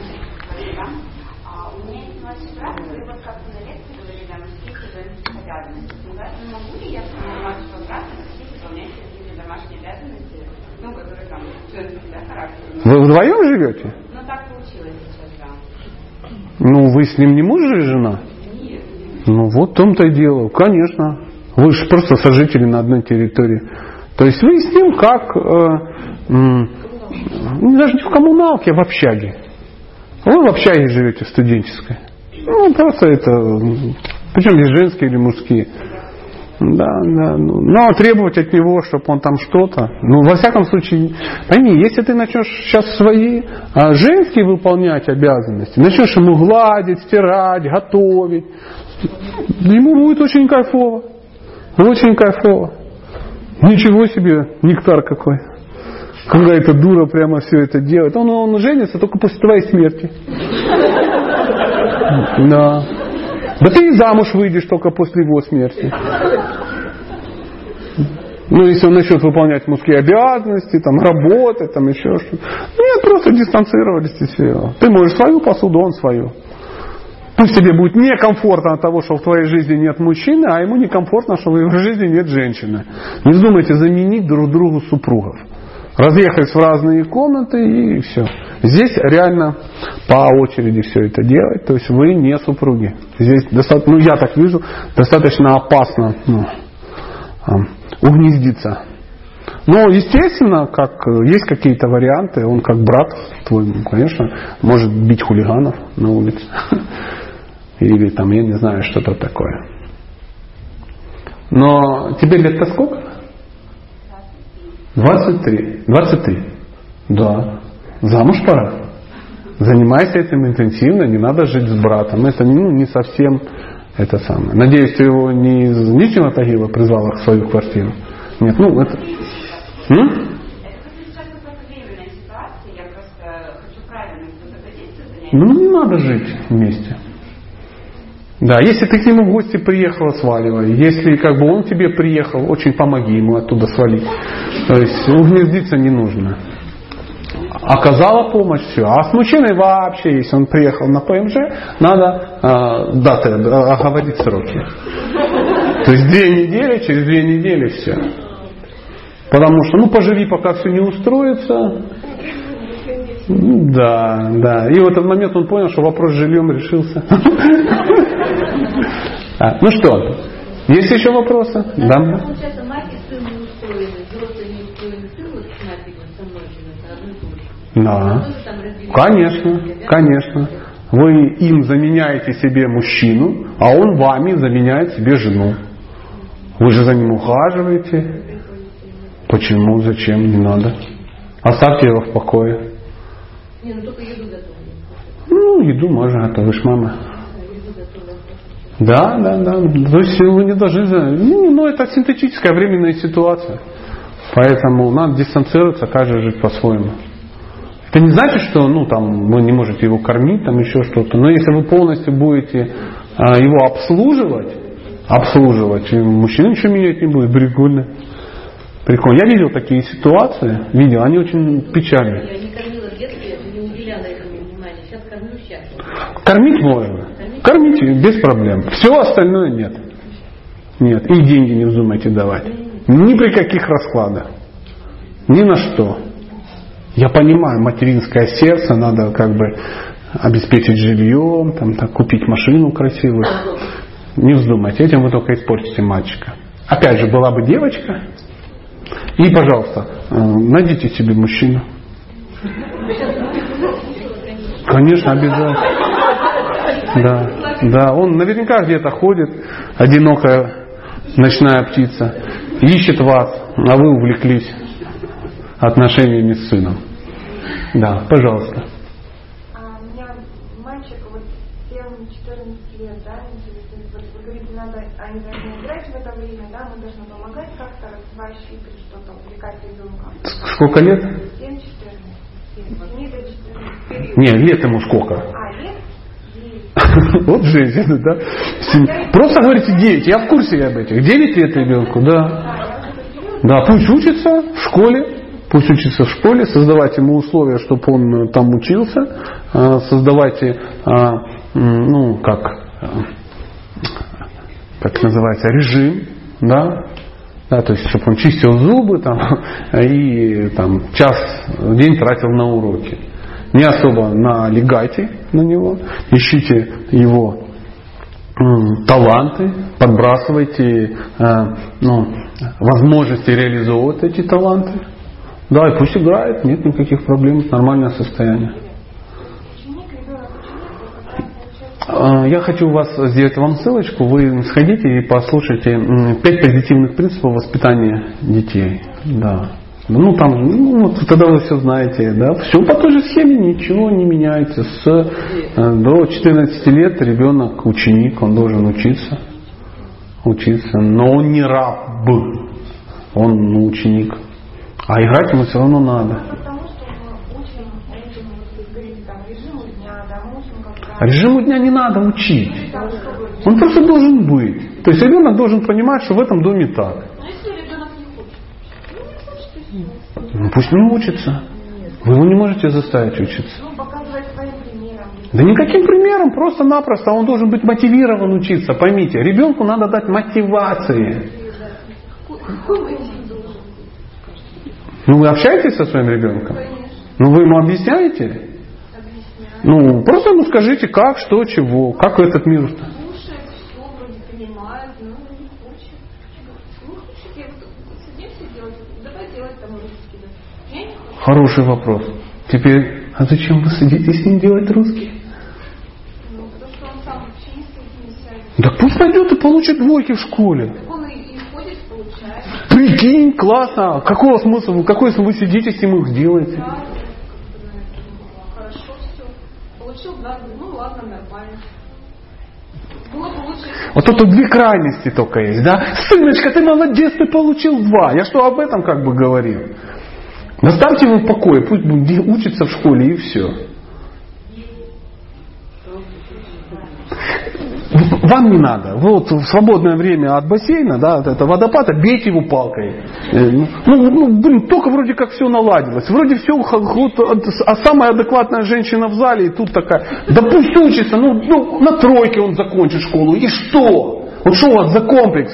Вы вдвоем живете? Ну так получилось сейчас, да. Ну вы с ним не муж и жена? Нет. Ну вот в том-то и дело. Конечно. Вы же просто сожители на одной территории. То есть вы с ним как даже не в коммуналке, а в общаге. Вы в общаге живете, студенческой. Ну просто это, причем здесь женские или мужские. Да. Но требовать от него, чтобы он там что-то. Ну, во всяком случае, пойми, если ты начнешь сейчас свои женские выполнять обязанности, начнешь ему гладить, стирать, готовить, ему будет очень кайфово. Очень кайфово. Ничего себе, нектар какой. Какая-то дура прямо все это делает. Он женится только после твоей смерти. Да. Да ты и замуж выйдешь только после его смерти. Ну, если он начнет выполнять мужские обязанности, там, работать, там, еще что-то. Нет, просто дистанцировались и все. Ты можешь свою посуду, он свою. Пусть тебе будет некомфортно от того, что в твоей жизни нет мужчины, а ему некомфортно, что в его жизни нет женщины. Не вздумайте заменить друг другу супругов. Разъехались в разные комнаты и все. Здесь реально по очереди все это делать. То есть вы не супруги. Здесь достаточно, я так вижу, достаточно опасно угнездиться. Но, естественно, как есть какие-то варианты. Он как брат твой, конечно, может бить хулиганов на улице. Или там, я не знаю, что-то такое. Но тебе лет-то сколько? 23. 23. Да. Замуж пора. Занимайся этим интенсивно, не надо жить с братом. Это не совсем это самое. Надеюсь, ты его не из Нижнего Тагила призвала в свою квартиру? Нет, это... Не надо жить вместе. Да, если ты к нему в гости приехала, сваливай. Если он к тебе приехал, очень помоги ему оттуда свалить. То есть угнездиться не нужно. Оказала помощь, все. А с мужчиной вообще, если он приехал на ПМЖ, надо оговорить сроки. То есть 2 недели, через 2 недели все. Потому что, поживи, пока все не устроится. Да. И в этот момент он понял, что вопрос с жильем решился. Ну что, есть еще вопросы? Да. Получается, мать и сын не устроены, взрослый не устроенный сын, вот с нафигом со мной живет, одну точку. Да. Конечно. Вы им заменяете себе мужчину, а он вами заменяет себе жену. Вы же за ним ухаживаете. Почему? Зачем? Не надо. Оставьте его в покое. Только еду готовлю. Еду можно готовишь, мама. Да. То есть вы не должны... это синтетическая временная ситуация. Поэтому надо дистанцироваться, каждый жить по-своему. Это не значит, что вы не можете его кормить, еще что-то. Но если вы полностью будете его обслуживать, мужчина ничего менять не будет. Прикольно. Я видел такие ситуации, они очень печальные. Я не кормила в детстве, не уделяла этому внимания. Сейчас кормлю счастье. Кормить можно. Кормите без проблем. Все остальное нет. И деньги не вздумайте давать. Ни при каких раскладах. Ни на что. Я понимаю, материнское сердце, надо обеспечить жильем, купить машину красивую. Не вздумайте, этим вы только испортите мальчика. Опять же, была бы девочка, и, пожалуйста, найдите себе мужчину. Конечно, обязательно. Да, он наверняка где-то ходит, одинокая ночная птица, ищет вас, а вы увлеклись отношениями с сыном. Да, пожалуйста. У меня мальчик 7-14 лет, вы говорите, они должны играть в это время, мы должны помогать как-то развивать или что-то, увлекать ребенка. Сколько лет? 7-14. Не, лет ему сколько? Лет? Вот женщина, да? Просто говорите 9, я в курсе об этих. 9 лет ребенку, да. Да, пусть учится в школе, создавайте ему условия, чтобы он там учился, создавайте, как называется, режим, да, то есть, чтобы он чистил зубы и час в день тратил на уроки. Не особо налегайте на него, ищите его таланты, подбрасывайте возможности реализовывать эти таланты. Да, и пусть играет, нет никаких проблем, нормальное состояние. Я хочу у вас сделать вам ссылочку, вы сходите и послушайте 5 позитивных принципов воспитания детей. Да. Тогда вы все знаете, да. Все по той же схеме, ничего не меняется. До 14 лет ребенок ученик, он должен учиться. Но он не раб, он ученик. А играть ему все равно надо. Потому что мы учим, вы говорите, режиму дня, мы учим как-то... Режиму дня не надо учить. Он просто должен быть. То есть ребенок должен понимать, что в этом доме так. Если ребенок не хочет, пусть не учится. Вы его не можете заставить учиться. Показывать своим примером. Да никаким примером, просто-напросто он должен быть мотивирован учиться. Поймите, ребенку надо дать мотивации. Вы общаетесь со своим ребенком? Вы ему объясняете? Просто ему скажите, как, что, чего, как этот мир. Слушает, все вроде принимает, но не хочет. Я садимся делать, давай делать русский. Я не хочу. Хороший вопрос. Теперь, а зачем вы садитесь с ним делать русский? Потому что он сам вообще не садится. Да пусть пойдет и получит двойки в школе. Он и ходит, получает. Прикинь, классно. Какой смысл? Какой смысл вы сидите с ним и их делаете? Да, хорошо все. Вот тут две крайности только есть, да? Сыночка, ты молодец, ты получил 2. Я что об этом как бы говорил? Оставьте его в покое, пусть учится в школе и все. Вам не надо. Вот в свободное время от бассейна, да, от этого водопада, бейте его палкой. Только вроде как все наладилось. Вроде все, а самая адекватная женщина в зале, и тут такая, да пусть учится, на 3 он закончит школу. И что? Вот что у вас за комплекс?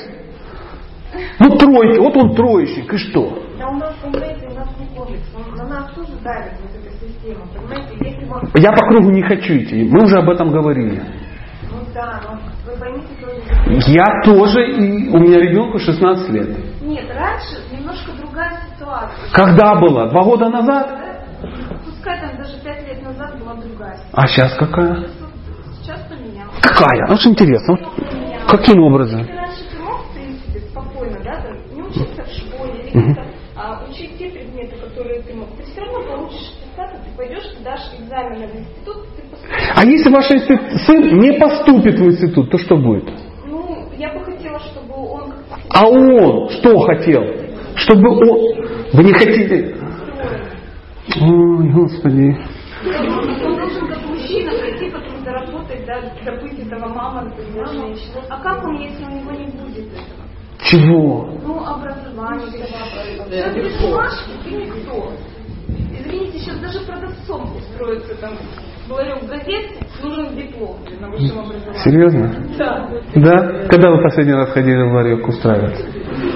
3, вот он 3-щик, и что? Да у нас, понимаете, у нас не комплекс, на нас тоже давит вот эта система, понимаете, если мы... Я по кругу не хочу идти, мы уже об этом говорили. Да, но вы поймите тоже... Я тоже, и у меня ребенку 16 лет. Нет, раньше немножко другая ситуация. Когда была? 2 года назад? Пускай там даже 5 лет назад была другая ситуация. А сейчас какая? Сейчас поменялась. Какая? Ну что интересно. Каким образом? Если раньше ты мог, в принципе, спокойно, да, там, не учиться в школе, или учить те предметы, которые ты мог, ты все равно получишь аттестат, ты пойдешь, ты дашь экзамены в институт, ты поступишь. А если ваш сын не поступит в институт, то что будет? Ну, я бы хотела, чтобы он как-то... А он что хотел? Чтобы он... Вы не хотите... Ой, Господи. Он должен как мужчина прийти, потом заработать, да, добыть этого мама, например, женщину. А как он, если у него не будет этого? Чего? Ну, образование, все эти бумажки, ты никто. Извините, сейчас даже продавцом устроиться там, говорю, в газете нужен диплом на высшем образовании. Серьезно? Да. Да? Когда вы последний раз ходили в ларек устраиваться?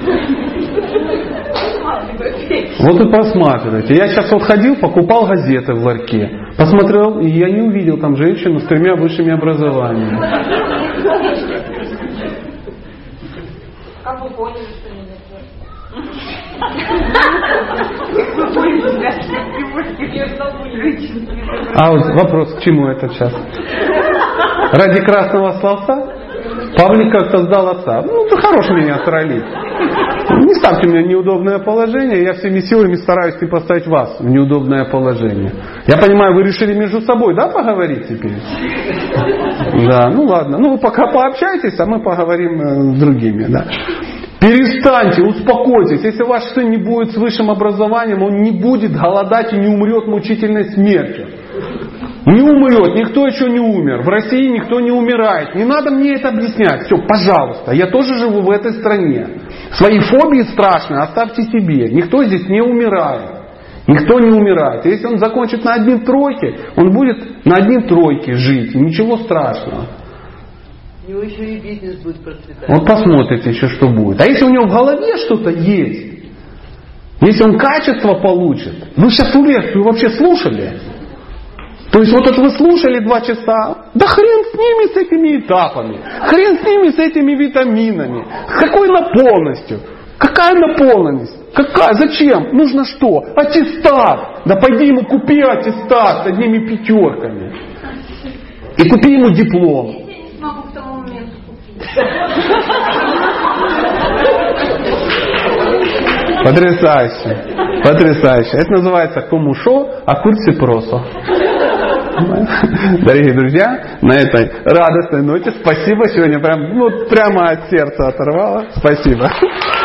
Вот и посматривайте. Я сейчас вот ходил, покупал газеты в ларьке. Посмотрел, и я не увидел там женщину с 3 высшими образованиями. Как вы поняли, что не А вот вопрос, к чему это сейчас? Ради красного словца? Павлик как-то сдал отца. Ну, ты хорош меня троллить. Не ставьте меня в неудобное положение. Я всеми силами стараюсь не поставить вас в неудобное положение. Я понимаю, вы решили между собой, да, поговорить теперь? Да, ну ладно. Ну, вы пока пообщайтесь, а мы поговорим с другими, да. Перестаньте, успокойтесь. Если ваш сын не будет с высшим образованием, он не будет голодать и не умрет мучительной смертью. Не умрет, никто еще не умер. В России никто не умирает. Не надо мне это объяснять. Все, пожалуйста. Я тоже живу в этой стране. Свои фобии страшные оставьте себе. Никто здесь не умирает. Никто не умирает. Если он закончит на 1 тройке, он будет на 1 тройке жить. И ничего страшного. У него еще и бизнес будет процветать. Вот посмотрите еще, что будет. А если у него в голове что-то есть, если он качество получит, вы сейчас ту лекцию вообще слушали? То есть вот это вы слушали 2 часа, да хрен с ними, с этими этапами, хрен с ними, с этими витаминами. Какой наполненностью? Какая наполненность? Какая? Зачем? Нужно что? Аттестат. Да пойди ему купи аттестат с 1 5. И купи ему диплом. Я не смогу к тому моменту купить. Потрясающе. Потрясающе. Это называется кому шо, а курсе просо. Дорогие друзья, на этой радостной ноте спасибо. Сегодня прямо от сердца оторвало. Спасибо.